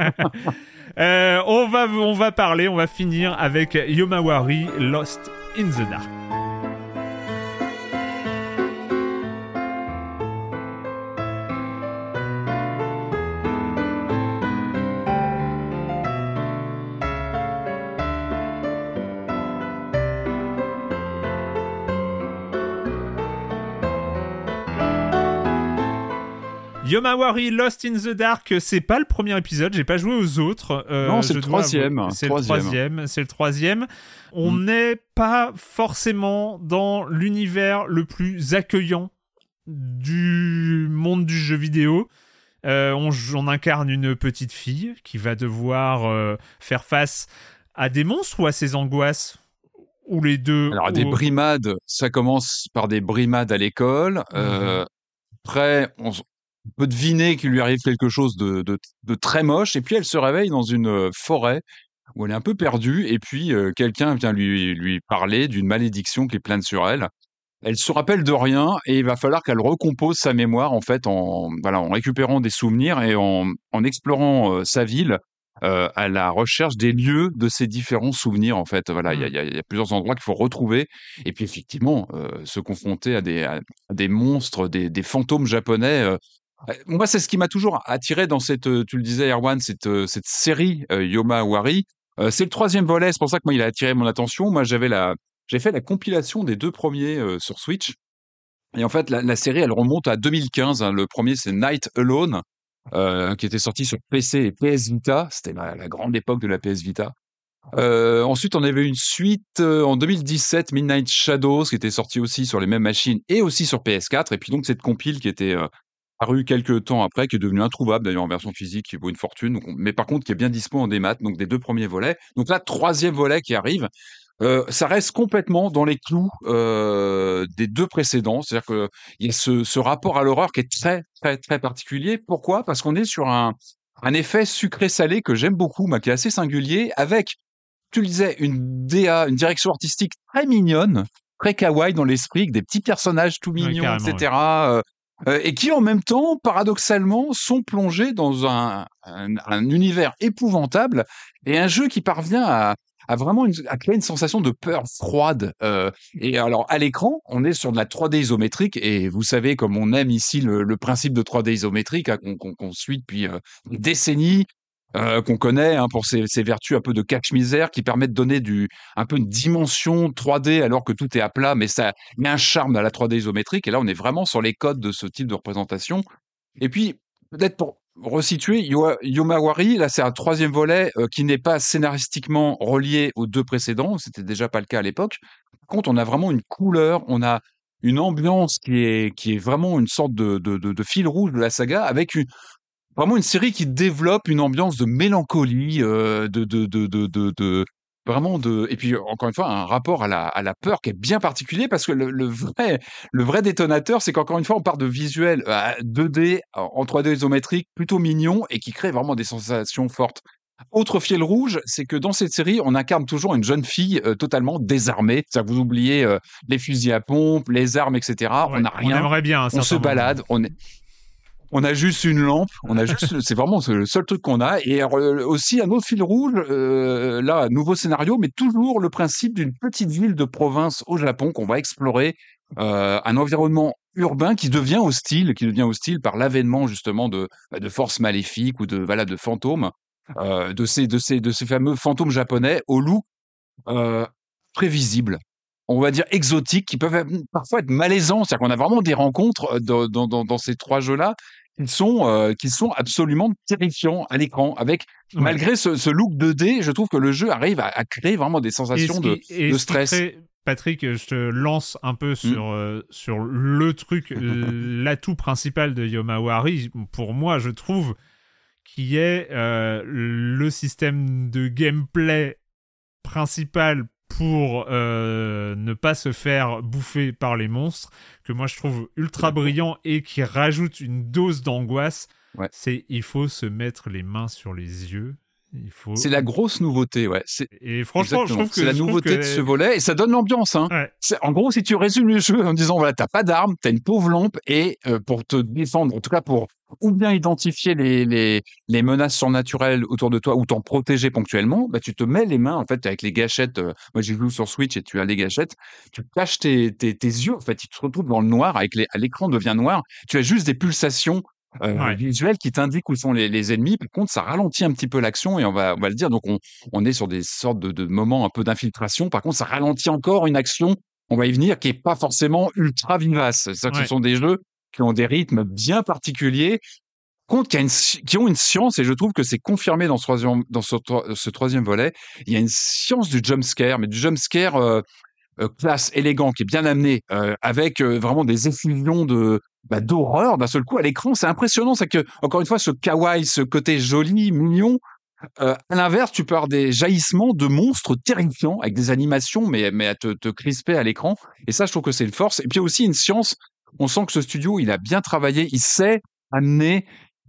Euh, on va, on va parler, on va finir avec Yomawari Lost in the Dark. Yomawari Lost in the Dark, c'est pas le premier épisode, j'ai pas joué aux autres. euh, Non, c'est je le dois troisième, avouer. C'est troisième. le troisième. C'est le troisième. On Mm. n'est pas forcément dans l'univers le plus accueillant du monde du jeu vidéo. Euh, on, on incarne une petite fille qui va devoir euh, faire face à des monstres ou à ses angoisses, ou les deux. Alors, des ou- brimades, ça commence par des brimades à l'école. Mhm. Euh, après, on s- on peut deviner qu'il lui arrive quelque chose de, de, de très moche. Et puis, elle se réveille dans une euh, forêt où elle est un peu perdue. Et puis, euh, quelqu'un vient lui, lui parler d'une malédiction qui plane sur elle. Elle se rappelle de rien et il va falloir qu'elle recompose sa mémoire en fait en voilà en récupérant des souvenirs et en, en explorant euh, sa ville euh, à la recherche des lieux de ces différents souvenirs en fait. Voilà, il y, a, il y a- il y a plusieurs endroits qu'il faut retrouver et puis effectivement euh, se confronter à des, à, à des monstres, des, des fantômes japonais. euh. Euh, Moi, c'est ce qui m'a toujours attiré dans cette, euh, tu le disais Erwan, cette, euh, cette série euh, Yomawari. Euh, c'est le troisième volet, c'est pour ça que moi il a attiré mon attention. Moi, j'avais la j'ai fait la compilation des deux premiers euh, sur Switch. Et en fait, la, la série, elle remonte à deux mille quinze. Hein. Le premier, c'est Night Alone, euh, qui était sorti sur P C et P S Vita. C'était la, la grande époque de la P S Vita. Euh, ensuite, on avait une suite euh, en deux mille dix-sept, Midnight Shadows, qui était sorti aussi sur les mêmes machines et aussi sur P S quatre. Et puis donc, cette compile qui était euh, paru quelques temps après, qui est devenue introuvable d'ailleurs en version physique, qui vaut une fortune, donc on- mais par contre qui est bien dispo en démat, donc des deux premiers volets. Donc là, troisième volet qui arrive. Euh, ça reste complètement dans les clous euh, des deux précédents. C'est-à-dire que il y a ce, ce rapport à l'horreur qui est très, très, très particulier. Pourquoi ? Parce qu'on est sur un, un effet sucré-salé que j'aime beaucoup, mais qui est assez singulier, avec, tu le disais, une D A, une direction artistique très mignonne, très kawaii dans l'esprit, avec des petits personnages tout mignons, Ouais, et carrément, cetera. Euh, euh, et qui, en même temps, paradoxalement, sont plongés dans un, un, un univers épouvantable et un jeu qui parvient à à vraiment une, à créer une sensation de peur froide. Euh, et alors, à l'écran, on est sur de la trois D isométrique, et vous savez, comme on aime ici le, le principe de trois D isométrique, hein, qu'on, qu'on, qu'on suit depuis euh, des décennies, euh, qu'on connaît hein, pour ses, ses vertus un peu de cache-misère, qui permettent de donner du, un peu une dimension trois D alors que tout est à plat, mais ça il y a un charme à la trois D isométrique, et là, on est vraiment sur les codes de ce type de représentation. Et puis, peut-être pour resituer, Yo- Yomawari, là, c'est un troisième volet euh, qui n'est pas scénaristiquement relié aux deux précédents. C'était déjà pas le cas à l'époque. Par contre, on a vraiment une couleur, on a une ambiance qui est, qui est vraiment une sorte de, de, de, de fil rouge de la saga, avec une, vraiment une série qui développe une ambiance de mélancolie, euh, de, de, de, de, de, de- vraiment de, et puis encore une fois un rapport à la, à la peur qui est bien particulier, parce que le, le vrai, le vrai détonateur, c'est qu'encore une fois on part de visuels euh, deux D en trois D isométrique plutôt mignon et qui crée vraiment des sensations fortes. Autre fil rouge, c'est que dans cette série, on incarne toujours une jeune fille euh, totalement désarmée. C'est-à-dire que vous oubliez euh, les fusils à pompe, les armes, et cetera. Ouais, on n'a on rien. aimerait bien un On certain se moment. balade. On est, on a juste une lampe, on a juste, c'est vraiment le seul truc qu'on a. Et euh, aussi un autre fil rouge, euh, là, nouveau scénario, mais toujours le principe d'une petite ville de province au Japon qu'on va explorer, euh, un environnement urbain qui devient hostile, qui devient hostile par l'avènement justement de, bah, de forces maléfiques ou de, voilà, de fantômes, euh, de ces, de ces, de ces fameux fantômes japonais au look euh, prévisible, on va dire exotiques, qui peuvent être- parfois être malaisants. C'est-à-dire qu'on a vraiment des rencontres euh, dans, dans, dans, dans ces trois jeux-là qui sont, euh, qui sont absolument terrifiants à l'écran. Avec, Ouais. malgré ce, ce look deux D, je trouve que le jeu arrive à, à créer vraiment des Et sensations ce de, qui- et de ce qui stress. crée- Patrick, je te lance un peu sur, euh, sur le truc, l'atout principal de Yomawari, pour moi, je trouve, qui est euh, le système de gameplay principal pour euh, ne pas se faire bouffer par les monstres, que moi je trouve ultra brillant et qui rajoute une dose d'angoisse. Ouais. C'est il faut se mettre les mains sur les yeux. Il faut... C'est la grosse nouveauté, ouais. C'est, Et franchement, je exactement. trouve que c'est la je trouve nouveauté que- de ce volet, et ça donne l'ambiance. Hein. Ouais. C'est, en gros, si tu résumes le jeu en disant voilà, t'as pas d'armes, t'as une pauvre lampe, et euh, pour te défendre, en tout cas pour ou bien identifier les, les, les menaces surnaturelles autour de toi ou t'en protéger ponctuellement, bah, tu te mets les mains en fait avec les gâchettes. Euh, moi, j'ai joué sur Switch et tu as les gâchettes. Tu caches tes, tes, tes yeux, en fait, tu te retrouves dans le noir, avec les, l'écran devient noir. Tu as juste des pulsations euh, Ouais. visuelles qui t'indiquent où sont les, les ennemis. Par contre, ça ralentit un petit peu l'action, et on va, on va le dire. Donc, on, on est sur des sortes de, de moments un peu d'infiltration. Par contre, ça ralentit encore une action, on va y venir, qui est pas forcément ultra vivace. C'est-à-dire que Ouais. ce sont des jeux qui ont des rythmes bien particuliers, compte qui, a une, qui ont une science, et je trouve que c'est confirmé dans ce troisième, dans ce, ce troisième volet. Il y a une science du jumpscare, mais du jumpscare euh, euh, classe, élégant, qui est bien amené, euh, avec euh, vraiment des effusions de bah, d'horreur d'un seul coup à l'écran. C'est impressionnant, c'est que encore une fois, ce kawaii, ce côté joli, mignon. Euh, à l'inverse, tu peux avoir des jaillissements de monstres terrifiants avec des animations, mais mais à te, te crisper à l'écran. Et ça, je trouve que c'est une force. Et puis aussi une science. On sent que ce studio, il a bien travaillé, il sait amener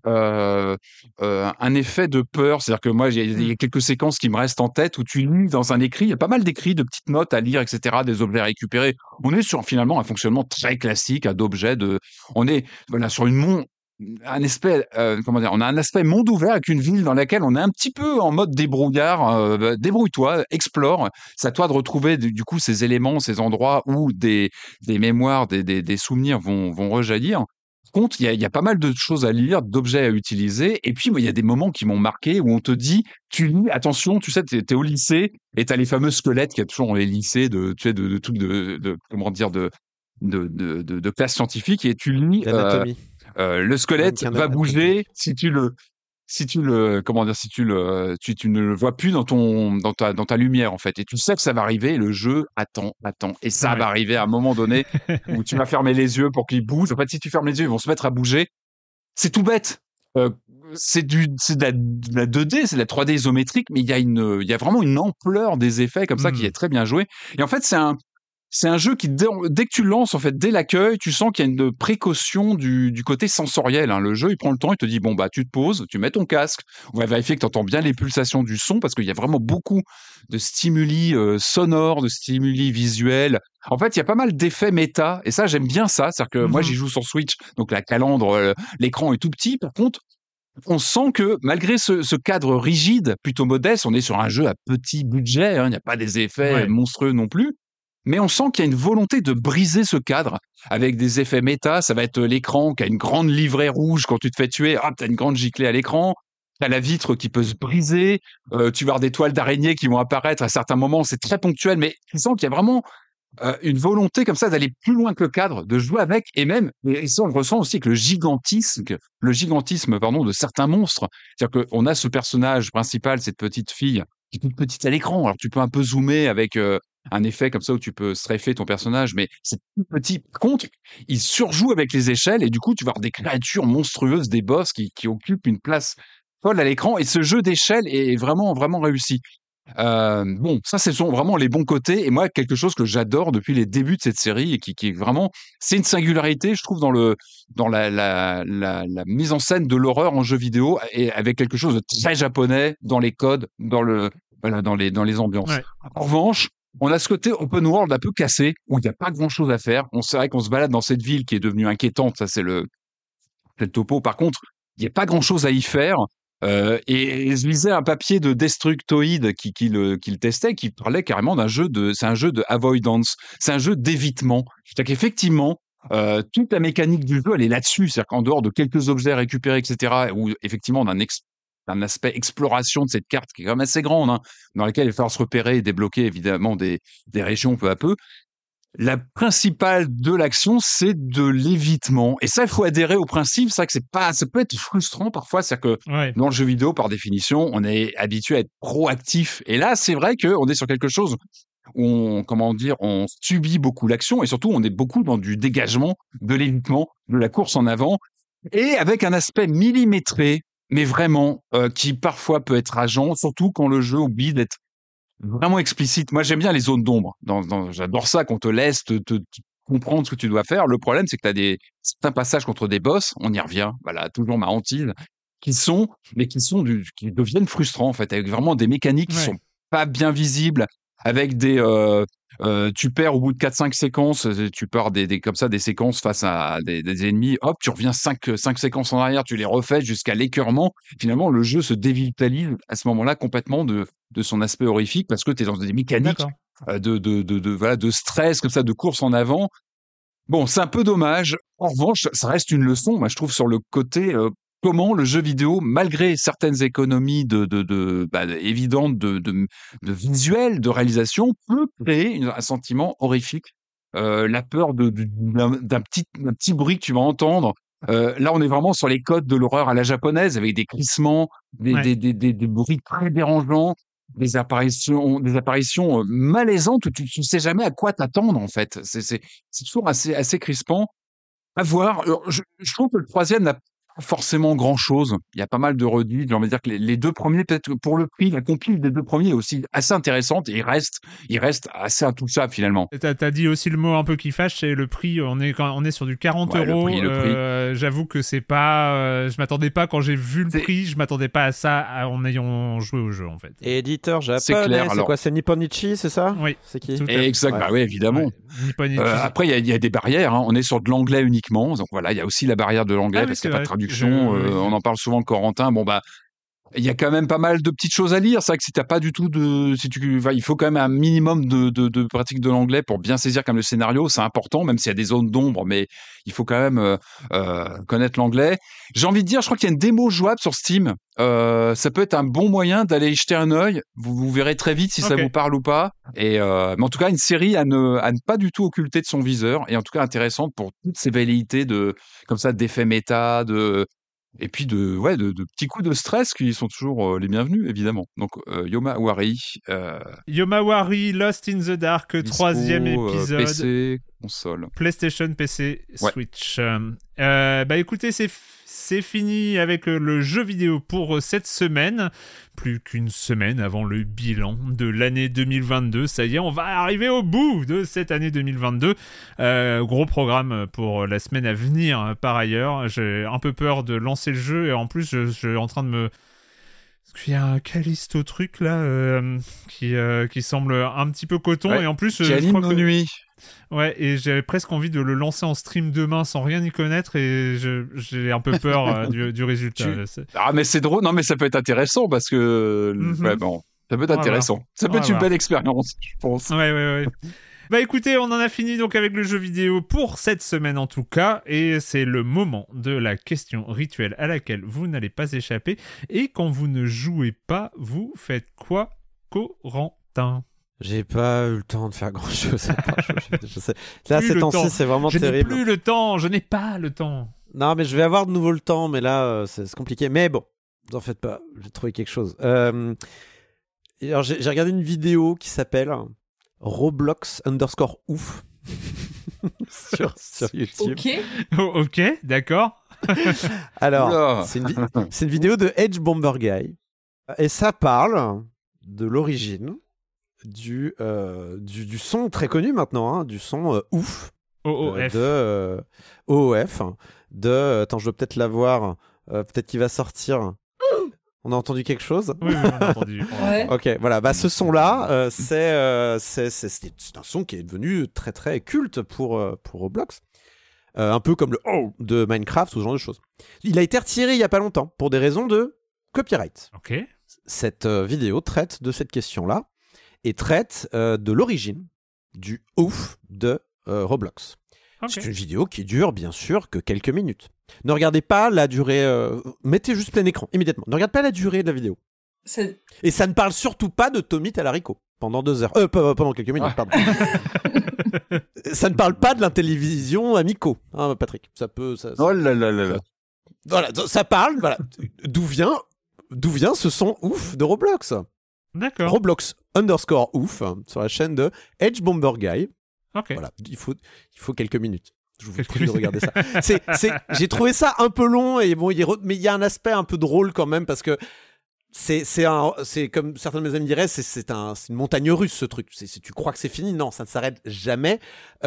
euh, euh, un effet de peur. C'est-à-dire que moi, il y a quelques séquences qui me restent en tête où tu lis dans un écrit, il y a pas mal d'écrits, de petites notes à lire, et cetera, des objets à récupérer. On est sur finalement un fonctionnement très classique à d'objets. De, on est voilà sur une mon, un aspect, euh, comment dire, on a un aspect monde ouvert avec une ville dans laquelle on est un petit peu en mode débrouillard. Euh, bah, débrouille-toi, explore. C'est à toi de retrouver du, du coup ces éléments, ces endroits où des des mémoires, des des, des souvenirs vont vont rejaillir. Par contre, il y a, il y a pas mal de choses à lire, d'objets à utiliser. Et puis, moi, il y a des moments qui m'ont marqué où on te dit, tu lis, attention, tu sais, t'es, t'es au lycée et t'as les fameux squelettes qu'il y a toujours dans les lycées de, tu sais, de, de trucs de, de, comment dire, de, de, de, de, de classe scientifique, et tu lis, euh, L'anatomie. euh, le squelette Mannequin va d'anatomie. bouger si tu le, si tu le, comment dire, si tu le, tu, tu ne le vois plus dans ton, dans ta, dans ta lumière, en fait. Et tu sais que ça va arriver, et le jeu attend, attend. Et ça Ouais. va arriver à un moment donné où tu vas fermer les yeux pour qu'ils bougent. En fait, si tu fermes les yeux, ils vont se mettre à bouger. C'est tout bête. Euh, c'est du, c'est de la, de la deux D, c'est de la trois D isométrique, mais il y a une, il y a vraiment une ampleur des effets comme ça Mmh. qui est très bien joué. Et en fait, c'est un, c'est un jeu qui, dès, dès que tu le lances, en fait, dès l'accueil, tu sens qu'il y a une précaution du, du côté sensoriel, hein. Le jeu, il prend le temps, il te dit, bon, bah, tu te poses, tu mets ton casque, on va vérifier que tu entends bien les pulsations du son, parce qu'il y a vraiment beaucoup de stimuli euh, sonores, de stimuli visuels. En fait, il y a pas mal d'effets méta, et ça, j'aime bien ça. C'est-à-dire que moi, Mhm. j'y joue sur Switch, donc la calandre, euh, l'écran est tout petit. Par contre, on sent que malgré ce, ce cadre rigide, plutôt modeste, on est sur un jeu à petit budget, hein, il n'y a pas des effets Ouais. monstrueux non plus, mais on sent qu'il y a une volonté de briser ce cadre avec des effets méta. Ça va être l'écran qui a une grande livrée rouge quand tu te fais tuer, hop, t'as une grande giclée à l'écran, t'as la vitre qui peut se briser, euh, tu vas avoir des toiles d'araignée qui vont apparaître à certains moments, c'est très ponctuel, mais tu sens qu'il y a vraiment euh, une volonté comme ça d'aller plus loin que le cadre, de jouer avec, et même, et ça on le ressent aussi avec le gigantisme, le gigantisme pardon, de certains monstres. C'est-à-dire qu'on a ce personnage principal, cette petite fille, qui est toute petite à l'écran. Alors tu peux un peu zoomer avec euh, un effet comme ça où tu peux strafer ton personnage, mais c'est tout petit. Par contre, il surjoue avec les échelles, et du coup tu vas avoir des créatures monstrueuses, des boss qui, qui occupent une place folle à l'écran, et ce jeu d'échelle est vraiment, vraiment réussi. Euh, bon, ça, ce sont vraiment les bons côtés. Et moi, quelque chose que j'adore depuis les débuts de cette série et qui, qui est vraiment, c'est une singularité, je trouve, dans le, dans la, la, la, la mise en scène de l'horreur en jeu vidéo, et avec quelque chose de très japonais dans les codes, dans le, voilà, dans les, dans les ambiances. Ouais. En revanche, on a ce côté open world un peu cassé, où il n'y a pas grand chose à faire. On sait vrai qu'on se balade dans cette ville qui est devenue inquiétante. Ça, c'est le, c'est le topo. Par contre, il n'y a pas grand chose à y faire. Euh, et, et je lisais un papier de Destructoid qui, qui, le, qui le testait, qui parlait carrément d'un jeu de, c'est un jeu de avoidance, c'est un jeu d'évitement. C'est-à-dire qu'effectivement, euh, toute la mécanique du jeu, elle est là-dessus. C'est-à-dire qu'en dehors de quelques objets récupérés, et cetera, où effectivement on a un, ex, un aspect exploration de cette carte qui est quand même assez grande, hein, dans laquelle il va falloir se repérer et débloquer évidemment des, des régions peu à peu. La principale de l'action, c'est de l'évitement. Et ça, il faut adhérer au principe. C'est vrai que c'est pas, ça peut être frustrant parfois. C'est-à-dire que Ouais. dans le jeu vidéo, par définition, on est habitué à être proactif. Et là, c'est vrai qu'on est sur quelque chose où on, comment dire, on subit beaucoup l'action, et surtout, on est beaucoup dans du dégagement, de l'évitement, de la course en avant, et avec un aspect millimétré, mais vraiment, euh, qui parfois peut être rageant, surtout quand le jeu oublie d'être vraiment explicite. Moi, j'aime bien les zones d'ombre. Dans, dans, j'adore ça, qu'on te laisse te, te, te comprendre ce que tu dois faire. Le problème, c'est que tu as des certains passages contre des boss, on y revient, voilà, toujours ma hantise, qui sont, mais qui sont du, qui deviennent frustrants, en fait, avec vraiment des mécaniques qui Ouais. sont pas bien visibles, avec des, euh, euh, tu perds au bout de quatre cinq séquences, tu pars des, des, comme ça, des séquences face à des, des ennemis, hop, tu reviens cinq séquences en arrière, tu les refais jusqu'à l'écœurement. Finalement, le jeu se dévitalise à ce moment-là complètement de, de son aspect horrifique, parce que tu es dans des mécaniques D'accord. euh, de, de, de, de, voilà, de stress, comme ça, de course en avant. Bon, c'est un peu dommage. En revanche, ça reste une leçon, moi, je trouve, sur le côté euh, comment le jeu vidéo, malgré certaines économies de, de, de, bah, évidentes de, de, de visuel, de réalisation, peut créer une, un sentiment horrifique. Euh, la peur de, de, d'un, d'un, petit, d'un petit bruit que tu vas entendre. Euh, là, on est vraiment sur les codes de l'horreur à la japonaise, avec des crissements, des, Ouais. des, des, des, des bruits très dérangeants, des apparitions, des apparitions euh, malaisantes où tu ne sais jamais à quoi t'attendre, en fait. C'est, c'est, c'est toujours assez, assez crispant. À voir. Alors, je, je trouve que le troisième n'a pas forcément grand-chose. Il y a pas mal de redits. J'ai envie de dire que les, les deux premiers, peut-être que pour le prix, la compile des deux premiers est aussi assez intéressante, et il reste, il reste assez intouchable finalement. Et T'as, t'as dit aussi le mot un peu qui fâche, c'est le prix. On est, quand, on est sur du quarante Ouais, le euros. prix, le prix. Euh, j'avoue que c'est pas. Euh, je m'attendais pas quand j'ai vu le C'est- prix. Je m'attendais pas à ça à- en ayant joué au jeu en fait. Et éditeur japonais, C'est clair, c'est alors. quoi? C'est Nipponichi, c'est ça? Oui. C'est qui? Tout à Et fait. exact, Ouais. bah oui, évidemment. Ouais. Nipponichi. Euh, après, il y, a- il y a des barrières, hein. On est sur de l'anglais uniquement. Donc voilà, il y a aussi la barrière de l'anglais Ah oui, parce c'est qu'il n'y a pas de vrai. traduction. Je- Euh, on en parle souvent, Corentin. Bon, bah, il y a quand même pas mal de petites choses à lire. C'est vrai que si t'as pas du tout de, si tu, enfin, il faut quand même un minimum de, de, de pratique de l'anglais pour bien saisir comme le scénario. C'est important, même s'il y a des zones d'ombre, mais il faut quand même euh, euh, connaître l'anglais. J'ai envie de dire, je crois qu'il y a une démo jouable sur Steam. Euh, ça peut être un bon moyen d'aller y jeter un œil. Vous, vous verrez très vite si ça Ok. vous parle ou pas. Et euh, mais en tout cas, une série à ne, à ne pas du tout occulter de son viseur, et en tout cas intéressante pour toutes ces velléités de, comme ça, d'effets méta, de et puis de, ouais, de, de petits coups de stress qui sont toujours euh, les bienvenus, évidemment. Donc, euh, Yoma Wari, euh, Yomawari Lost in the Dark, dispo, troisième euh, épisode. P C, console. PlayStation, P C, Ouais. Switch. Euh, bah écoutez, c'est, c'est fini avec le jeu vidéo pour cette semaine. Plus qu'une semaine avant le bilan de l'année deux mille vingt-deux. Ça y est, on va arriver au bout de cette année deux mille vingt-deux. Euh, gros programme pour la semaine à venir, par ailleurs. J'ai un peu peur de lancer le jeu et en plus, je, je suis en train de me... Il y a un Callisto truc là euh, qui, euh, qui semble un petit peu coton ouais, et en plus qui je anime crois nos que... nuits. Ouais, et j'avais presque envie de le lancer en stream demain sans rien y connaître et je, j'ai un peu peur euh, du, du résultat. Tu... C'est... Ah mais c'est drôle, non mais ça peut être intéressant parce que mm-hmm. ouais, bon, ça peut être intéressant. Voilà. Ça peut voilà. être une belle expérience, je pense. Ouais ouais ouais. Bah écoutez, on en a fini donc avec le jeu vidéo pour cette semaine en tout cas, et c'est le moment de la question rituelle à laquelle vous n'allez pas échapper, et quand vous ne jouez pas, vous faites quoi, Corentin ? J'ai pas eu le temps de faire grand chose. je, je sais. Là, plus ces temps-ci, c'est vraiment je terrible. Je n'ai plus le temps, je n'ai pas le temps. Non, mais je vais avoir de nouveau le temps, mais là, euh, c'est, c'est compliqué. Mais bon, vous en faites pas, j'ai trouvé quelque chose. Euh... Alors, j'ai, j'ai regardé une vidéo qui s'appelle Roblox underscore ouf sur, sur YouTube. Ok. Oh, ok, d'accord. Alors, c'est une, vi- c'est une vidéo de Edge Bomber Guy. Et ça parle de l'origine du, euh, du, du son très connu maintenant, hein, du son euh, ouf. O O F. Euh, de euh, O O F. De, attends, je dois peut-être l'avoir. Euh, peut-être qu'il va sortir. On a entendu quelque chose ? Oui, oui, on a entendu. Ouais. Ok, voilà. Bah, ce son-là, euh, c'est, euh, c'est, c'est, c'est, c'est un son qui est devenu très, très culte pour, euh, pour Roblox. Euh, un peu comme le oh de Minecraft ou ce genre de choses. Il a été retiré il n'y a pas longtemps pour des raisons de copyright. Ok. Cette euh, vidéo traite de cette question-là et traite euh, de l'origine du ouf de euh, Roblox. Okay. C'est une vidéo qui dure bien sûr que quelques minutes. Ne regardez pas la durée, euh, mettez juste plein écran immédiatement. Ne regardez pas la durée de la vidéo. C'est... Et ça ne parle surtout pas de Tommy Tallarico pendant deux heures. Euh, pendant quelques minutes, ah. pardon. Ça ne parle pas de l'intellivision amico, hein, Patrick. Ça peut. Ça, ça, oh là là là là. Ça, voilà, ça parle. Voilà, d'où vient, d'où vient ce son ouf de Roblox. D'accord. Roblox underscore ouf hein, sur la chaîne de Edge Bomber Guy. Ok. Voilà, il faut, il faut quelques minutes. Je vous prie de regarder ça. C'est, c'est, j'ai trouvé ça un peu long et bon, il est re... mais il y a un aspect un peu drôle quand même parce que c'est, c'est un, c'est comme certains de mes amis diraient, c'est, c'est un, c'est une montagne russe ce truc. C'est, c'est, tu crois que c'est fini, non, ça ne s'arrête jamais.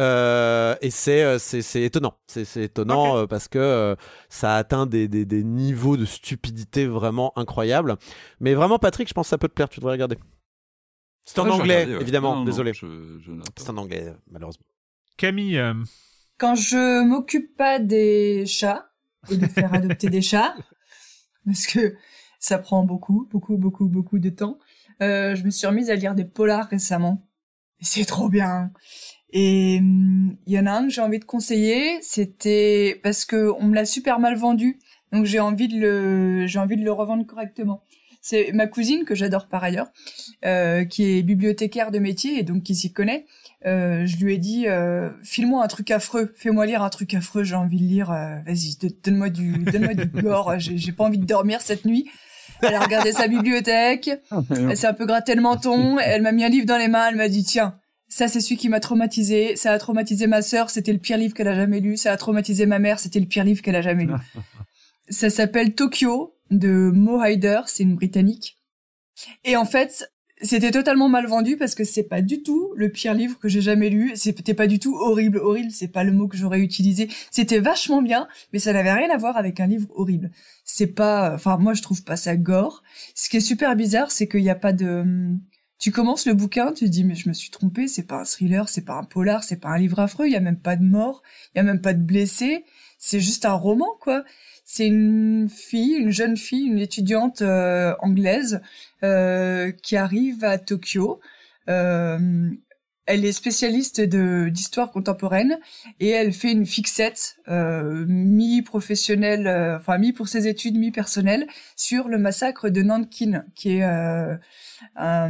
Euh, et c'est, c'est, c'est étonnant. C'est, c'est étonnant okay. euh, parce que euh, ça atteint des, des, des niveaux de stupidité vraiment incroyables. Mais vraiment, Patrick, je pense que ça peut te plaire. Tu devrais regarder. C'est en ouais, anglais, regardé, ouais. évidemment. Non, désolé. Non, je, je c'est en anglais, malheureusement. Camille. Euh... Quand je m'occupe pas des chats et de faire adopter des chats, parce que ça prend beaucoup, beaucoup, beaucoup, beaucoup de temps, euh, je me suis remise à lire des polars récemment. Et c'est trop bien. Et il hum, y en a un que j'ai envie de conseiller. C'était parce que on me l'a super mal vendu, donc j'ai envie de le, j'ai envie de le revendre correctement. C'est ma cousine, que j'adore par ailleurs, euh, qui est bibliothécaire de métier et donc qui s'y connaît. Euh, je lui ai dit, euh, file-moi un truc affreux, fais-moi lire un truc affreux, j'ai envie de lire, euh, vas-y, donne-moi du, donne-moi du gore, j'ai, j'ai pas envie de dormir cette nuit. Elle a regardé sa bibliothèque, elle s'est un peu gratté le menton, elle m'a mis un livre dans les mains, elle m'a dit, tiens, ça c'est celui qui m'a traumatisé, ça a traumatisé ma sœur, c'était le pire livre qu'elle a jamais lu, ça a traumatisé ma mère, c'était le pire livre qu'elle a jamais lu. Ça s'appelle Tokyo, de Mo Hyder, c'est une Britannique. Et en fait, c'était totalement mal vendu parce que c'est pas du tout le pire livre que j'ai jamais lu. C'était pas du tout horrible. Horrible, c'est pas le mot que j'aurais utilisé. C'était vachement bien, mais ça n'avait rien à voir avec un livre horrible. C'est pas, enfin, moi, je trouve pas ça gore. Ce qui est super bizarre, c'est qu'il y a pas de, tu commences le bouquin, tu te dis, mais je me suis trompée, c'est pas un thriller, c'est pas un polar, c'est pas un livre affreux, il y a même pas de mort, il y a même pas de blessés. C'est juste un roman, quoi. C'est une fille, une jeune fille, une étudiante euh, anglaise euh, qui arrive à Tokyo. Euh, elle est spécialiste de d'histoire contemporaine et elle fait une fixette euh, mi-professionnelle, euh, enfin mi pour ses études, mi-personnelle, sur le massacre de Nankin, qui est euh, un,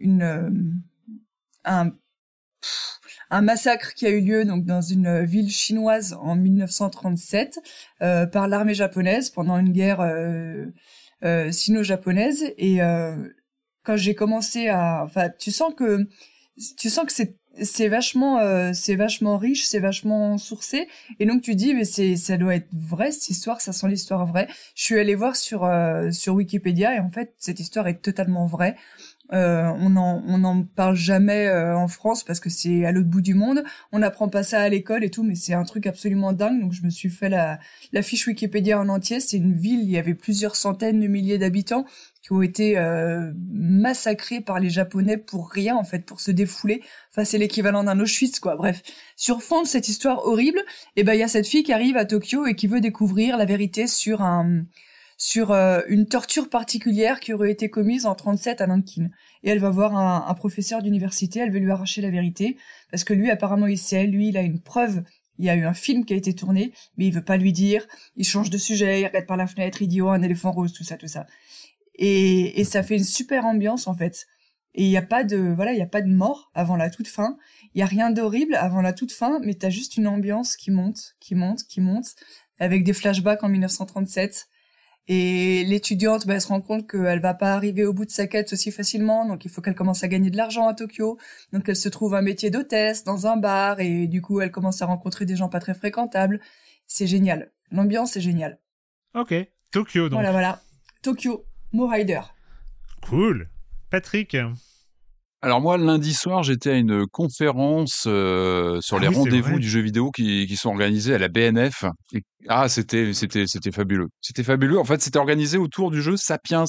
une un pff, un massacre qui a eu lieu donc dans une ville chinoise en mille neuf cent trente-sept euh, par l'armée japonaise pendant une guerre euh, euh, sino-japonaise. Et euh, quand j'ai commencé à, enfin, tu sens que tu sens que c'est c'est vachement, euh, c'est vachement riche, c'est vachement sourcé. Et donc tu dis, mais c'est, ça doit être vrai cette histoire, ça sent l'histoire vraie. Je suis allée voir sur euh, sur Wikipédia et en fait cette histoire est totalement vraie. Euh, on en on en parle jamais euh, en France parce que c'est à l'autre bout du monde. On n'apprend pas ça à l'école et tout, mais c'est un truc absolument dingue. Donc je me suis fait la la fiche Wikipédia en entier. C'est une ville, il y avait plusieurs centaines de milliers d'habitants qui ont été euh, massacrés par les Japonais pour rien en fait, pour se défouler. Enfin c'est l'équivalent d'un Auschwitz quoi. Bref, sur fond de cette histoire horrible, et ben il y a cette fille qui arrive à Tokyo et qui veut découvrir la vérité sur un sur euh, une torture particulière qui aurait été commise en trente-sept à Nankin. Et elle va voir un, un professeur d'université, elle veut lui arracher la vérité, parce que lui, apparemment, il sait, lui, il a une preuve, il y a eu un film qui a été tourné, mais il veut pas lui dire, il change de sujet, il regarde par la fenêtre, il dit « Oh, un éléphant rose », tout ça, tout ça. Et, et ça fait une super ambiance, en fait. Et il y a pas de, voilà, il y a pas de mort avant la toute fin, il y a rien d'horrible avant la toute fin, mais t'as juste une ambiance qui monte, qui monte, qui monte, avec des flashbacks en mille neuf cent trente-sept. Et l'étudiante, bah, elle se rend compte qu'elle va pas arriver au bout de sa quête aussi facilement, donc il faut qu'elle commence à gagner de l'argent à Tokyo. Donc elle se trouve un métier d'hôtesse dans un bar, et du coup elle commence à rencontrer des gens pas très fréquentables. C'est génial. L'ambiance est géniale. Ok, Tokyo donc. Voilà, voilà. Tokyo, Rider. Cool. Patrick. Alors moi, lundi soir, j'étais à une conférence euh, sur Ah les oui, c'est rendez-vous vrai. du jeu vidéo qui, qui sont organisés à la B N F. Et- ah, c'était c'était c'était fabuleux. C'était fabuleux. En fait, c'était organisé autour du jeu Sapiens,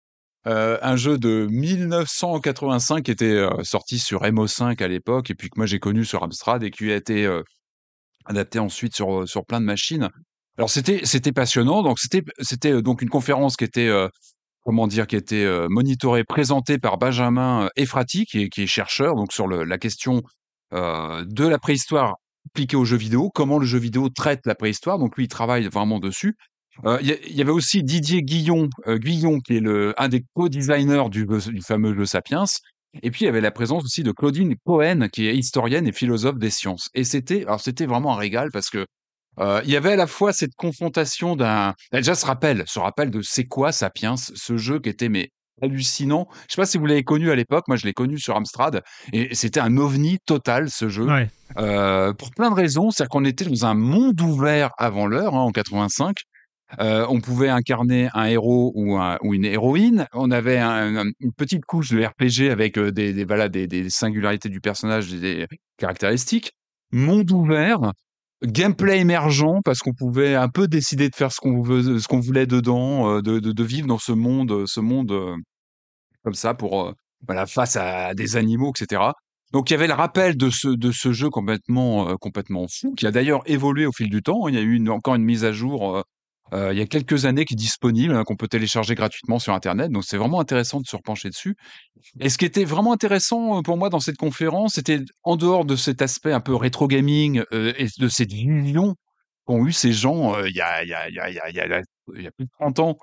euh, un jeu de mille neuf cent quatre-vingt-cinq qui était euh, sorti sur M O cinq à l'époque et puis que moi j'ai connu sur Amstrad et qui a été euh, adapté ensuite sur sur plein de machines. Alors c'était c'était passionnant. Donc c'était c'était euh, donc une conférence qui était euh, comment dire, qui était euh, monitoré, présenté par Benjamin euh, Efrati, qui est, qui est chercheur donc sur le, la question euh, de la préhistoire appliquée aux jeux vidéo, comment le jeu vidéo traite la préhistoire. Donc lui, il travaille vraiment dessus. Euh, Il y, a- il y avait aussi Didier Guillon, euh, Guillon qui est le, un des co-designers du, du fameux jeu Sapiens. Et puis il y avait la présence aussi de Claudine Cohen, qui est historienne et philosophe des sciences. Et c'était, alors c'était vraiment un régal parce que euh, il y avait à la fois cette confrontation d'un, bah, déjà ce rappel, ce rappel de c'est quoi Sapiens, ce jeu qui était mais hallucinant. Je sais pas si vous l'avez connu à l'époque, moi je l'ai connu sur Amstrad et c'était un ovni total ce jeu. Ouais. Euh, pour plein de raisons, c'est-à-dire qu'on était dans un monde ouvert avant l'heure, hein, en quatre-vingt-cinq. Euh, on pouvait incarner un héros ou, un, ou une héroïne. On avait un- un- une petite couche de R P G avec euh, des, des, voilà, des, des singularités du personnage, des, des caractéristiques. Monde ouvert, gameplay émergent parce qu'on pouvait un peu décider de faire ce qu'on veut, ce qu'on voulait dedans, euh, de, de, de vivre dans ce monde, ce monde euh, comme ça pour euh, voilà face à des animaux, et cetera. Donc il y avait le rappel de ce de ce jeu complètement euh, complètement fou qui a d'ailleurs évolué au fil du temps. Il y a eu une- encore une mise à jour euh, euh, il y a quelques années qui est disponible, hein, qu'on peut télécharger gratuitement sur Internet. Donc c'est vraiment intéressant de se repencher dessus. Et ce qui était vraiment intéressant euh, pour moi dans cette conférence, c'était en dehors de cet aspect un peu rétro gaming euh, et de cette vision qu'ont eu ces gens euh, il y a il y a il y a il y a il y a il y a plus de trente ans,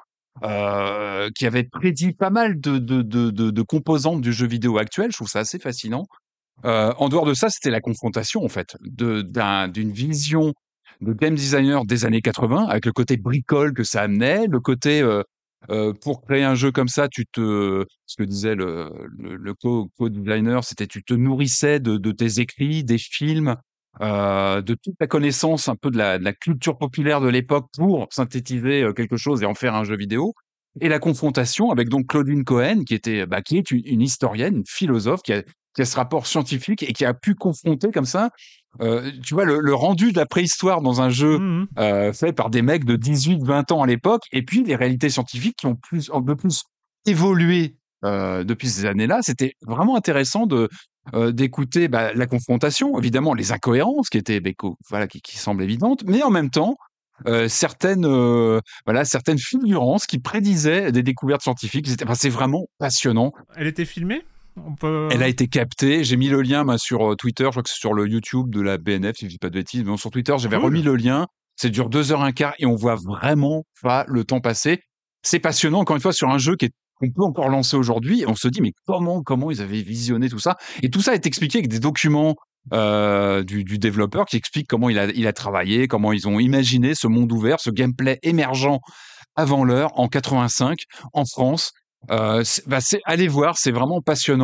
euh, qui avaient prédit pas mal de, de, de, de, de composantes du jeu vidéo actuel. Je trouve ça assez fascinant. Euh, en dehors de ça, c'était la confrontation en fait de d'un, d'une vision de game designer des années quatre-vingts avec le côté bricole que ça amenait, le côté euh, euh, pour créer un jeu comme ça, tu te, ce que disait le, le, le co- co-designer, c'était tu te nourrissais de, de tes écrits, des films, euh, de toute ta connaissance un peu de la, de la culture populaire de l'époque pour synthétiser euh, quelque chose et en faire un jeu vidéo. Et la confrontation avec donc Claudine Cohen, qui était, bah, qui est une, une historienne, une philosophe, qui a, qui a ce rapport scientifique et qui a pu confronter comme ça, euh, tu vois, le, le rendu de la préhistoire dans un jeu Mhm. euh, fait par des mecs de dix-huit vingt ans à l'époque, et puis les réalités scientifiques qui ont plus, un peu plus évolué euh, depuis ces années-là. C'était vraiment intéressant de euh, d'écouter bah, la confrontation, évidemment les incohérences qui étaient, bah, co- voilà, qui, qui semblent évidentes, mais en même temps euh, certaines, euh, voilà, certaines fulgurances qui prédisaient des découvertes scientifiques. C'était, enfin, c'est vraiment passionnant. Elle était filmée? On peut... Elle a été captée. J'ai mis le lien moi, sur euh, Twitter. Je crois que c'est sur le YouTube de la B N F, si je dis pas de bêtises. Mais non, sur Twitter, j'avais Cool. remis le lien. Ça dure deux heures un quart et on voit vraiment pas le temps passer. C'est passionnant, encore une fois, sur un jeu qui est, qu'on peut encore lancer aujourd'hui. Et on se dit, mais comment, comment ils avaient visionné tout ça? Et tout ça est expliqué avec des documents euh, du, du développeur qui expliquent comment il a, il a travaillé, comment ils ont imaginé ce monde ouvert, ce gameplay émergent avant l'heure, en quatre-vingt-cinq, en France. Euh, c'est, bah, c'est, allez voir, c'est vraiment passionnant.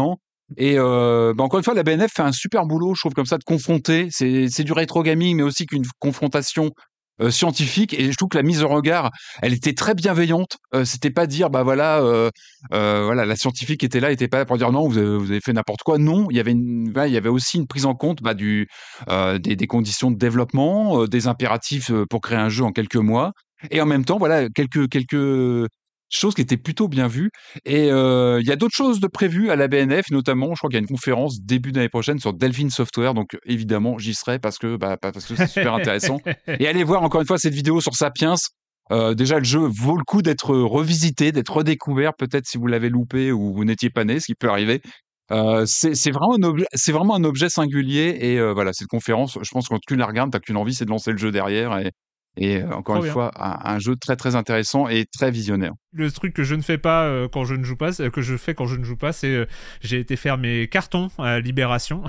Et euh, bah encore une fois, la B N F fait un super boulot, je trouve, comme ça, de confronter. C'est, c'est du rétro gaming, mais aussi qu'une confrontation euh, scientifique. Et je trouve que la mise en regard, elle était très bienveillante. Euh, c'était pas dire, bah voilà, euh, euh, voilà, la scientifique était là, était pas là pour dire non, vous avez, vous avez fait n'importe quoi. Non, il y avait, une, voilà, il y avait aussi une prise en compte bah, du, euh, des, des conditions de développement, euh, des impératifs pour créer un jeu en quelques mois. Et en même temps, voilà, quelques quelques chose qui était plutôt bien vue. Et il euh, y a d'autres choses de prévues à la B N F, notamment, je crois qu'il y a une conférence début d'année prochaine sur Delphine Software. Donc, évidemment, j'y serai parce que, bah, parce que c'est super intéressant. Et allez voir encore une fois cette vidéo sur Sapiens. Euh, déjà, le jeu vaut le coup d'être revisité, d'être redécouvert, peut-être si vous l'avez loupé ou vous n'étiez pas né, ce qui peut arriver. Euh, c'est, c'est, vraiment un objet, c'est vraiment un objet singulier. Et euh, voilà, cette conférence, je pense que quand tu la regardes, tu n'as qu'une envie, c'est de lancer le jeu derrière. Et, Et euh, encore Trop une bien. fois, un, un jeu très très intéressant et très visionnaire. Le truc que je ne fais pas euh, quand je ne joue pas, que je fais quand je ne joue pas, c'est euh, j'ai été faire mes cartons à Libération.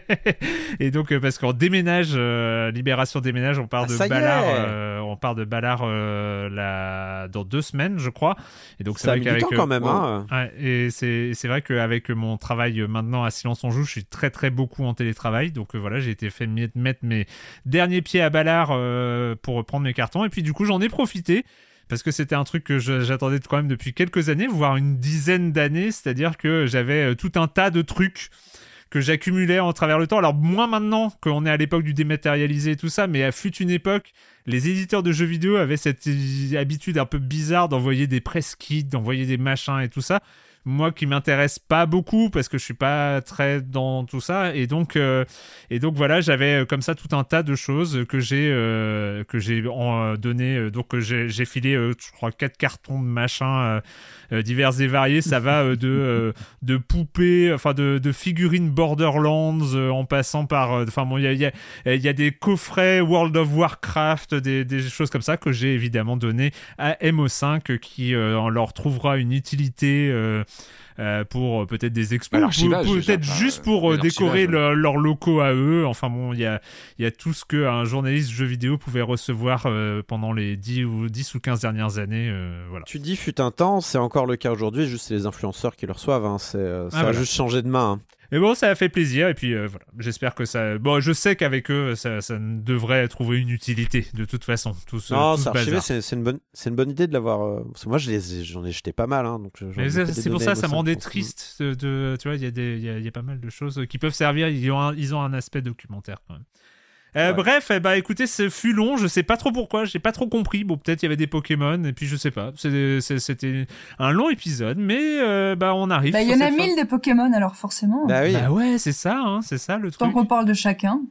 Et donc euh, parce qu'on déménage, euh, Libération déménage, on part ah, de Ballard, euh, on part de Ballard euh, la... dans deux semaines, je crois. Et donc c'est ça vrai qu'avec temps quand même. euh, hein. ouais, et c'est c'est vrai qu'avec mon travail maintenant à Silence on Joue, je suis très très beaucoup en télétravail. Donc euh, voilà, j'ai été fait mettre mes derniers pieds à Ballard euh, pour prendre mes cartons. Et puis du coup, j'en ai profité. Parce que c'était un truc que je, j'attendais quand même depuis quelques années, voire une dizaine d'années, c'est-à-dire que j'avais tout un tas de trucs que j'accumulais en travers le temps. Alors moins maintenant qu'on est à l'époque du dématérialisé et tout ça, mais à fut une époque, les éditeurs de jeux vidéo avaient cette habitude un peu bizarre d'envoyer des press kits, d'envoyer des machins et tout ça. Moi qui m'intéresse pas beaucoup parce que je suis pas très dans tout ça et donc euh, et donc voilà, j'avais comme ça tout un tas de choses que j'ai euh, que j'ai en, donné euh, donc j'ai, j'ai filé euh, je crois quatre cartons de machins euh, euh, divers et variés. Ça va euh, de euh, de poupées, enfin de de figurines Borderlands euh, en passant par enfin euh, bon il y a il y a il y a des coffrets World of Warcraft, des des choses comme ça que j'ai évidemment donné à M O cinq qui euh, leur trouvera une utilité euh, Euh, pour peut-être des expos, bah, pour, peut-être déjà, juste pour euh, décorer le, leurs locaux à eux. Enfin bon, il y a, y a tout ce qu'un journaliste jeu vidéo pouvait recevoir euh, pendant les dix ou, dix ou quinze dernières années. Euh, voilà. Tu dis fut un temps, c'est encore le cas aujourd'hui, juste c'est les influenceurs qui le reçoivent. Hein. C'est, euh, ça ah, voilà. a juste changé de main. Hein. Mais bon, ça a fait plaisir et puis euh, voilà, j'espère que ça... Bon, je sais qu'avec eux, ça, ça devrait trouver une utilité de toute façon. Tout ce, non, tout c'est archivé, c'est, c'est, une bonne, c'est une bonne idée de l'avoir... Euh... Parce que moi, je les, j'en ai jeté pas mal. Hein, donc Mais c'est, c'est pour ça, ça me rendait triste. De, de, tu vois, il y, a des, il y, a, il y a pas mal de choses qui peuvent servir. Ils ont un, ils ont un aspect documentaire quand même. Euh, ouais. Bref, eh bah écoutez, ce fut long, je sais pas trop pourquoi, j'ai pas trop compris. Bon, peut-être il y avait des Pokémon, et puis je sais pas. C'est, c'est, c'était un long épisode, mais euh, bah on arrive. Bah il y en a mille des Pokémon, alors forcément. Bah oui. Bah ouais, c'est ça, hein, c'est ça le truc. Tant qu'on parle de chacun.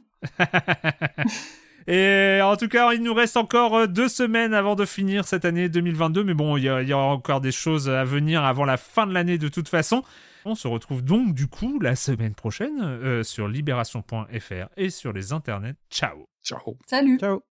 Et en tout cas, il nous reste encore deux semaines avant de finir cette année deux mille vingt-deux, mais bon, il y, a, il y aura encore des choses à venir avant la fin de l'année de toute façon. On se retrouve donc du coup la semaine prochaine euh, sur libération point f r et sur les internets. Ciao. Ciao. Salut. Ciao.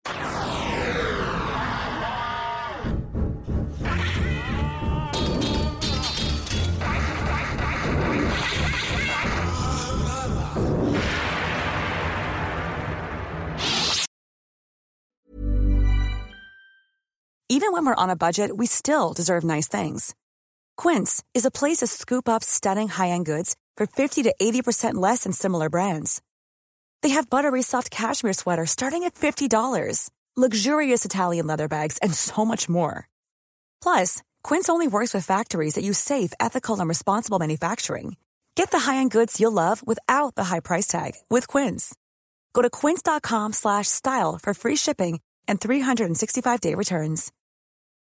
Even when we're on a budget, we still deserve nice things. Quince is a place to scoop up stunning high-end goods for fifty to eighty percent less than similar brands. They have buttery soft cashmere sweaters starting at fifty dollars, luxurious Italian leather bags, and so much more. Plus, Quince only works with factories that use safe, ethical, and responsible manufacturing. Get the high-end goods you'll love without the high price tag with Quince. Go to quince dot com slash style for free shipping and three sixty-five day returns.